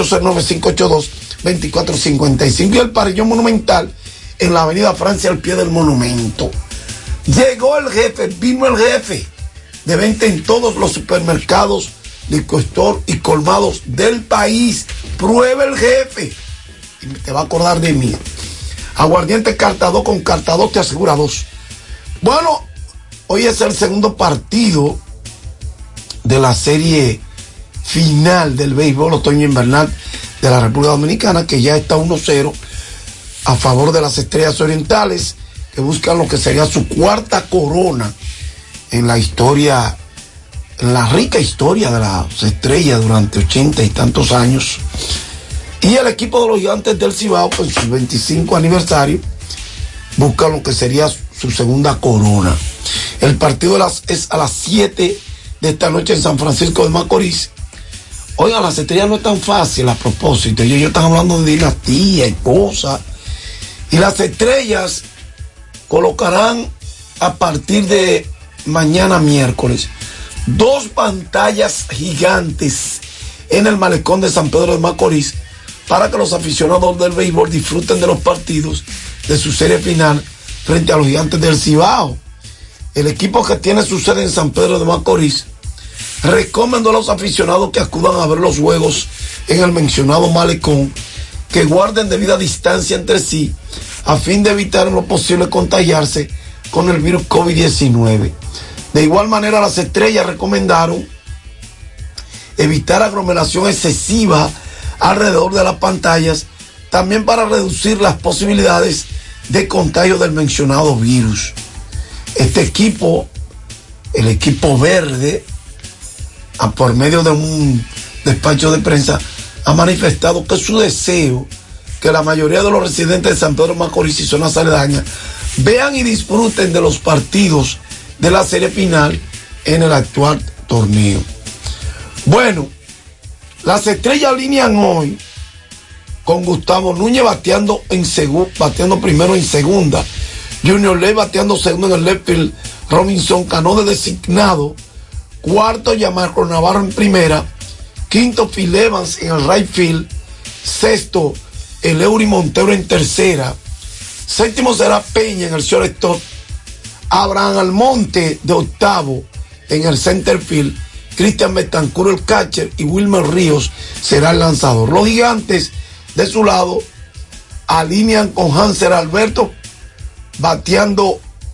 809-582-2455. Y el parrillón monumental en la avenida Francia al pie del monumento. Llegó el jefe, vino el jefe. De venta en todos los supermercados, liquor store y colmados del país. Prueba el jefe y te va a acordar de mí. Aguardiente Cartador con Cartador te asegura 2. Bueno, hoy es el segundo partido de la serie final del béisbol otoño invernal de la República Dominicana, que ya está 1-0 a favor de las Estrellas Orientales, que buscan lo que sería su 4ª corona en la historia, en la rica historia de las Estrellas durante 80 y tantos años. Y el equipo de los Gigantes del Cibao, en su 25 aniversario, busca lo que sería su 2ª corona. El partido es a las 7 de esta noche en San Francisco de Macorís. Oigan, las estrellas no es tan fácil a propósito. Ellos están hablando de dinastía y cosas. Y las estrellas colocarán a partir de mañana miércoles 2 pantallas gigantes en el malecón de San Pedro de Macorís para que los aficionados del béisbol disfruten de los partidos de su serie final frente a los Gigantes del Cibao. El equipo que tiene su sede en San Pedro de Macorís recomendó a los aficionados que acudan a ver los juegos en el mencionado malecón, que guarden debida distancia entre sí a fin de evitar en lo posible contagiarse con el virus COVID-19. De igual manera, las estrellas recomendaron evitar aglomeración excesiva alrededor de las pantallas, también para reducir las posibilidades de contagio del mencionado virus. Este equipo, el equipo verde, por medio de un despacho de prensa, ha manifestado que es su deseo que la mayoría de los residentes de San Pedro Macorís y zonas aledañas vean y disfruten de los partidos de la serie final en el actual torneo. Bueno, las estrellas alinean hoy con Gustavo Núñez bateando primero en segunda, Junior Ley bateando segundo en el left field, Robinson Cano de designado, cuarto Gianmarco Navarro en primera, quinto Phil Evans en el right field, sexto el Eury Montero en tercera, séptimo será Peña en el shortstop, Abraham Almonte de octavo en el center field, Cristian Betancur el catcher y Wilmer Ríos será el lanzador. Los Gigantes de su lado alinean con Hanser Alberto bateando,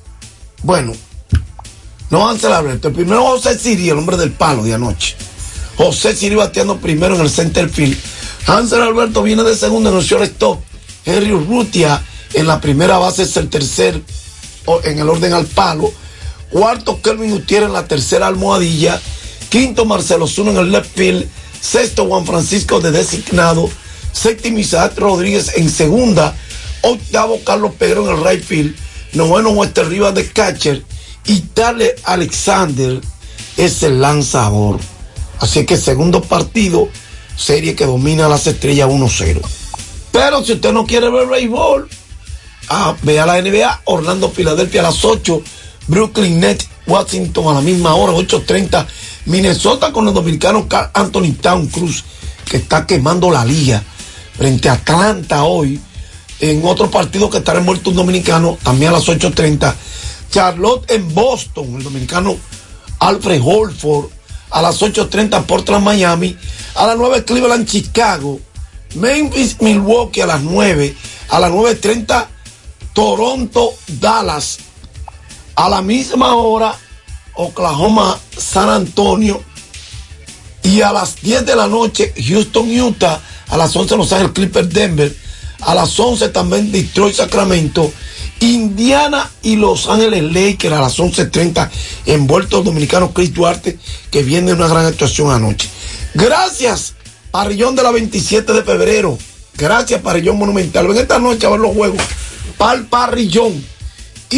no Hanser Alberto, el primero José Siri, el hombre del palo de anoche. José Siri bateando primero en el center field. Hanser Alberto viene de segundo en el shortstop. Henry Urrutia en la primera base es el tercer en el orden al palo. Cuarto Kelvin Gutiérrez en la tercera almohadilla. Quinto Marcelo Zuno en el left field. Sexto Juan Francisco de designado. Séptimo Isaac Rodríguez en segunda. Octavo Carlos Pedro en el right field. Noveno Wester Rivas de catcher. Y Tale Alexander es el lanzador. Así que segundo partido, serie que domina las estrellas 1-0. Pero si usted no quiere ver béisbol, vea la NBA. Orlando, Filadelfia a las 8. Brooklyn Nets, Washington a la misma hora, 8:30. Minnesota con el dominicano Carl Anthony Towns Cruz, que está quemando la liga frente a Atlanta hoy. En otro partido que estará envuelto un dominicano, también a las 8:30. Charlotte en Boston, el dominicano Alfred Holford. A las 8:30 Portland, Miami. A las 9 Cleveland, Chicago. Memphis, Milwaukee a las 9. A las 9:30 Toronto, Dallas. A la misma hora Oklahoma, San Antonio. Y a las 10 de la noche Houston, Utah. A las 11 Los Ángeles Clippers, Denver. A las 11 también Detroit, Sacramento. Indiana y Los Ángeles Lakers a las 11:30, envuelto el dominicano Chris Duarte, que viene de una gran actuación anoche. Gracias, Parrillón de la 27 de febrero. Gracias, Parrillón Monumental. Ven esta noche a ver los juegos. Pal Parrillón.